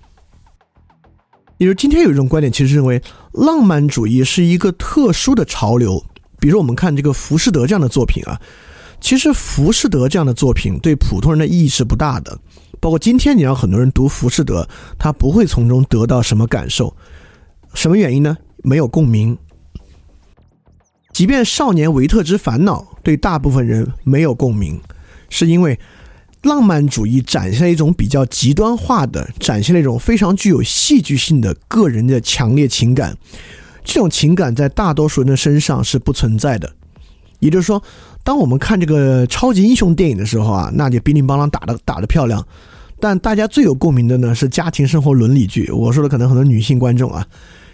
也就是今天有一种观点，其实认为浪漫主义是一个特殊的潮流。比如我们看这个浮士德这样的作品啊，其实浮士德这样的作品对普通人的意义是不大的。包括今天你让很多人读浮士德，他不会从中得到什么感受。什么原因呢？没有共鸣。即便少年维特之烦恼对大部分人没有共鸣，是因为浪漫主义展现了一种比较极端化的，展现了一种非常具有戏剧性的个人的强烈情感。这种情感在大多数人的身上是不存在的。也就是说，当我们看这个超级英雄电影的时候啊，那就乒铃乓啷打得漂亮，但大家最有共鸣的呢是家庭生活伦理剧。我说的可能很多女性观众啊，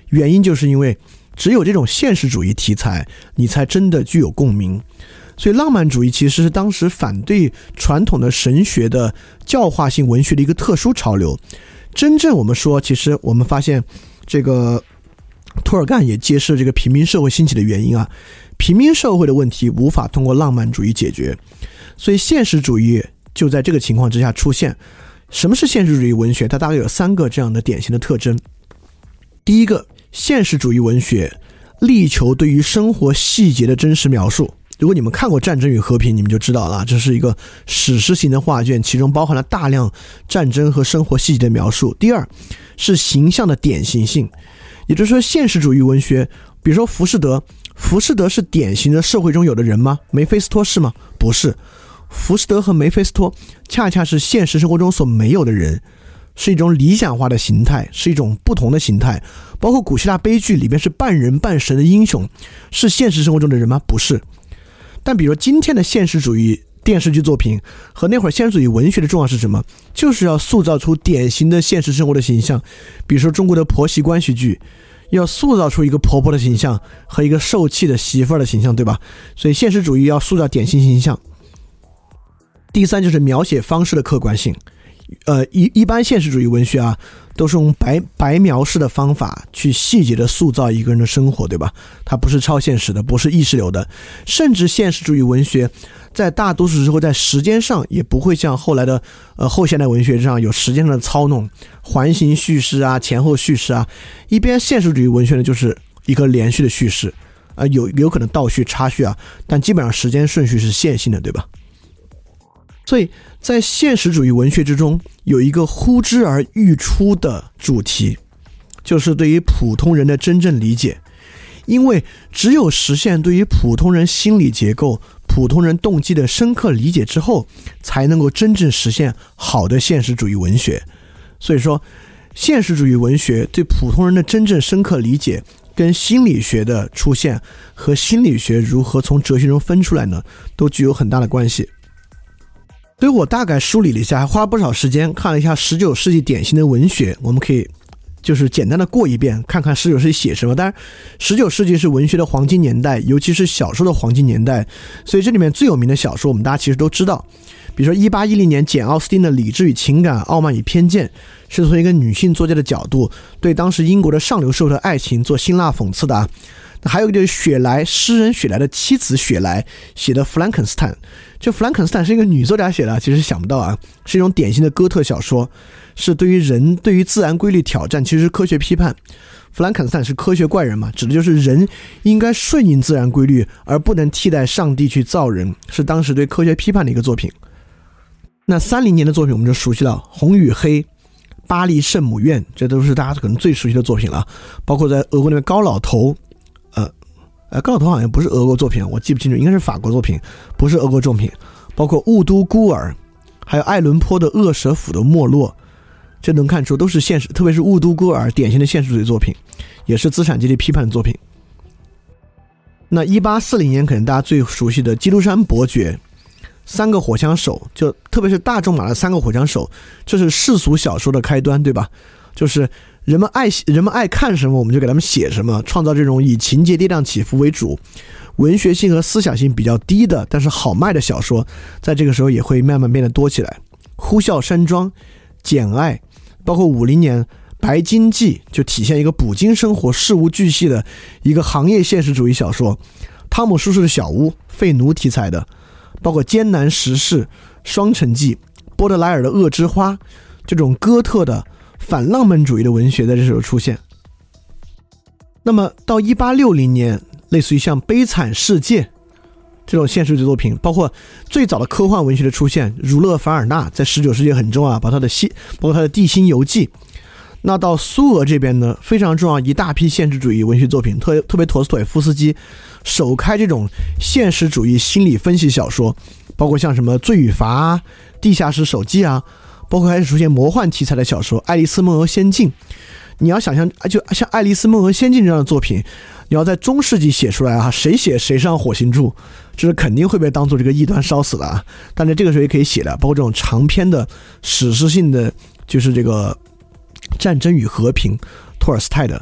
原因就是因为只有这种现实主义题材你才真的具有共鸣。所以浪漫主义其实是当时反对传统的神学的教化性文学的一个特殊潮流。真正我们说，其实我们发现这个托尔干也揭示这个平民社会兴起的原因啊，平民社会的问题无法通过浪漫主义解决，所以现实主义就在这个情况之下出现。什么是现实主义文学？它大概有3个这样的典型的特征。第一个，现实主义文学力求对于生活细节的真实描述。如果你们看过《战争与和平》，你们就知道了，这是一个史诗型的画卷，其中包含了大量战争和生活细节的描述。第二，是形象的典型性，也就是说现实主义文学，比如说浮士德是典型的社会中有的人吗？梅菲斯托是吗？不是，浮士德和梅菲斯托恰恰是现实生活中所没有的人，是一种理想化的形态，是一种不同的形态。包括古希腊悲剧里面是半人半神的英雄，是现实生活中的人吗？不是。但比如今天的现实主义电视剧作品和那会儿现实主义文学的重要是什么？就是要塑造出典型的现实生活的形象。比如说中国的婆媳关系剧，要塑造出一个婆婆的形象和一个受气的媳妇儿的形象，对吧？所以现实主义要塑造典型形象。第三就是描写方式的客观性。一般现实主义文学啊，都是用白描式的方法去细节的塑造一个人的生活，对吧？它不是超现实的，不是意识流的。甚至现实主义文学在大多数时候在时间上也不会像后来的后现代文学上有时间上的操弄，环形叙事啊，前后叙事啊。一边现实主义文学呢就是一个连续的叙事有可能倒叙插叙啊，但基本上时间顺序是线性的，对吧？所以在现实主义文学之中有一个呼之而欲出的主题，就是对于普通人的真正理解。因为只有实现对于普通人心理结构、普通人动机的深刻理解之后，才能够真正实现好的现实主义文学。所以说现实主义文学对普通人的真正深刻理解跟心理学的出现和心理学如何从哲学中分出来呢，都具有很大的关系。所以我大概梳理了一下，还花了不少时间看了一下19世纪典型的文学，我们可以就是简单的过一遍，看看19世纪写什么。当然19世纪是文学的黄金年代，尤其是小说的黄金年代，所以这里面最有名的小说我们大家其实都知道。比如说1810年简奥斯汀的《理智与情感，傲慢与偏见》，是从一个女性作家的角度对当时英国的上流社会的爱情做辛辣讽刺的还有一个就是雪莱，诗人雪莱的妻子雪莱写的《弗兰肯斯坦》，就弗兰肯斯坦是一个女作家写的，其实想不到是一种典型的哥特小说，是对于人对于自然规律挑战，其实是科学批判。弗兰肯斯坦是科学怪人嘛，指的就是人应该顺应自然规律，而不能替代上帝去造人，是当时对科学批判的一个作品。那30年的作品我们就熟悉了，《红与黑》、巴黎圣母院，这都是大家可能最熟悉的作品了。包括在俄国那边高老头，高老头好像不是俄国作品，我记不清楚，应该是法国作品，不是俄国作品。包括雾都孤儿，还有爱伦坡的恶蛇府的没落，这能看出都是现实，特别是雾都孤儿典型的现实主义作品，也是资产阶级批判的作品。那1840年可能大家最熟悉的基督山伯爵，三个火枪手，就特别是大仲马的三个火枪手，这是世俗小说的开端，对吧？就是人们爱看什么我们就给他们写什么，创造这种以情节跌宕起伏为主，文学性和思想性比较低的但是好卖的小说，在这个时候也会慢慢变得多起来。呼啸山庄、简爱，包括50年白鲸记，就体现一个捕鲸生活事无巨细的一个行业现实主义小说。汤姆叔叔的小屋，废奴题材的，包括艰难时事、双城记、波德莱尔的恶之花，这种哥特的反浪漫主义的文学在这时候出现。那么到1860年，类似于像悲惨世界这种现实主义作品，包括最早的科幻文学的出现，儒勒·凡尔纳在19世纪很重要，包括他的地心游记。那到苏俄这边呢，非常重要一大批现实主义文学作品，特别陀思妥耶夫斯基首开这种现实主义心理分析小说，包括像什么罪与罚啊、地下室手记啊，包括开始出现魔幻题材的小说《爱丽丝梦游仙境》。你要想象，就像《爱丽丝梦游仙境》这样的作品，你要在中世纪写出来啊，谁写谁上火星柱，这是肯定会被当做这个异端烧死的啊。但在这个时候也可以写的，包括这种长篇的史诗性的，就是这个《战争与和平》托尔斯泰的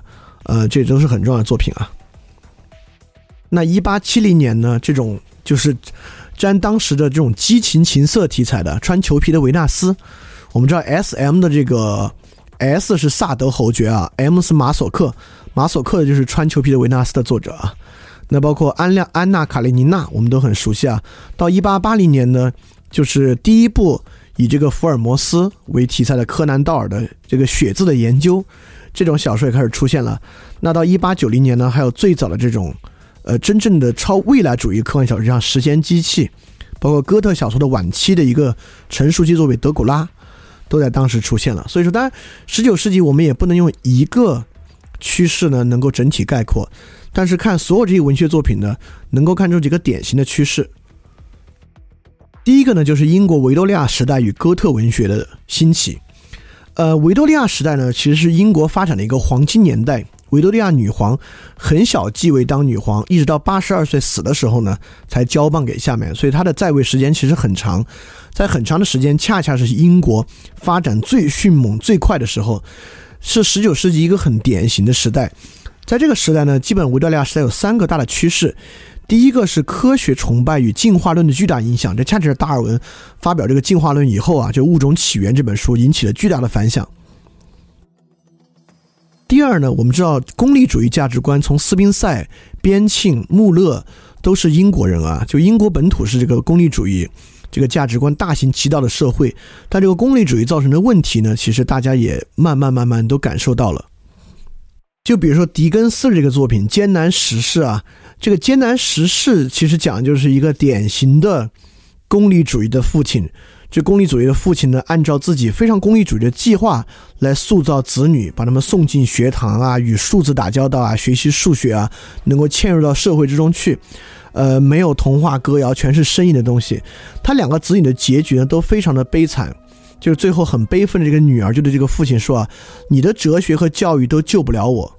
这都是很重要的作品啊。那1870年呢，这种就是沾当时的这种激情情色题材的穿裘皮的维纳斯，我们知道 SM 的这个 S 是萨德侯爵啊， M 是马索克，马索克就是穿裘皮的维纳斯的作者啊。那包括安娜卡列尼娜我们都很熟悉啊。到1880年呢，就是第一部以这个福尔摩斯为题材的柯南道尔的这个血字的研究，这种小说也开始出现了。那到1890年呢，还有最早的这种真正的超未来主义科幻小说，像时间机器，包括哥特小说的晚期的一个成熟期作品德古拉都在当时出现了。所以说当然19世纪我们也不能用一个趋势呢能够整体概括，但是看所有这些文学作品呢，能够看出几个典型的趋势。第一个呢，就是英国维多利亚时代与哥特文学的兴起。维多利亚时代呢，其实是英国发展的一个黄金年代。维多利亚女皇很小继位当女皇，一直到82岁死的时候呢，才交棒给下面，所以她的在位时间其实很长。在很长的时间，恰恰是英国发展最迅猛、最快的时候，是19世纪一个很典型的时代。在这个时代呢，基本维多利亚时代有3个大的趋势。第一个是科学崇拜与进化论的巨大影响，这恰恰是达尔文发表这个进化论以后啊，就《物种起源》这本书引起了巨大的反响。第二呢，我们知道功利主义价值观从斯宾塞、边沁、穆勒都是英国人啊，就英国本土是这个功利主义这个价值观大行其道的社会，但这个功利主义造成的问题呢，其实大家也慢慢都感受到了。就比如说狄更斯的这个作品《艰难时事》啊，这个《艰难时事》其实讲的就是一个典型的功利主义的父亲。这功利主义的父亲呢，按照自己非常功利主义的计划来塑造子女，把他们送进学堂啊，与数字打交道啊，学习数学啊，能够嵌入到社会之中去。没有童话歌谣，全是生硬的东西。他2个子女的结局呢，都非常的悲惨。就是最后很悲愤的这个女儿就对这个父亲说啊，你的哲学和教育都救不了我。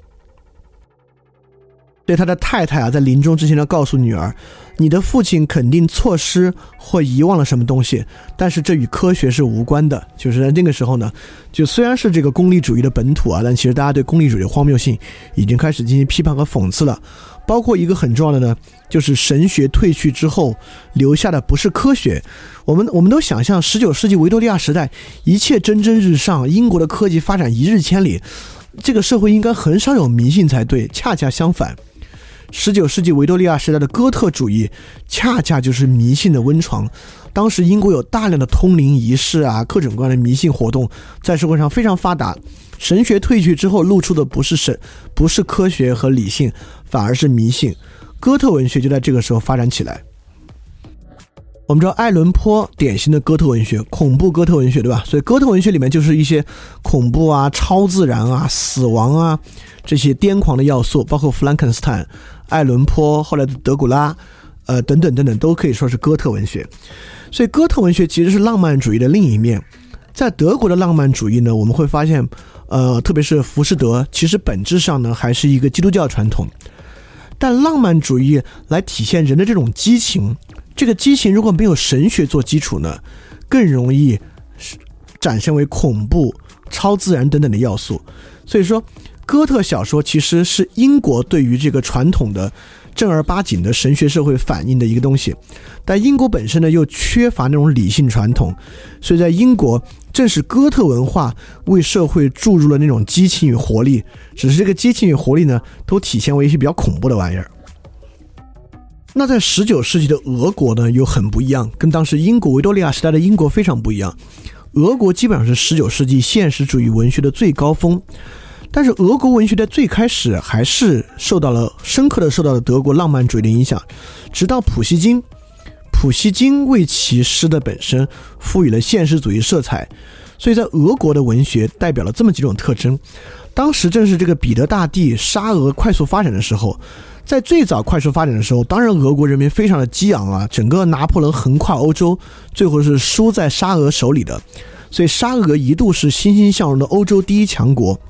对他的太太啊，在临终之前要告诉女儿，你的父亲肯定错失或遗忘了什么东西，但是这与科学是无关的。就是在那个时候呢，就虽然是这个功利主义的本土啊，但其实大家对功利主义的荒谬性已经开始进行批判和讽刺了。包括一个很重要的呢，就是神学退去之后留下的不是科学。我们都想象19世纪维多利亚时代一切蒸蒸日上，英国的科技发展一日千里，这个社会应该很少有迷信才对，恰恰相反。19世纪维多利亚时代的哥特主义恰恰就是迷信的温床。当时英国有大量的通灵仪式啊，各种各样的迷信活动在社会上非常发达。神学退去之后露出的不是科学和理性，反而是迷信。哥特文学就在这个时候发展起来。我们知道爱伦坡典型的哥特文学，恐怖哥特文学，对吧？所以哥特文学里面就是一些恐怖啊、超自然啊、死亡啊这些癫狂的要素，包括弗兰肯斯坦、爱伦坡，后来的德古拉等等等等，都可以说是哥特文学。所以哥特文学其实是浪漫主义的另一面。在德国的浪漫主义呢，我们会发现特别是浮士德，其实本质上呢还是一个基督教传统。但浪漫主义来体现人的这种激情，这个激情如果没有神学做基础呢，更容易展现为恐怖、超自然等等的要素。所以说哥特小说其实是英国对于这个传统的正儿八经的神学社会反映的一个东西，但英国本身呢又缺乏那种理性传统，所以在英国正是哥特文化为社会注入了那种激情与活力，只是这个激情与活力呢都体现为一些比较恐怖的玩意儿。那在19世纪的俄国呢又很不一样，跟当时英国维多利亚时代的英国非常不一样。俄国基本上是19世纪现实主义文学的最高峰，但是俄国文学在最开始还是深刻的受到了德国浪漫主义的影响，直到普希金为其诗的本身赋予了现实主义色彩，所以在俄国的文学代表了这么几种特征。当时正是这个彼得大帝沙俄快速发展的时候，在最早快速发展的时候，当然俄国人民非常的激昂啊，整个拿破仑横跨欧洲，最后是输在沙俄手里的，所以沙俄一度是欣欣向荣的欧洲第一强国。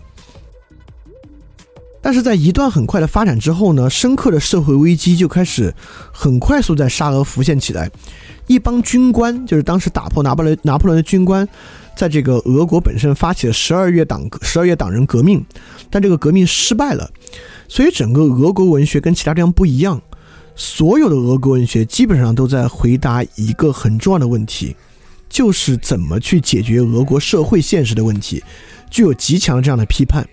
但是在一段很快的发展之后呢，深刻的社会危机就开始很快速在沙俄浮现起来。 一帮军官，就是当时打破拿破仑的军官，在这个俄国本身发起了12月党人革命，但这个革命失败了，所以整个俄国文学跟其他地方不一样，所有的俄国文学基本上都在回答一个很重要的问题，就是怎么去解决俄国社会现实的问题，具有极强的这样的批判。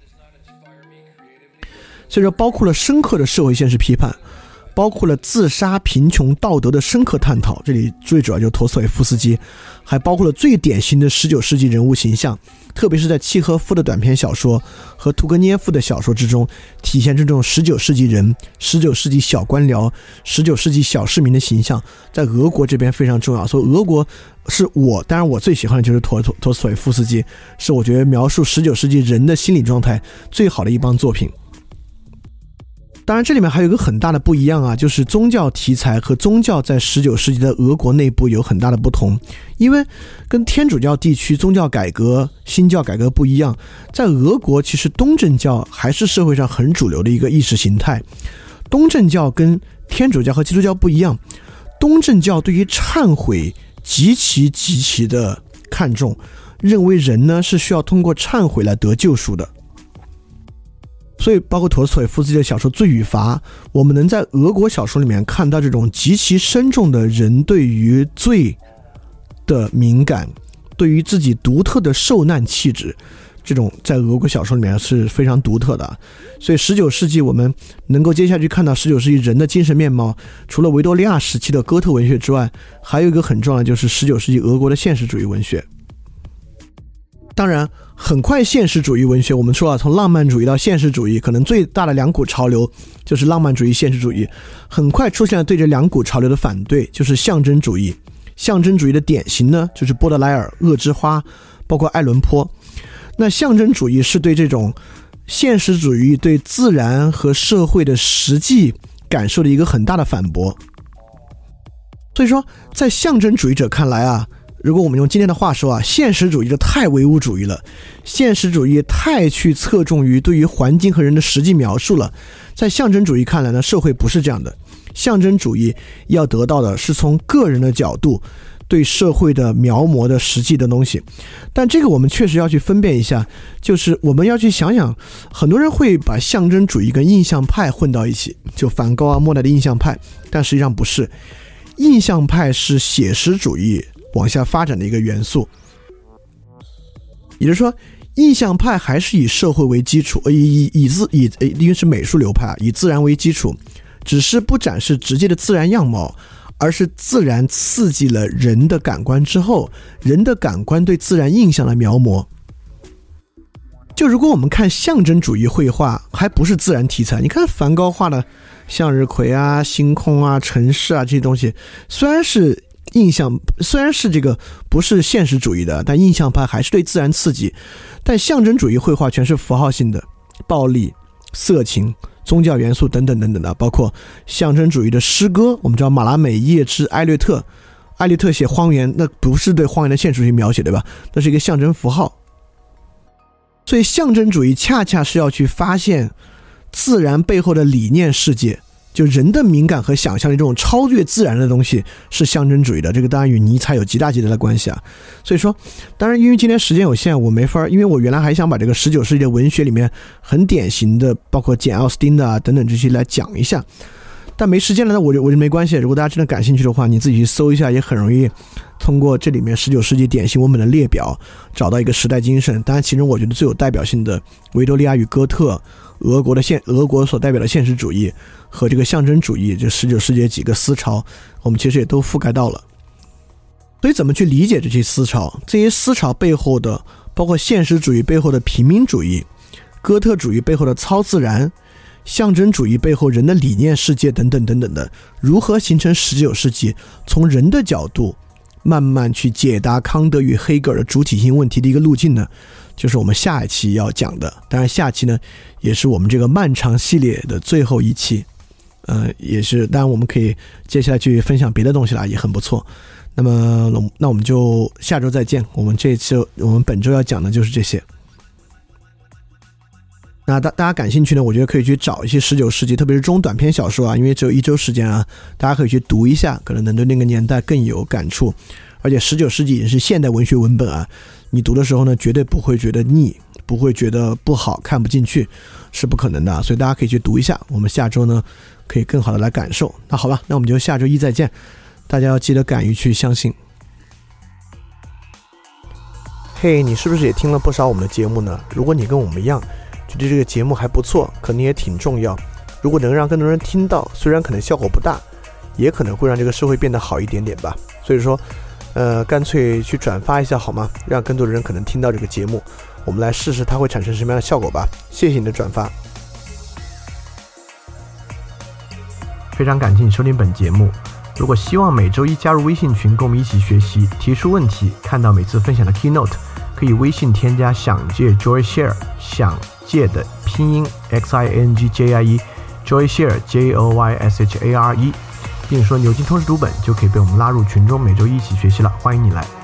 所以说包括了深刻的社会现实批判，包括了自杀、贫穷、道德的深刻探讨，这里最主要就是陀思妥耶夫斯基，还包括了最典型的19世纪人物形象，特别是在契诃夫的短篇小说和屠格涅夫的小说之中，体现出这种19世纪人、19世纪小官僚、19世纪小市民的形象，在俄国这边非常重要。所以俄国是当然我最喜欢的就是陀思妥耶夫斯基，是我觉得描述19世纪人的心理状态最好的一帮作品。当然这里面还有一个很大的不一样啊，就是宗教题材和宗教在19世纪的俄国内部有很大的不同。因为跟天主教地区宗教改革、新教改革不一样，在俄国其实东正教还是社会上很主流的一个意识形态。东正教跟天主教和基督教不一样，东正教对于忏悔极其的看重，认为人呢是需要通过忏悔来得救赎的。所以包括陀思妥耶夫斯基的小说《罪与罚》，我们能在俄国小说里面看到这种极其深重的人对于罪的敏感，对于自己独特的受难气质，这种在俄国小说里面是非常独特的。所以19世纪我们能够接下去看到19世纪人的精神面貌，除了维多利亚时期的哥特文学之外，还有一个很重要的就是19世纪俄国的现实主义文学。当然很快现实主义文学，我们说从浪漫主义到现实主义，可能最大的两股潮流就是浪漫主义、现实主义，很快出现了对这两股潮流的反对，就是象征主义。象征主义的典型呢就是波德莱尔、恶之花，包括爱伦坡。那象征主义是对这种现实主义对自然和社会的实际感受的一个很大的反驳。所以说在象征主义者看来啊，如果我们用今天的话说啊，现实主义就太唯物主义了，现实主义太去侧重于对于环境和人的实际描述了。在象征主义看来呢，社会不是这样的，象征主义要得到的是从个人的角度对社会的描摹的实际的东西。但这个我们确实要去分辨一下，就是我们要去想想，很多人会把象征主义跟印象派混到一起，就梵高啊、莫奈的印象派，但实际上不是。印象派是写实主义往下发展的一个元素，也就是说印象派还是以社会为基础，因为是美术流派，以自然为基础，只是不展示直接的自然样貌，而是自然刺激了人的感官之后，人的感官对自然印象的描摹。就如果我们看象征主义绘画，还不是自然题材，你看梵高画的向日葵啊、星空啊、城市啊这些东西，虽然是这个不是现实主义的，但印象派还是对自然刺激。但象征主义绘画全是符号性的，暴力、色情、宗教元素等等等等的，包括象征主义的诗歌，我们知道马拉美、叶芝、艾略特写荒原，那不是对荒原的现实主义描写，对吧？那是一个象征符号。所以象征主义恰恰是要去发现自然背后的理念世界，就人的敏感和想象的这种超越自然的东西是象征主义的。这个当然与尼采有极大的关系啊。所以说当然因为今天时间有限，我没法，因为我原来还想把这个19世纪的文学里面很典型的包括简奥斯汀的啊等等这些来讲一下，但没时间了，那我就没关系。如果大家真的感兴趣的话，你自己去搜一下，也很容易通过这里面19世纪典型文本的列表找到一个时代精神。当然其中我觉得最有代表性的维多利亚与哥特，俄国所代表的现实主义和这个象征主义，这19世纪几个思潮我们其实也都覆盖到了。所以怎么去理解这些思潮，这些思潮背后的包括现实主义背后的平民主义，哥特主义背后的超自然，象征主义背后人的理念世界等等等等的，如何形成19世纪从人的角度慢慢去解答康德与黑格尔的主体性问题的一个路径呢，就是我们下一期要讲的。当然下期呢也是我们这个漫长系列的最后一期，也是当然我们可以接下来去分享别的东西啦，也很不错。那我们就下周再见。我们本周要讲的就是这些。 那大家感兴趣呢，我觉得可以去找一些19世纪，特别是中短篇小说啊，因为只有1周时间啊，大家可以去读一下，可能能对那个年代更有感触。而且19世纪已经是现代文学文本啊，你读的时候呢，绝对不会觉得腻，不会觉得不好，看不进去，是不可能的。所以大家可以去读一下，我们下周呢可以更好的来感受。那好吧，那我们就下周一再见，大家要记得敢于去相信。嘿，你是不是也听了不少我们的节目呢？如果你跟我们一样觉得这个节目还不错，可能也挺重要，如果能让更多人听到，虽然可能效果不大，也可能会让这个社会变得好一点点吧。所以说干脆去转发一下好吗？让更多的人可能听到这个节目，我们来试试它会产生什么样的效果吧。谢谢你的转发。 非常感谢你收听本节目。如果希望每周一加入微信群跟我们一起学习，提出问题，看到每次分享的 keynote， 可以微信添加想借 JoyShare， 想借的拼音 XINGJIE， JoyShare JOYSHARE， 并说牛津通识读本，就可以被我们拉入群中，每周一起学习了。欢迎你来。